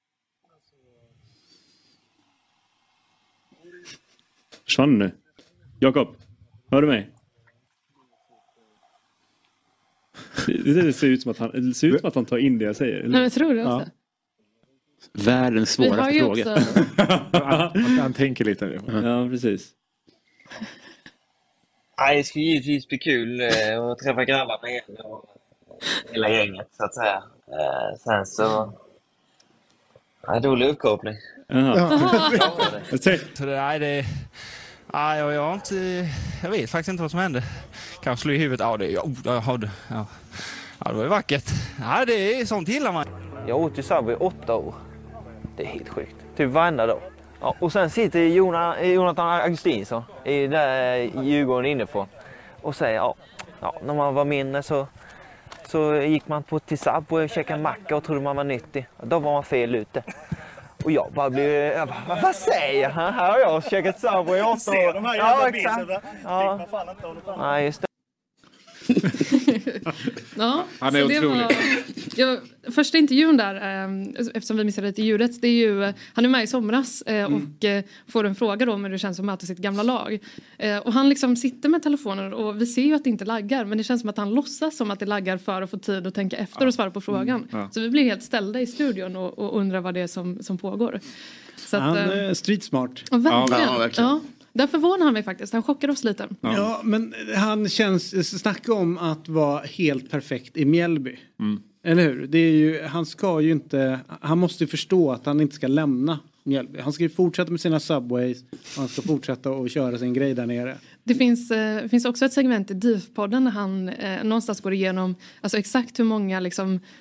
Försvann nu. Jakob, hör du mig? Det ser ut som att han tar in det jag säger. Eller? Nej, jag tror det också. Världens svåraste fråga. Han tänker lite nu. Ja, precis. Det ska givetvis bli kul att träffa grabbarna igen och hela gänget så att säga. Sen så... dålig uppkoppling. Jag vet faktiskt inte vad som hände. Kanske slå i huvudet. Det var ju vackert. Ja, det är sånt gillar man. Jag åt ju Subway i 8 år. Det är helt sjukt. Typ varenda dag. Ja, och sen sitter Jonathan Augustinsson i där Djurgården inifrån och säger när man var mindre så gick man till Subway och käkade en macka och trodde man var nyttig. Då var man fel ute. Och jag bara blev... vad säger han? Här har jag käkat Subway i 8 år. Ser de här jävla biceps? Ja. Fan inte hållit på. Nej, just det. Ja, han är otrolig. Första intervjun där, eftersom vi missade lite ljudet, det är ju, han är med i somras och får en fråga då om hur det känns att möta sitt gamla lag. Och han liksom sitter med telefonen och vi ser ju att det inte laggar, men det känns som att han låtsas som att det laggar för att få tid att tänka efter och svara på frågan. Så vi blir helt ställda i studion och undrar vad det är som pågår. Så han är street smart. Verkligen. Ja. Där förvånar han mig faktiskt. Han chockar oss lite. Ja, men han snacka om att vara helt perfekt i Mjällby. Eller hur? Det är ju, han måste ju förstå att han inte ska lämna Mjällby. Han ska ju fortsätta med sina Subways. Han ska fortsätta att köra sin grej där nere. Det finns också ett segment i DIF-podden när han någonstans går igenom alltså exakt hur många liksom,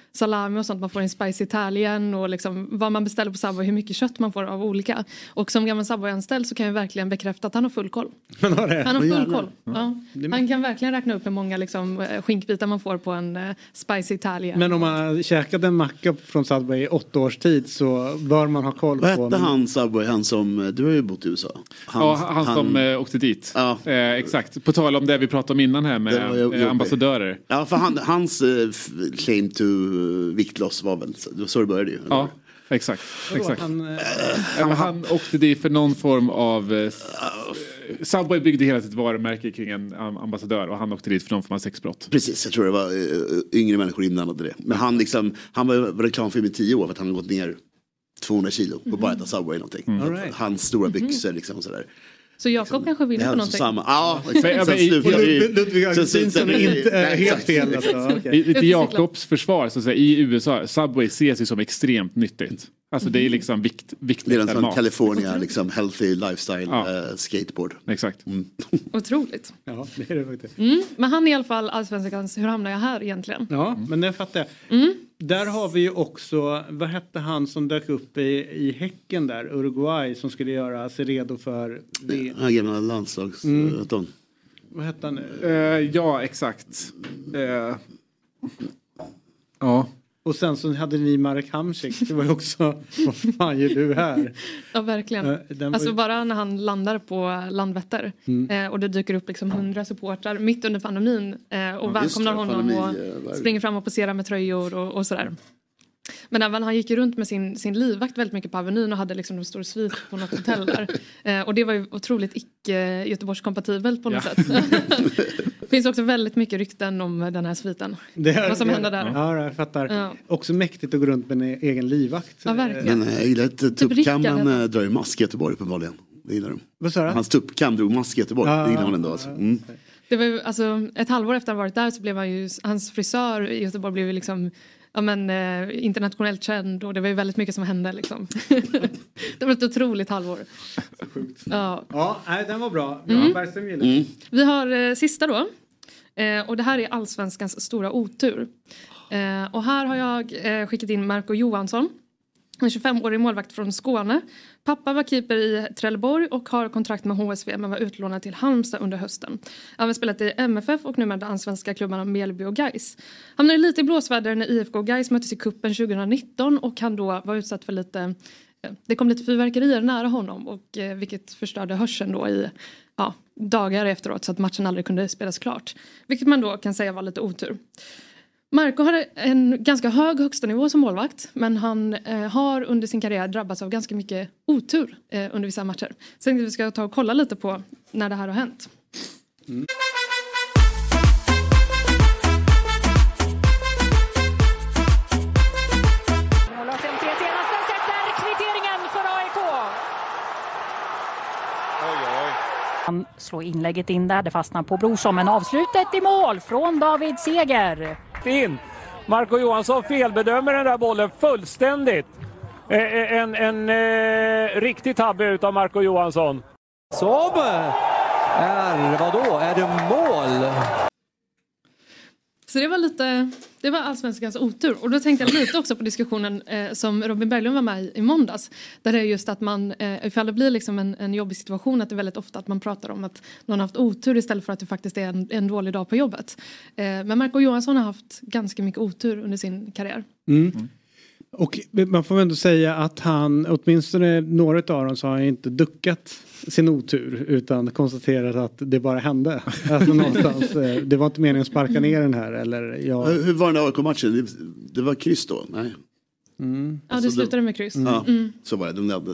salami och sånt. Man får en spicy Italian och liksom vad man beställer på Subway, hur mycket kött man får av olika. Och som gammal Subway-anställd så kan jag verkligen bekräfta att han har full koll. Han har full koll. Ja. Han kan verkligen räkna upp hur många liksom, skinkbitar man får på en spicy Italian. Men om man har käkat en macka från Subway i 8 års tid så bör man ha koll på... Vad hette han Subway, han som... Du har ju bott i USA. Han som åkte dit. Ja. Exakt. På tal om det vi pratade om innan här med ambassadörer. Ja, för hans claim to viktloss var väl så det började ju. Eller? Ja, exakt. Han åkte dit för någon form av... Subway byggde hela sitt varumärke kring en ambassadör och han åkte dit för någon form av sexbrott. Precis, jag tror det var yngre människor inblandade det. Men han var reklamfilm i 10 år för att han har gått ner 200 kilo på bara ett Subway någonting. Right. Hans stora byxor liksom sådär. Så Jakob kanske vinner på någonting. Ja, Ludvig Augustinsson är inte helt fel. I Jakobs försvar så att säga, i USA, Subway ses ju som extremt nyttigt. Alltså det är liksom viktigt. Det är en sån California liksom healthy lifestyle skateboard. Exakt. Otroligt. Ja, det är det faktiskt. Men han är i alla fall allsvenskans, hur hamnar jag här egentligen? Ja, men det fattar jag. Där har vi ju också, vad hette han som dök upp i Häcken där, Uruguay, som skulle göra sig redo för det. Gamla landslags... Vad hette han? Ja, exakt. Ja. Och sen så hade ni Marek Hamsik. Det var ju också, vad fan gör du här? Ja, verkligen. Alltså bara när han landar på Landvetter och det dyker upp liksom 100 supportrar mitt under pandemin och välkomnar honom och springer fram och poserar med tröjor och sådär. Men även han gick ju runt med sin livvakt väldigt mycket på Avenyn och hade liksom en stor svit på något hotell där. Och det var ju otroligt icke-Göteborgskompatibelt på något sätt. Det finns också väldigt mycket rykten om den här sviten. Vad som händer där. Ja, jag fattar. Ja. Också mäktigt att gå runt med en egen livvakt. Ja, verkligen. Men jag gillar att tuppkammen drar ju mask i Göteborg på vanligen. Det gillar de. Vad sa du? Hans tuppkam drog mask i Göteborg. Det gillar man ändå alltså. Det var ju, alltså, ett halvår efter att ha varit där så blev han ju, hans frisör i Göteborg blev ju liksom internationellt känd och det var ju väldigt mycket som hände liksom. Det var ett otroligt halvår. Sjukt. Ja, nej, den var bra. Vi har sista då. Och det här är Allsvenskans stora otur. Och här har jag skickat in Marco Johansson. En 25-årig målvakt från Skåne. Pappa var keeper i Trelleborg och har kontrakt med HSV men var utlånad till Halmstad under hösten. Han har spelat i MFF och nu med de allsvenska klubbarna Mjällby och Gais. Han hamnade lite i blåsväder när IFK och Gais möttes i kuppen 2019 och han då var utsatt för lite... Det kom lite fyrverkerier nära honom och vilket förstörde hörseln då i dagar efteråt så att matchen aldrig kunde spelas klart. Vilket man då kan säga var lite otur. Marco hade en ganska hög högsta nivå som målvakt men han har under sin karriär drabbats av ganska mycket otur under vissa matcher. Så vi ska ta och kolla lite på när det här har hänt. Han slår inlägget in där, det fastnar på Brorsson men avslutet i mål från David Seger. In. Marco Johansson felbedömer den där bollen fullständigt. En riktig tabbe utav Marco Johansson. Som är det mål? Så det var allsvenskans otur. Och då tänkte jag lite också på diskussionen som Robin Berglund var med i måndags. Där det är just att man, ifall det blir liksom en jobbig situation, att det är väldigt ofta att man pratar om att någon har haft otur istället för att det faktiskt är en dålig dag på jobbet. Men Marco Johansson har haft ganska mycket otur under sin karriär. Och man får ändå säga att han, åtminstone några av dem, så har han inte duckat sin otur utan konstaterat att det bara hände. Alltså någonstans, det var inte meningen att sparka ner den här. Eller, Hur var den där AIK-matchen? Det var kryss då? Nej. Ja, det slutade med kryss. Så var det. De hade...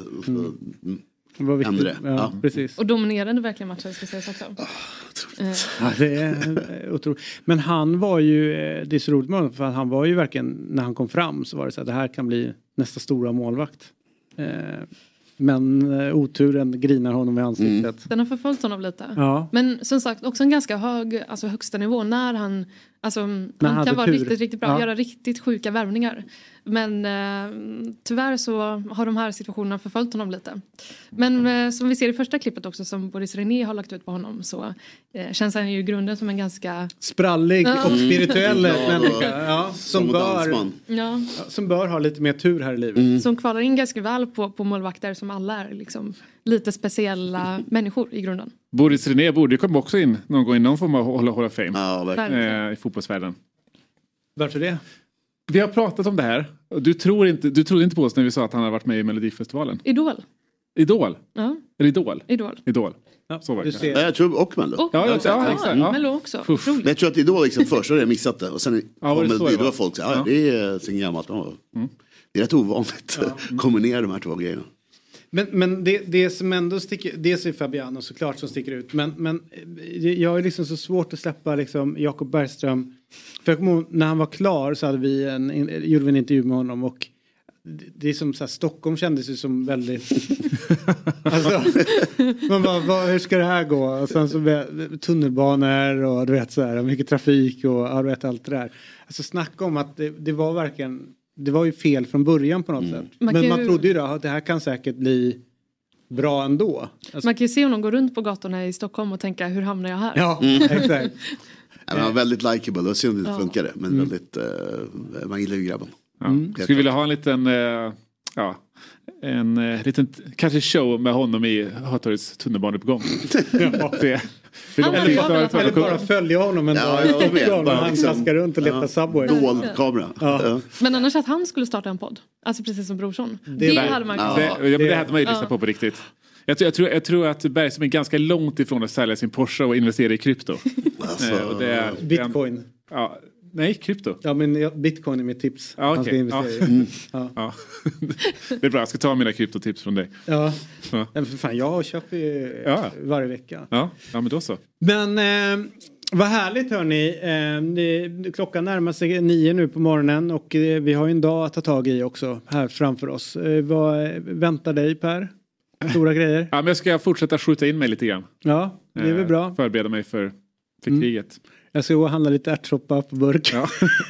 Ja, precis. Och dominerade verkligen matchen, ska sägas också. Det är otroligt. Men han var ju, det är så roligt med honom, för han var ju verkligen, när han kom fram så var det så att det här kan bli nästa stora målvakt. Men oturen grinar honom i ansiktet. Den har förföljt honom lite. Ja. Men som sagt också en ganska hög, alltså högsta nivå när han Alltså han kan vara riktigt bra, göra riktigt sjuka värvningar. Men tyvärr så har de här situationerna förföljt honom lite. Men som vi ser i första klippet också som Boris René har lagt ut på honom så känns han ju i grunden som en ganska sprallig och spirituell människa. Ja, som bör ha lite mer tur här i livet. Som kvalar in ganska väl på målvakter som alla är liksom lite speciella människor i grunden. Boris René borde komma också in någon gång i någon form av Hall of Fame i fotbollsvärlden. Varför det? Vi har pratat om det här. Och du trodde inte på oss när vi sa att han har varit med i Melodifestivalen. Idol? Ja. Eller Idol. Ja, så verkligen. Jag tror och Mello. Mello också. Men jag tror att Idol liksom först har jag missat det. Och sen det var folk så det är så gammalt. Det är rätt ovanligt. Kombinera de här två grejerna. Men det som ändå sticker, dels är Fabiano såklart som sticker ut. Men jag är liksom så svårt att släppa liksom Jakob Bergström. För jag kommer ihåg, när han var klar så hade gjorde vi en intervju med honom och det är som så här, Stockholm kändes ju som väldigt alltså, man bara, hur ska det här gå? Och sen så tunnelbanor och du vet så här, mycket trafik och du vet allt det där. Alltså snacka om att det var verkligen, det var ju fel från början på något sätt. Men man trodde ju då att det här kan säkert bli bra ändå. Alltså, man kan ju se honom gå runt på gatorna i Stockholm och tänka, hur hamnar jag här? Ja, exakt. Han var väldigt likeable och synd att det funkade. Men väldigt, man gillar ju grabben. Skulle vilja ha en liten en liten kanske show med honom i Hötorgets tunnelbaneuppgång. Eller bara följa honom en dag i Stockholm när han slaskar runt och letar Subway. Dold kamera. Men annars att han skulle starta en podd. Alltså precis som Brorsson. Det hade man det hade man ju lyssnat på riktigt. Jag tror att Bergström är ganska långt ifrån att sälja sin Porsche och investera i krypto. Och det är Bitcoin. Nej, krypto. Ja, men Bitcoin är mitt tips. Han ska investera i. Det är bra, jag ska ta mina kryptotips från dig. Ja. För fan, jag köper ju varje vecka. Ja, men då så. Men vad härligt hörni. Klockan närmar sig 9 nu på morgonen och vi har ju en dag att ta tag i också här framför oss. Vad väntar dig, Per? Stora grejer? Ja, men jag ska fortsätta skjuta in mig lite grann. Ja, det är väl bra. Förbereda mig för kriget. Jag ska gå och handla lite ärtsoppa på burk. Ja.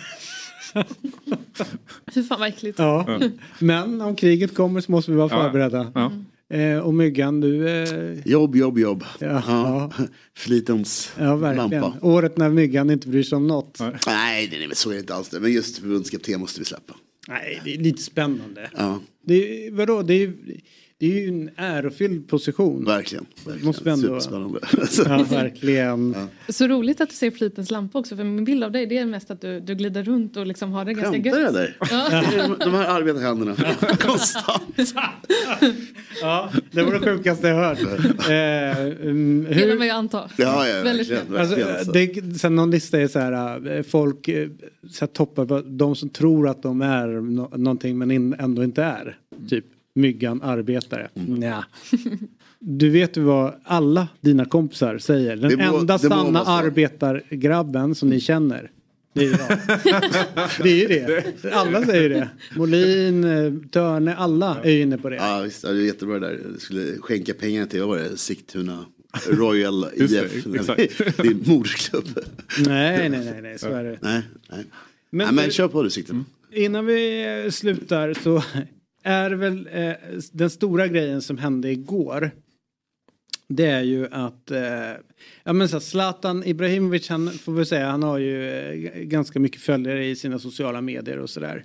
Fy fan vad äckligt. Ja. Men om kriget kommer så måste vi vara förberedda. Och Myggan, du... Jobb. Ja. Flitons verkligen. lampa. Året när Myggan inte bryr sig om något. Nej, det är så är det inte alls det. Men just förbundskapten måste vi släppa. Nej, det är lite spännande. Ja. Vadå? Det är ju en ärofylld position. Verkligen. Måste ändå... Superspännande. Ja, verkligen. Ja. Så roligt att du ser Flitens lampa också. För min bild av dig det är mest att du glider runt och liksom har det ganska gött. Skämtar jag där? De här arbetarhänderna. Konstant. Ja, det var det sjukaste jag hört. Det vill man ju anta. Ja, väldigt verkligen. Sen någon lista är så här, folk så här, toppar de som tror att de är någonting men ändå inte är. Typ Myggan arbetare. Nja. Du vet ju vad alla dina kompisar säger. Den enda sanna arbetargrabben som ni känner. Det är jag. Det är ju det. Alla säger det. Molin, Törne, alla är ju inne på det. Ja, visst. Det är jättebra där. Jag skulle skänka pengarna till, vad var det? Sigtuna Royal IF. Det är modersklubb. Nej. Så är det. Nej. Men kör på du, Sigtuna. Innan vi slutar så är väl den stora grejen som hände igår. Det är ju att Zlatan Ibrahimovic, han får vi säga, han har ju ganska mycket följare i sina sociala medier och sådär.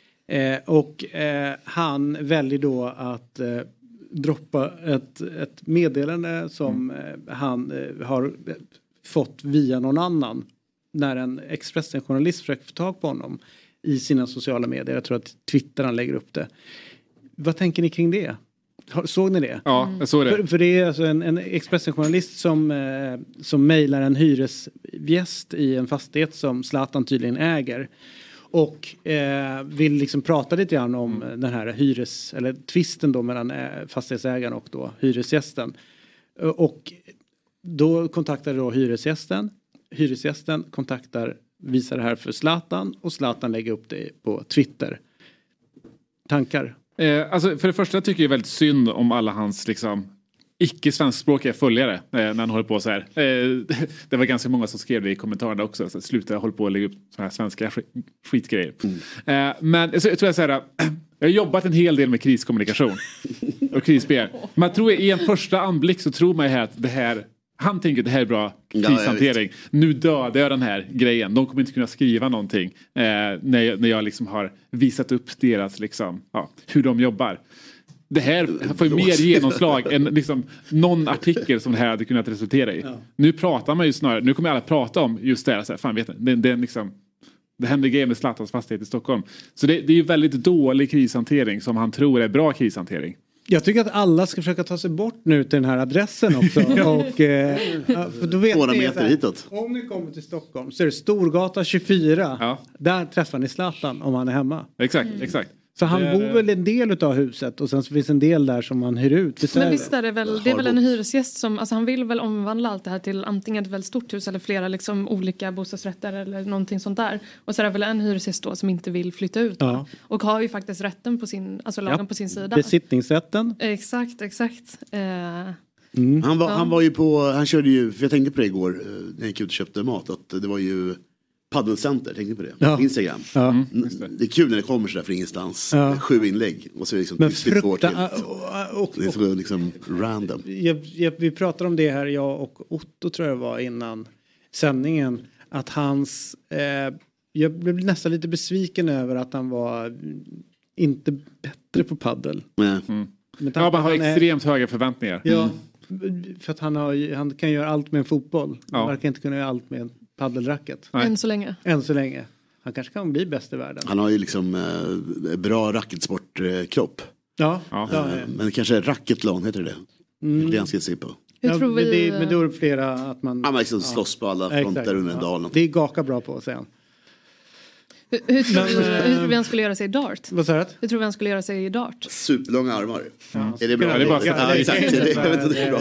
Han väljer då att droppa ett meddelande som han har fått via någon annan. När en Expressen-journalist försöker få tag på honom i sina sociala medier. Jag tror att Twitter han lägger upp det. Vad tänker ni kring det? Såg ni det? Ja, jag såg det. För det är alltså en Expressen-journalist som mejlar en hyresgäst i en fastighet som Zlatan tydligen äger. Och vill liksom prata lite grann om den här eller tvisten då mellan fastighetsägaren och då hyresgästen. Och då kontaktar då hyresgästen. Hyresgästen visar det här för Zlatan och Zlatan lägger upp det på Twitter. Tankar? Alltså för det första tycker jag väldigt synd om alla hans liksom icke-svenskspråkiga följare när han håller på så här. Det var ganska många som skrev det i kommentarerna också. Så sluta hålla på att lägga upp såna här svenska skitgrejer. Men så tror jag så här, jag har jobbat en hel del med kriskommunikation och krisspel. Man tror i en första anblick så tror man ju här att det här, han tänker att det här är bra krishantering. Nu dödar jag den här grejen. De kommer inte kunna skriva någonting när jag liksom har visat upp deras liksom, hur de jobbar. Det här får ju mer genomslag än liksom någon artikel som det här hade kunnat resultera i. Nu pratar man ju snarare, nu kommer alla prata om just det här, så här, fan vet ni, det är liksom, det händer grejer med Zlatans fastighet i Stockholm. Så det är ju väldigt dålig krishantering som han tror är bra krishantering. Jag tycker att alla ska försöka ta sig bort nu till den här adressen också. Och, för då vet ni att om ni kommer till Stockholm så är det Storgata 24. Ja. Där träffar ni Zlatan om han är hemma. Exakt. Så han bor väl en del av huset och sen så finns en del där som han hyr ut. Men visst är det är väl en hyresgäst som, alltså han vill väl omvandla allt det här till antingen ett väldigt stort hus eller flera liksom olika bostadsrätter eller någonting sånt där. Och så är det väl en hyresgäst då som inte vill flytta ut. Ja. Och har ju faktiskt rätten på sin, alltså lagen på sin sida. Besittningsrätten. Exakt. Han var ju på, han körde ju, för jag tänkte på det igår när jag gick ut och köpte mat, att det var ju Paddelcenter, tänkte på det. Ja. Instagram. Ja. Det är kul när det kommer sådär från ingenstans. 7 inlägg. Och så är det liksom det är så liksom random. Vi pratade om det här, jag och Otto tror jag var innan sändningen. Att hans... jag blev nästan lite besviken över att han var inte bättre på paddel. Man har extremt höga förväntningar. Ja, för att han kan göra allt med en fotboll. Han verkar inte kunna göra allt med en paddelracket. Än så länge. Han kanske kan bli bäst i världen. Han har ju liksom bra racketsportkropp. Ja. Men kanske racketlån heter det. Det han ska se på. Hur tror vi... Men då är det flera att man... Han liksom slåss på alla fronter under en dal. Det är Gaka bra på, säger han. Hur tror vi han skulle göra sig i dart? Vad sa du? Hur tror vi han skulle göra sig i dart? Superlånga armar. Är det bra? Ja, det är bara ja, exakt. Jag vet inte, det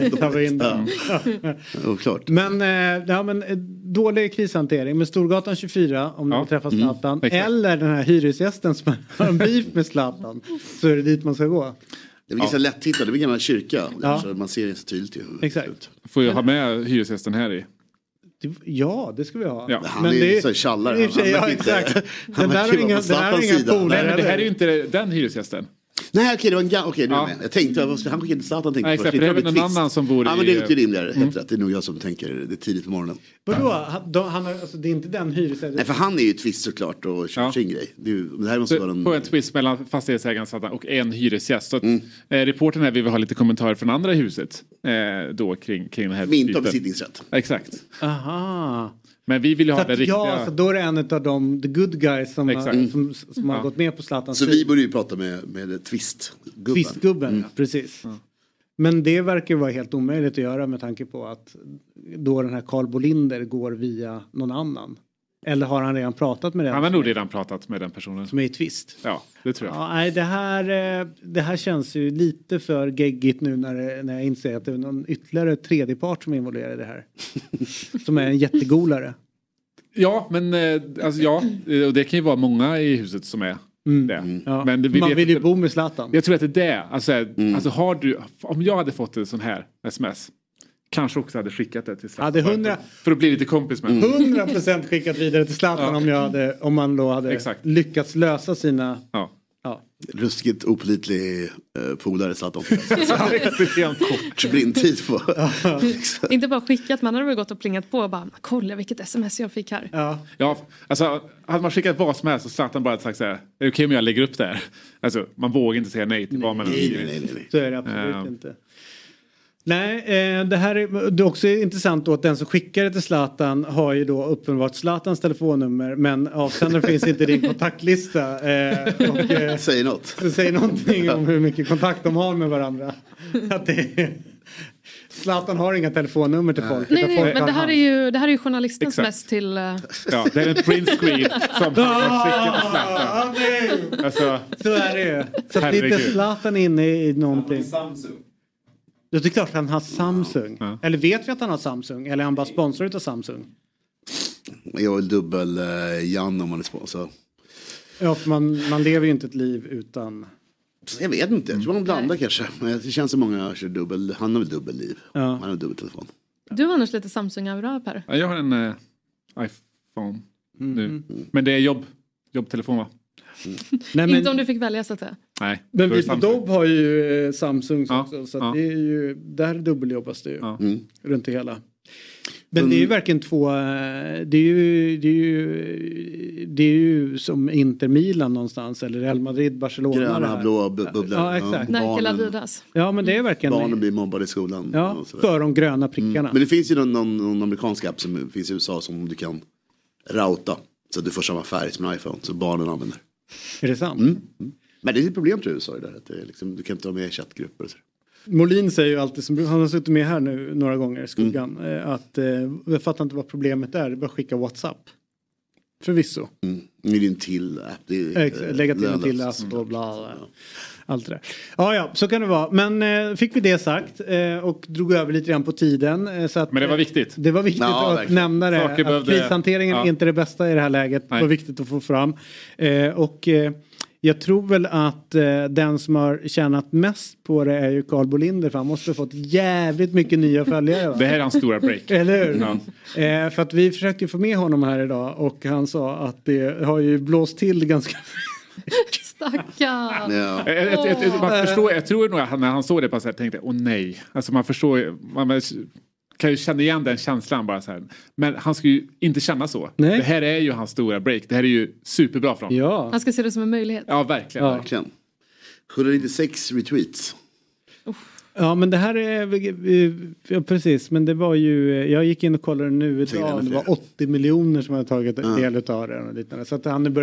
är bra. Klart. Men dålig krishantering med Storgatan 24 om man träffar Zlatan. Eller den här hyresgästen som har en beef med Zlatan. Så är det dit man ska gå. Det är ganska lätt hittat. Det är en gammal kyrka. Så man ser det så tydligt. Exakt. Får jag ha med hyresgästen här i? Ja, det ska vi ha. Ja. Han är ju så tjallare. Ja, exakt. Den där är inga polare. Men det här är ju inte den hyresgästen. Nej, okej, det var nu är med. Jag tänkte, han skickade Zlatan tänkte först. Det är väl någon annan som bor i... Ja, men det är lite rimligare. Det är nog jag som tänker det tidigt på morgonen. Vadå? Det är inte den hyresgästen? Nej, för han är ju twist såklart och kör sin grej. Det här måste vara på en twist mellan fastighetsägaren Zlatan och en hyresgäst. Så att, reportern här vill ha lite kommentarer från andra huset då kring den här min besittningsrätt. Exakt. Aha. Men vi vill ha det riktiga... Ja, så då är det en av de the good guys som har gått med på Zlatan. Så vi borde ju prata med twistgubben. Twistgubben, precis. Men det verkar vara helt omöjligt att göra med tanke på att då den här Carl Bolinder går via någon annan. Eller har han redan pratat med den? Han har nog redan pratat med den personen. Som är i twist. Ja, det tror jag. Ja, nej, det här känns ju lite för geggigt nu när jag inser att det är någon ytterligare tredjepart som är involverad i det här. Som är en jättegolare. Ja, men och det kan ju vara många i huset som är det. Ja. Men man vill ju bo med Zlatan. Jag tror att det är det. Alltså har du, om jag hade fått en sån här sms, kanske också hade skickat det till Zlatan. För att bli lite kompis med 100% skickat vidare till Zlatan om man då hade lyckats lösa sina... Ja. Ruskigt opolitlig polare Zlatan. Kort blindtid på. Inte bara skickat, man hade väl gått och plingat på och bara, kolla vilket sms jag fick här. Ja, alltså hade man skickat vad som helst så Zlatan bara sagt så här, är det okej om jag lägger upp det här? Alltså man vågar inte säga nej till vad man nej. Så är det absolut inte. Nej, det här är också intressant då att den som skickar det till Zlatan har ju då uppenbart Zlatans telefonnummer, men avsändaren finns inte i din kontaktlista. Säg något. Säg någonting om hur mycket kontakt de har med varandra. Att Zlatan har inga telefonnummer till folk. Nej, men det här är ju journalistens mest till... Ja, det är en print screen som skickar till Zlatan. Alltså, så är det ju. Så att inte Zlatan inne i någonting. Det är klart att han har Samsung. Ja. Eller vet vi att han har Samsung? Eller är han bara sponsor av Samsung? Jag vill dubbel Jan om man är sponsor. Ja, för man lever ju inte ett liv utan Jag vet inte, jag tror man blandar kanske. Det känns som många kör dubbel. Han har väl dubbelliv. Han har dubbeltelefon. Du har annars lite Samsung-aura, Per. Ja, jag har en iPhone nu. Men det är jobbtelefon, va? Nej, inte om du fick välja så att säga. Nej. Men vi på Dobb har ju Samsung också. Så det är ju, där dubbeljobbas det ju. Runt det hela. Men det är ju verkligen två, det är ju som Inter Milan någonstans eller Real Madrid, Barcelona. Gröna, blåa bubblor. Ja, exakt. Nike, Adidas. Ja, men det är verkligen. Barnen blir mobbade i skolan. Ja, för de gröna prickarna. Men det finns ju någon amerikansk app som finns i USA som du kan routa. Så att du får samma färg som en iPhone, så barnen använder. Är det sant? Men det är ett problem tror jag i USA där, att det är liksom, du kan inte vara med i chattgrupper och så. Molin säger ju alltid, som han har suttit med här nu några gånger i skuggan, att jag fattar inte vad problemet är, det är bara skicka WhatsApp. Förvisso. Det är en till app. Lägga till en till app och bla. Allt det där. Ja, så kan det vara. Men fick vi det sagt och drog över lite grann på tiden. Så att, men det var viktigt. Det var viktigt att nämna det. Att krishanteringen är inte det bästa i det här läget. Det var viktigt att få fram. Och jag tror väl att den som har tjänat mest på det är ju Carl Bolinder. För han måste ha fått jävligt mycket nya följare. Det här är hans stora break. Eller hur? För att vi försökte få med honom här idag. Och han sa att det har ju blåst till ganska Stackarn. Man förstår, jag tror nog att när han såg det på så här tänkte nej. Alltså man förstår, man kan ju känna igen den känslan bara så här. Men han ska ju inte känna så. Nej. Det här är ju hans stora break. Det här är ju superbra för honom. Ja. Han ska se det som en möjlighet. Ja, verkligen. Ja. Verkligen. 196 retweets. Ja, men det här är precis, men det var ju, jag gick in och kollade nu idag, det var 80 miljoner som hade tagit del av det och liknande. Så att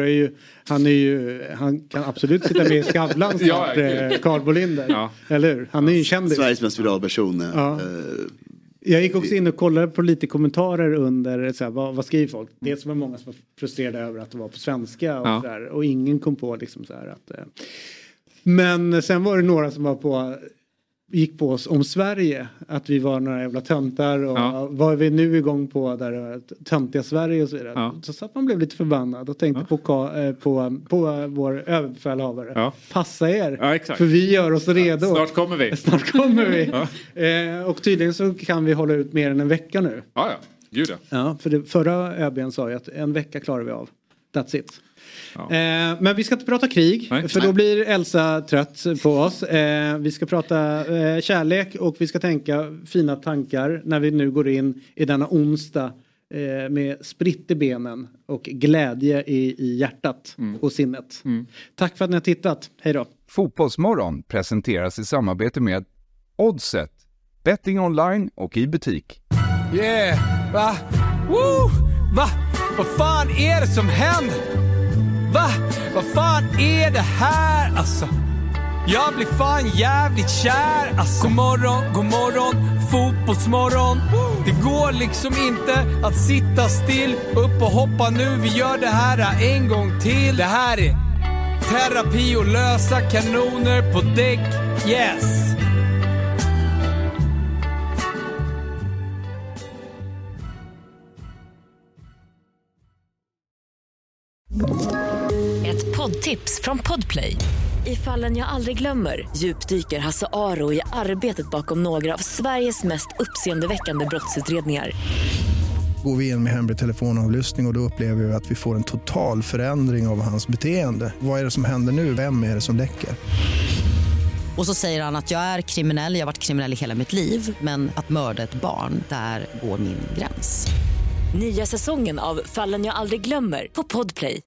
han kan absolut sitta med i Skavlan snart, Carl Bolinder. Eller hur? Han är ju kändis. Sveriges mest virala person. Jag gick också in och kollade på lite kommentarer under så här, vad skriver folk? Det som är många som var frustrerade över att det var på svenska och så här, och ingen kom på liksom så här att men sen var det några som var gick på oss om Sverige, att vi var några jävla töntar och vad är vi nu igång på där töntiga Sverige och så vidare. Så att man blev lite förbannad och tänkte på vår överbefälhavare. Passa er, för vi gör oss redo. Snart kommer vi. Och tydligen så kan vi hålla ut mer än en vecka nu. Gud ja. För förra ÖB:n sa ju att en vecka klarar vi av. That's it. Men vi ska inte prata krig, för då blir Elsa trött på oss. Vi ska prata kärlek och vi ska tänka fina tankar när vi nu går in i denna onsdag med spritt i benen och glädje i hjärtat och sinnet. Tack för att ni har tittat. Hej då. Fotbollsmorgon presenteras i samarbete med Oddset. Betting online och i butik. Yeah, va? Woo! Va? Vad fan är det som händer? Va? Vad fan är det här? Alltså, jag blir fan jävligt kär. Alltså, god morgon, fotbollsmorgon. Det går liksom inte att sitta still. Upp och hoppa nu, vi gör det här en gång till. Det här är terapi och lösa kanoner på däck. Yes! Ett poddtips från Podplay. I Fallen jag aldrig glömmer djupdyker Hasse Aro i arbetet bakom några av Sveriges mest uppseendeväckande brottsutredningar. Går vi in med hemlig telefonavlyssning och då upplever vi att vi får en total förändring av hans beteende. Vad är det som händer nu? Vem är det som läcker? Och så säger han att jag är kriminell, jag har varit kriminell i hela mitt liv. Men att mörda ett barn, där går min gräns. Nya säsongen av Fallen jag aldrig glömmer på Podplay.